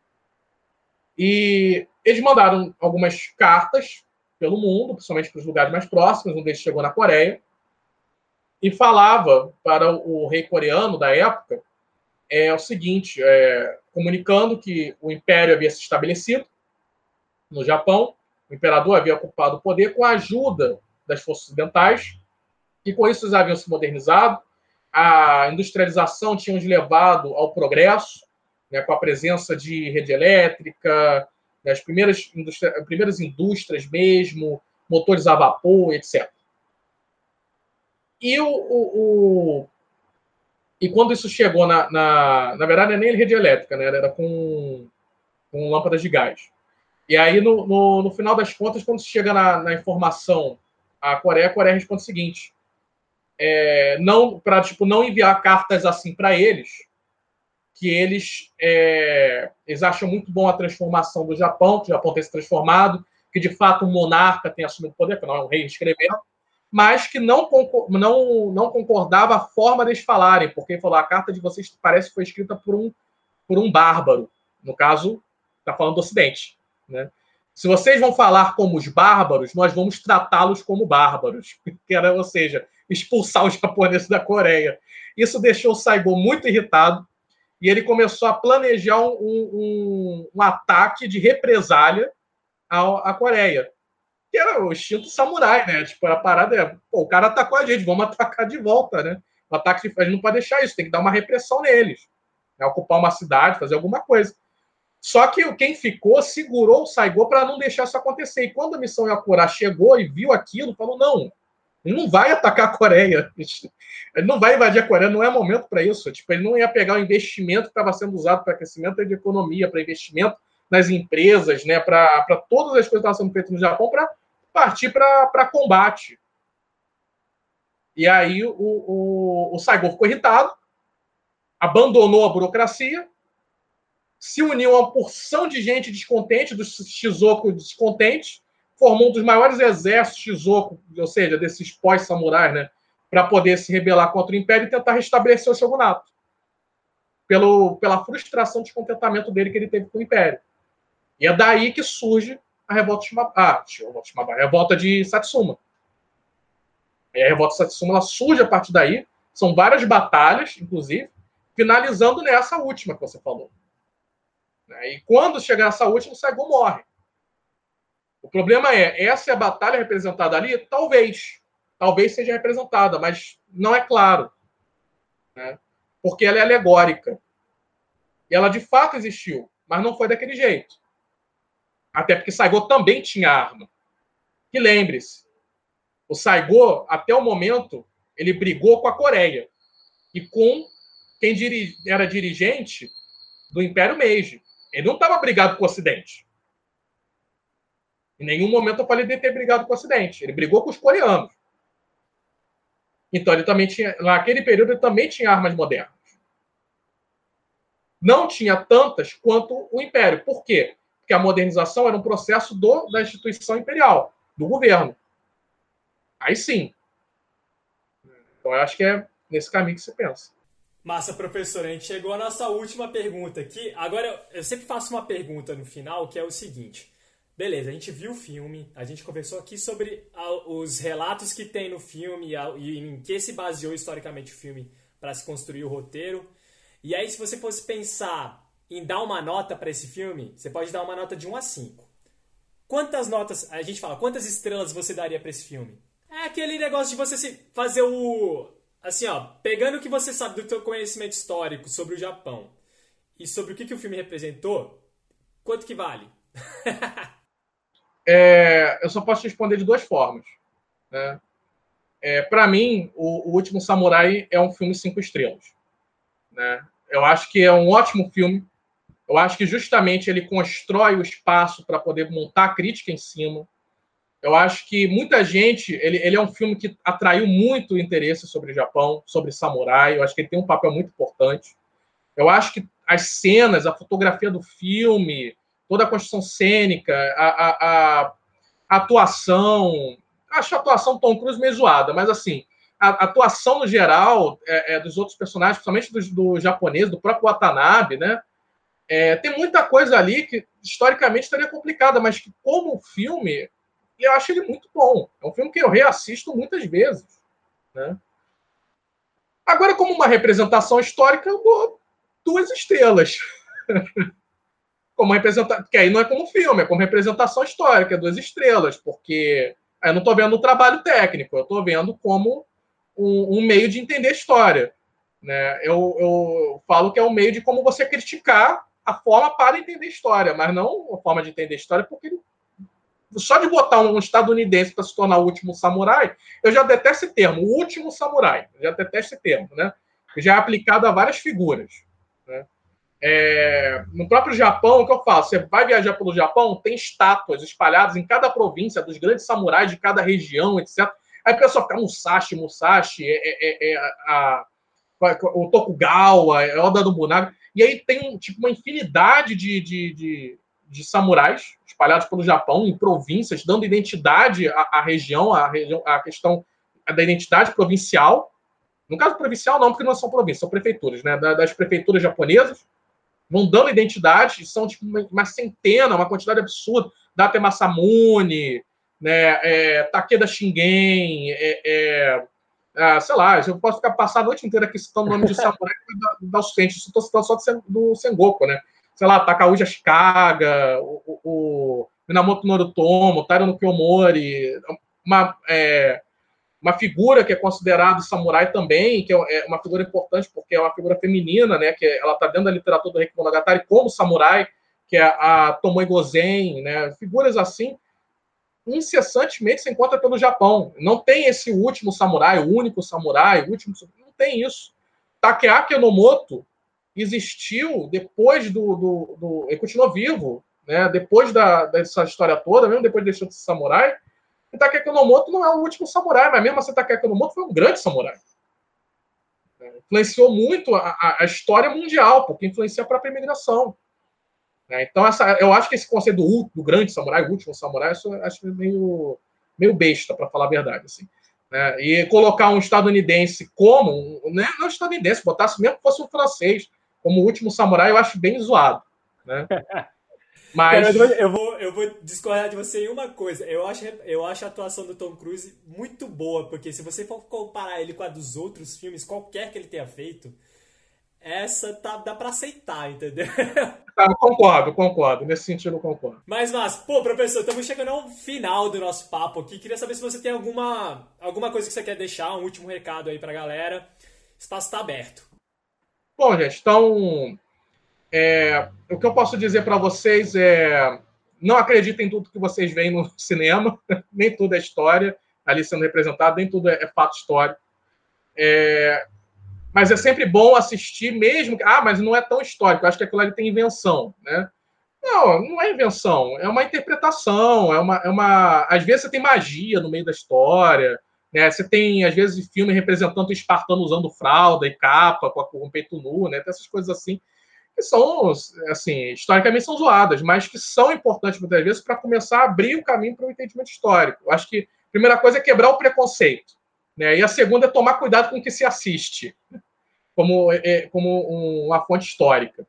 E eles mandaram algumas cartas pelo mundo, principalmente para os lugares mais próximos. Um deles chegou na Coreia. E falava para o rei coreano da época é, o seguinte, é, comunicando que o Império havia se estabelecido no Japão, o imperador havia ocupado o poder com a ajuda das forças ocidentais, e com isso eles haviam se modernizado, a industrialização tinha os levado ao progresso, né, com a presença de rede elétrica, né, as primeiras, indústria, primeiras indústrias mesmo, motores a vapor, etcétera. E, o, o, o, e quando isso chegou na... Na, na verdade, não é nem rede elétrica, né, era com, com lâmpadas de gás. E aí, no, no, no final das contas, quando se chega na, na informação à Coreia, a Coreia responde o seguinte, é, não, para tipo, não enviar cartas assim para eles, que eles, é, eles acham muito bom a transformação do Japão, que o Japão tem se transformado, que de fato um monarca tem assumido o poder, que não é um rei escrevendo, mas que não, não, não concordava a forma deles falarem, porque ele falou, a carta de vocês parece que foi escrita por um, por um bárbaro. No caso, está falando do Ocidente. Né? Se vocês vão falar como os bárbaros, nós vamos tratá-los como bárbaros. Que era, ou seja, expulsar os japoneses da Coreia. Isso deixou o Saigo muito irritado. e ele começou a planejar um, um, um ataque de represália à, à Coreia. Que era o instinto samurai, né? Tipo, a parada é, pô, o cara atacou a gente, vamos atacar de volta, né? O ataque, a gente não pode deixar isso, tem que dar uma repressão neles. Né? Ocupar uma cidade, fazer alguma coisa. Só que quem ficou segurou o Saigon para não deixar isso acontecer. E quando a missão Yakura chegou e viu aquilo, falou, não, ele não vai atacar a Coreia. Ele não vai invadir a Coreia, não é momento para isso. Tipo, ele não ia pegar o investimento que estava sendo usado para crescimento da economia, para investimento nas empresas, né, para todas as coisas que estavam sendo feitas no Japão, para partir para combate. E aí o, o, o Saigon ficou irritado, abandonou a burocracia, se uniu a uma porção de gente descontente, dos Shizoku descontentes, formou um dos maiores exércitos Shizoku, ou seja, desses pós-samurais, né, para poder se rebelar contra o Império e tentar restabelecer o shogunato. Pelo, pela frustração e descontentamento dele que ele teve com o Império. E é daí que surge a revolta de Shimabara. Ah, a revolta de Satsuma. E a revolta de Satsuma ela surge a partir daí. São várias batalhas, inclusive, finalizando nessa última que você falou. E quando chegar nessa última, o Saigon morre. O problema é, essa é a batalha representada ali? Talvez. Talvez seja representada, mas não é claro. Né? Porque ela é alegórica. E ela de fato existiu, mas não foi daquele jeito. Até porque Saigon também tinha arma. E lembre-se, o Saigon, até o momento, ele brigou com a Coreia. E com quem diri- era dirigente do Império Meiji. Ele não estava brigado com o Ocidente. Em nenhum momento eu falei de ter brigado com o Ocidente. Ele brigou com os coreanos. Então, ele também tinha, naquele período, ele também tinha armas modernas. Não tinha tantas quanto o Império. Por quê? Porque a modernização era um processo do, da instituição imperial, do governo. Aí sim. Então, eu acho que é nesse caminho que você pensa. Massa, professor. A gente chegou à nossa última pergunta aqui. Agora, eu sempre faço uma pergunta no final, que é o seguinte. Beleza, a gente viu o filme, a gente conversou aqui sobre os relatos que tem no filme e em que se baseou historicamente o filme para se construir o roteiro. E aí, se você fosse pensar em dar uma nota para esse filme, você pode dar uma nota de um a cinco. Quantas notas, a gente fala, quantas estrelas você daria para esse filme? É aquele negócio de você se fazer o... Assim, ó, pegando o que você sabe do seu conhecimento histórico sobre o Japão e sobre o que, que o filme representou, quanto que vale? É, eu só posso te responder de duas formas. Né? É, para mim, o, o Último Samurai é um filme cinco estrelas. Né? Eu acho que é um ótimo filme. Eu acho que justamente ele constrói o espaço para poder montar a crítica em cima. Eu acho que muita gente... Ele, ele é um filme que atraiu muito interesse sobre o Japão, sobre samurai. Eu acho que ele tem um papel muito importante. Eu acho que as cenas, a fotografia do filme, toda a construção cênica, a, a, a, a atuação... Acho a atuação do Tom Cruise meio zoada, mas assim, a, a atuação no geral é, é, dos outros personagens, principalmente do, do japonês, do próprio Watanabe, né? É, tem muita coisa ali que historicamente estaria complicada, mas que como filme, eu acho ele muito bom. É um filme que eu reassisto muitas vezes. Né? Agora, como uma representação histórica, eu dou duas estrelas. Como representação, porque aí não é como filme, é como representação histórica, duas estrelas, porque aí eu não estou vendo o trabalho técnico, eu estou vendo como um, um meio de entender a história. Né? Eu, eu falo que é um meio de como você criticar a forma para entender a história, mas não a forma de entender a história, porque só de botar um estadunidense para se tornar o último samurai, eu já detesto esse termo, o último samurai, eu já detesto esse termo, né? Já é aplicado a várias figuras. Né? É, no próprio Japão, o que eu faço? Você vai viajar pelo Japão, tem estátuas espalhadas em cada província dos grandes samurais de cada região, etcétera. Aí a pessoa fica Musashi, Musashi, é, é, é, a, o Tokugawa, é Oda Nobunaga. E aí tem tipo, uma infinidade de, de, de, de samurais espalhados pelo Japão, em províncias, dando identidade à, à região, à região, à questão da identidade provincial. No caso provincial, não, porque não são províncias, são prefeituras, né? Das prefeituras japonesas. Vão dando identidade, são tipo uma centena, uma quantidade absurda. Date Masamune, né, é, Takeda Shingen, é, é, ah, sei lá, eu posso ficar passar a noite inteira aqui citando o nome de samurai e dar o suficiente. Estou citando só do Sengoku, né? Sei lá, Takauji Ashikaga, o, o, o Minamoto Norutomo, Taira no Kiyomori, uma, é, uma figura que é considerada samurai também, que é uma figura importante porque é uma figura feminina, né? Que ela está dentro da literatura do Reiki Monogatari como samurai, que é a Tomoe Gozen, né? Figuras assim, incessantemente se encontra pelo Japão. Não tem esse último samurai, o único samurai, o último... Não tem isso. Takeaki Enomoto existiu depois do... do, do... Ele continuou vivo, né? Depois da, dessa história toda, mesmo depois de deixar de ser samurai. E Takeaki Enomoto não é o último samurai, mas mesmo assim Takeaki Enomoto foi um grande samurai. Influenciou muito a, a história mundial, porque influencia a própria imigração. Então, essa, eu acho que esse conceito do, do grande samurai, o último samurai, isso eu acho meio, meio besta, para falar a verdade. Assim, né? E colocar um estadunidense como, né? Não estadunidense, botasse mesmo que fosse um francês, como o último samurai, eu acho bem zoado. Né? Mas... Cara, eu, vou, eu vou discordar de você em uma coisa. Eu acho, eu acho a atuação do Tom Cruise muito boa, porque se você for comparar ele com a dos outros filmes, qualquer que ele tenha feito, essa tá, dá pra aceitar, entendeu? Tá, eu concordo, concordo. Nesse sentido, eu concordo. Mas, mas, pô, professor, estamos chegando ao final do nosso papo aqui. Queria saber se você tem alguma, alguma coisa que você quer deixar, um último recado aí pra galera. O espaço tá aberto. Bom, gente, então... É, o que eu posso dizer para vocês é... Não acreditem em tudo que vocês veem no cinema. Nem tudo é história ali sendo representado. Nem tudo é, é fato histórico. É... Mas é sempre bom assistir mesmo... Ah, mas não é tão histórico. Eu acho que aquilo ali tem invenção, né? Não, não é invenção. É uma interpretação. É uma, é uma... Às vezes você tem magia no meio da história, né? Você tem, às vezes, filme representando o espartano usando fralda e capa com, a, com o peito nu, né? Tem essas coisas assim que são, assim, historicamente são zoadas, mas que são importantes, muitas vezes, para começar a abrir o caminho para o entendimento histórico. Eu acho que a primeira coisa é quebrar o preconceito, né? E a segunda é tomar cuidado com o que se assiste, como, é, como uma fonte histórica.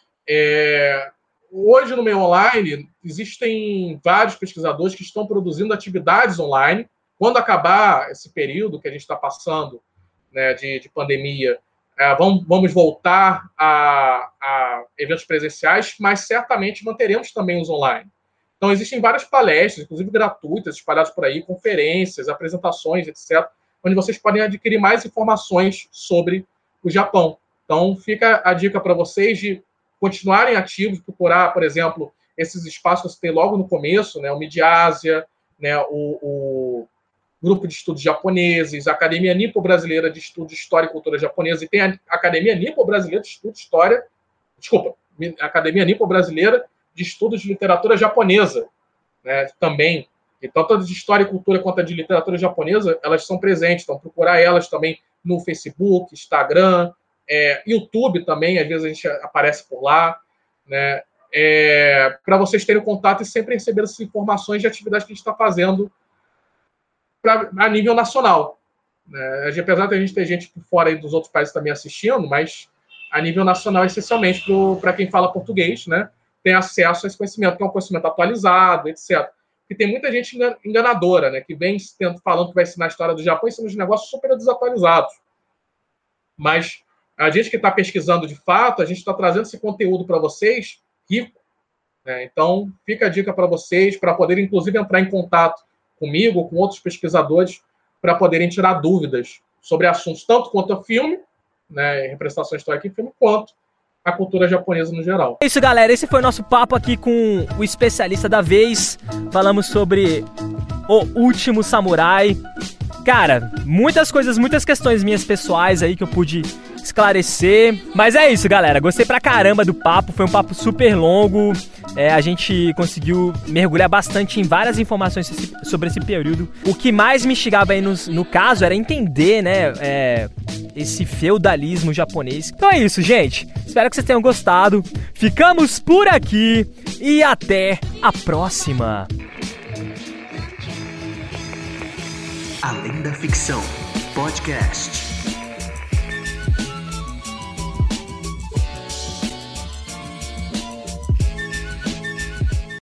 É, hoje, no meio online, existem vários pesquisadores que estão produzindo atividades online. Quando acabar esse período que a gente está passando, né, de, de pandemia, é, vamos, vamos voltar a, a eventos presenciais, mas certamente manteremos também os online. Então, existem várias palestras, inclusive gratuitas, espalhadas por aí, conferências, apresentações, etcétera, onde vocês podem adquirir mais informações sobre o Japão. Então, fica a dica para vocês de continuarem ativos, procurar, por exemplo, esses espaços que eu citei logo no começo, né, o Midiásia, né, o, o Grupo de Estudos Japoneses, a Academia Nippo-Brasileira de Estudos de História e Cultura Japonesa, e tem a Academia Nippo-Brasileira de Estudos de História, desculpa, a Academia Nippo-Brasileira de Estudos de Literatura Japonesa, né, também. Então, tanto de História e Cultura quanto a de Literatura Japonesa, elas são presentes, então procurar elas também no Facebook, Instagram, é, YouTube também, às vezes a gente aparece por lá, né, é, para vocês terem contato e sempre receber essas informações de atividades que a gente está fazendo pra, a nível nacional. Né? Apesar de a gente ter gente por fora aí dos outros países também assistindo, mas a nível nacional, essencialmente, para quem fala português, né, tem acesso a esse conhecimento, que é um conhecimento atualizado, etcétera. Porque tem muita gente enganadora, né, que vem falando que vai ensinar a história do Japão e ensinando os negócios super desatualizados. Mas a gente que está pesquisando de fato, a gente está trazendo esse conteúdo para vocês rico. Né? Então, fica a dica para vocês, para poderem, inclusive, entrar em contato comigo ou com outros pesquisadores, para poderem tirar dúvidas sobre assuntos, tanto quanto o filme, né, representação histórica em filme, quanto a cultura japonesa no geral. É isso, galera. Esse foi o nosso papo aqui com o especialista da vez. Falamos sobre O Último Samurai. Cara, muitas coisas, muitas questões minhas pessoais aí que eu pude esclarecer. Mas é isso, galera. Gostei pra caramba do papo. Foi um papo super longo. É, a gente conseguiu mergulhar bastante em várias informações sobre esse período. O que mais me instigava aí no, no caso era entender, né, é, esse feudalismo japonês. Então é isso, gente. Espero que vocês tenham gostado. Ficamos por aqui e até a próxima. Além da Ficção Podcast.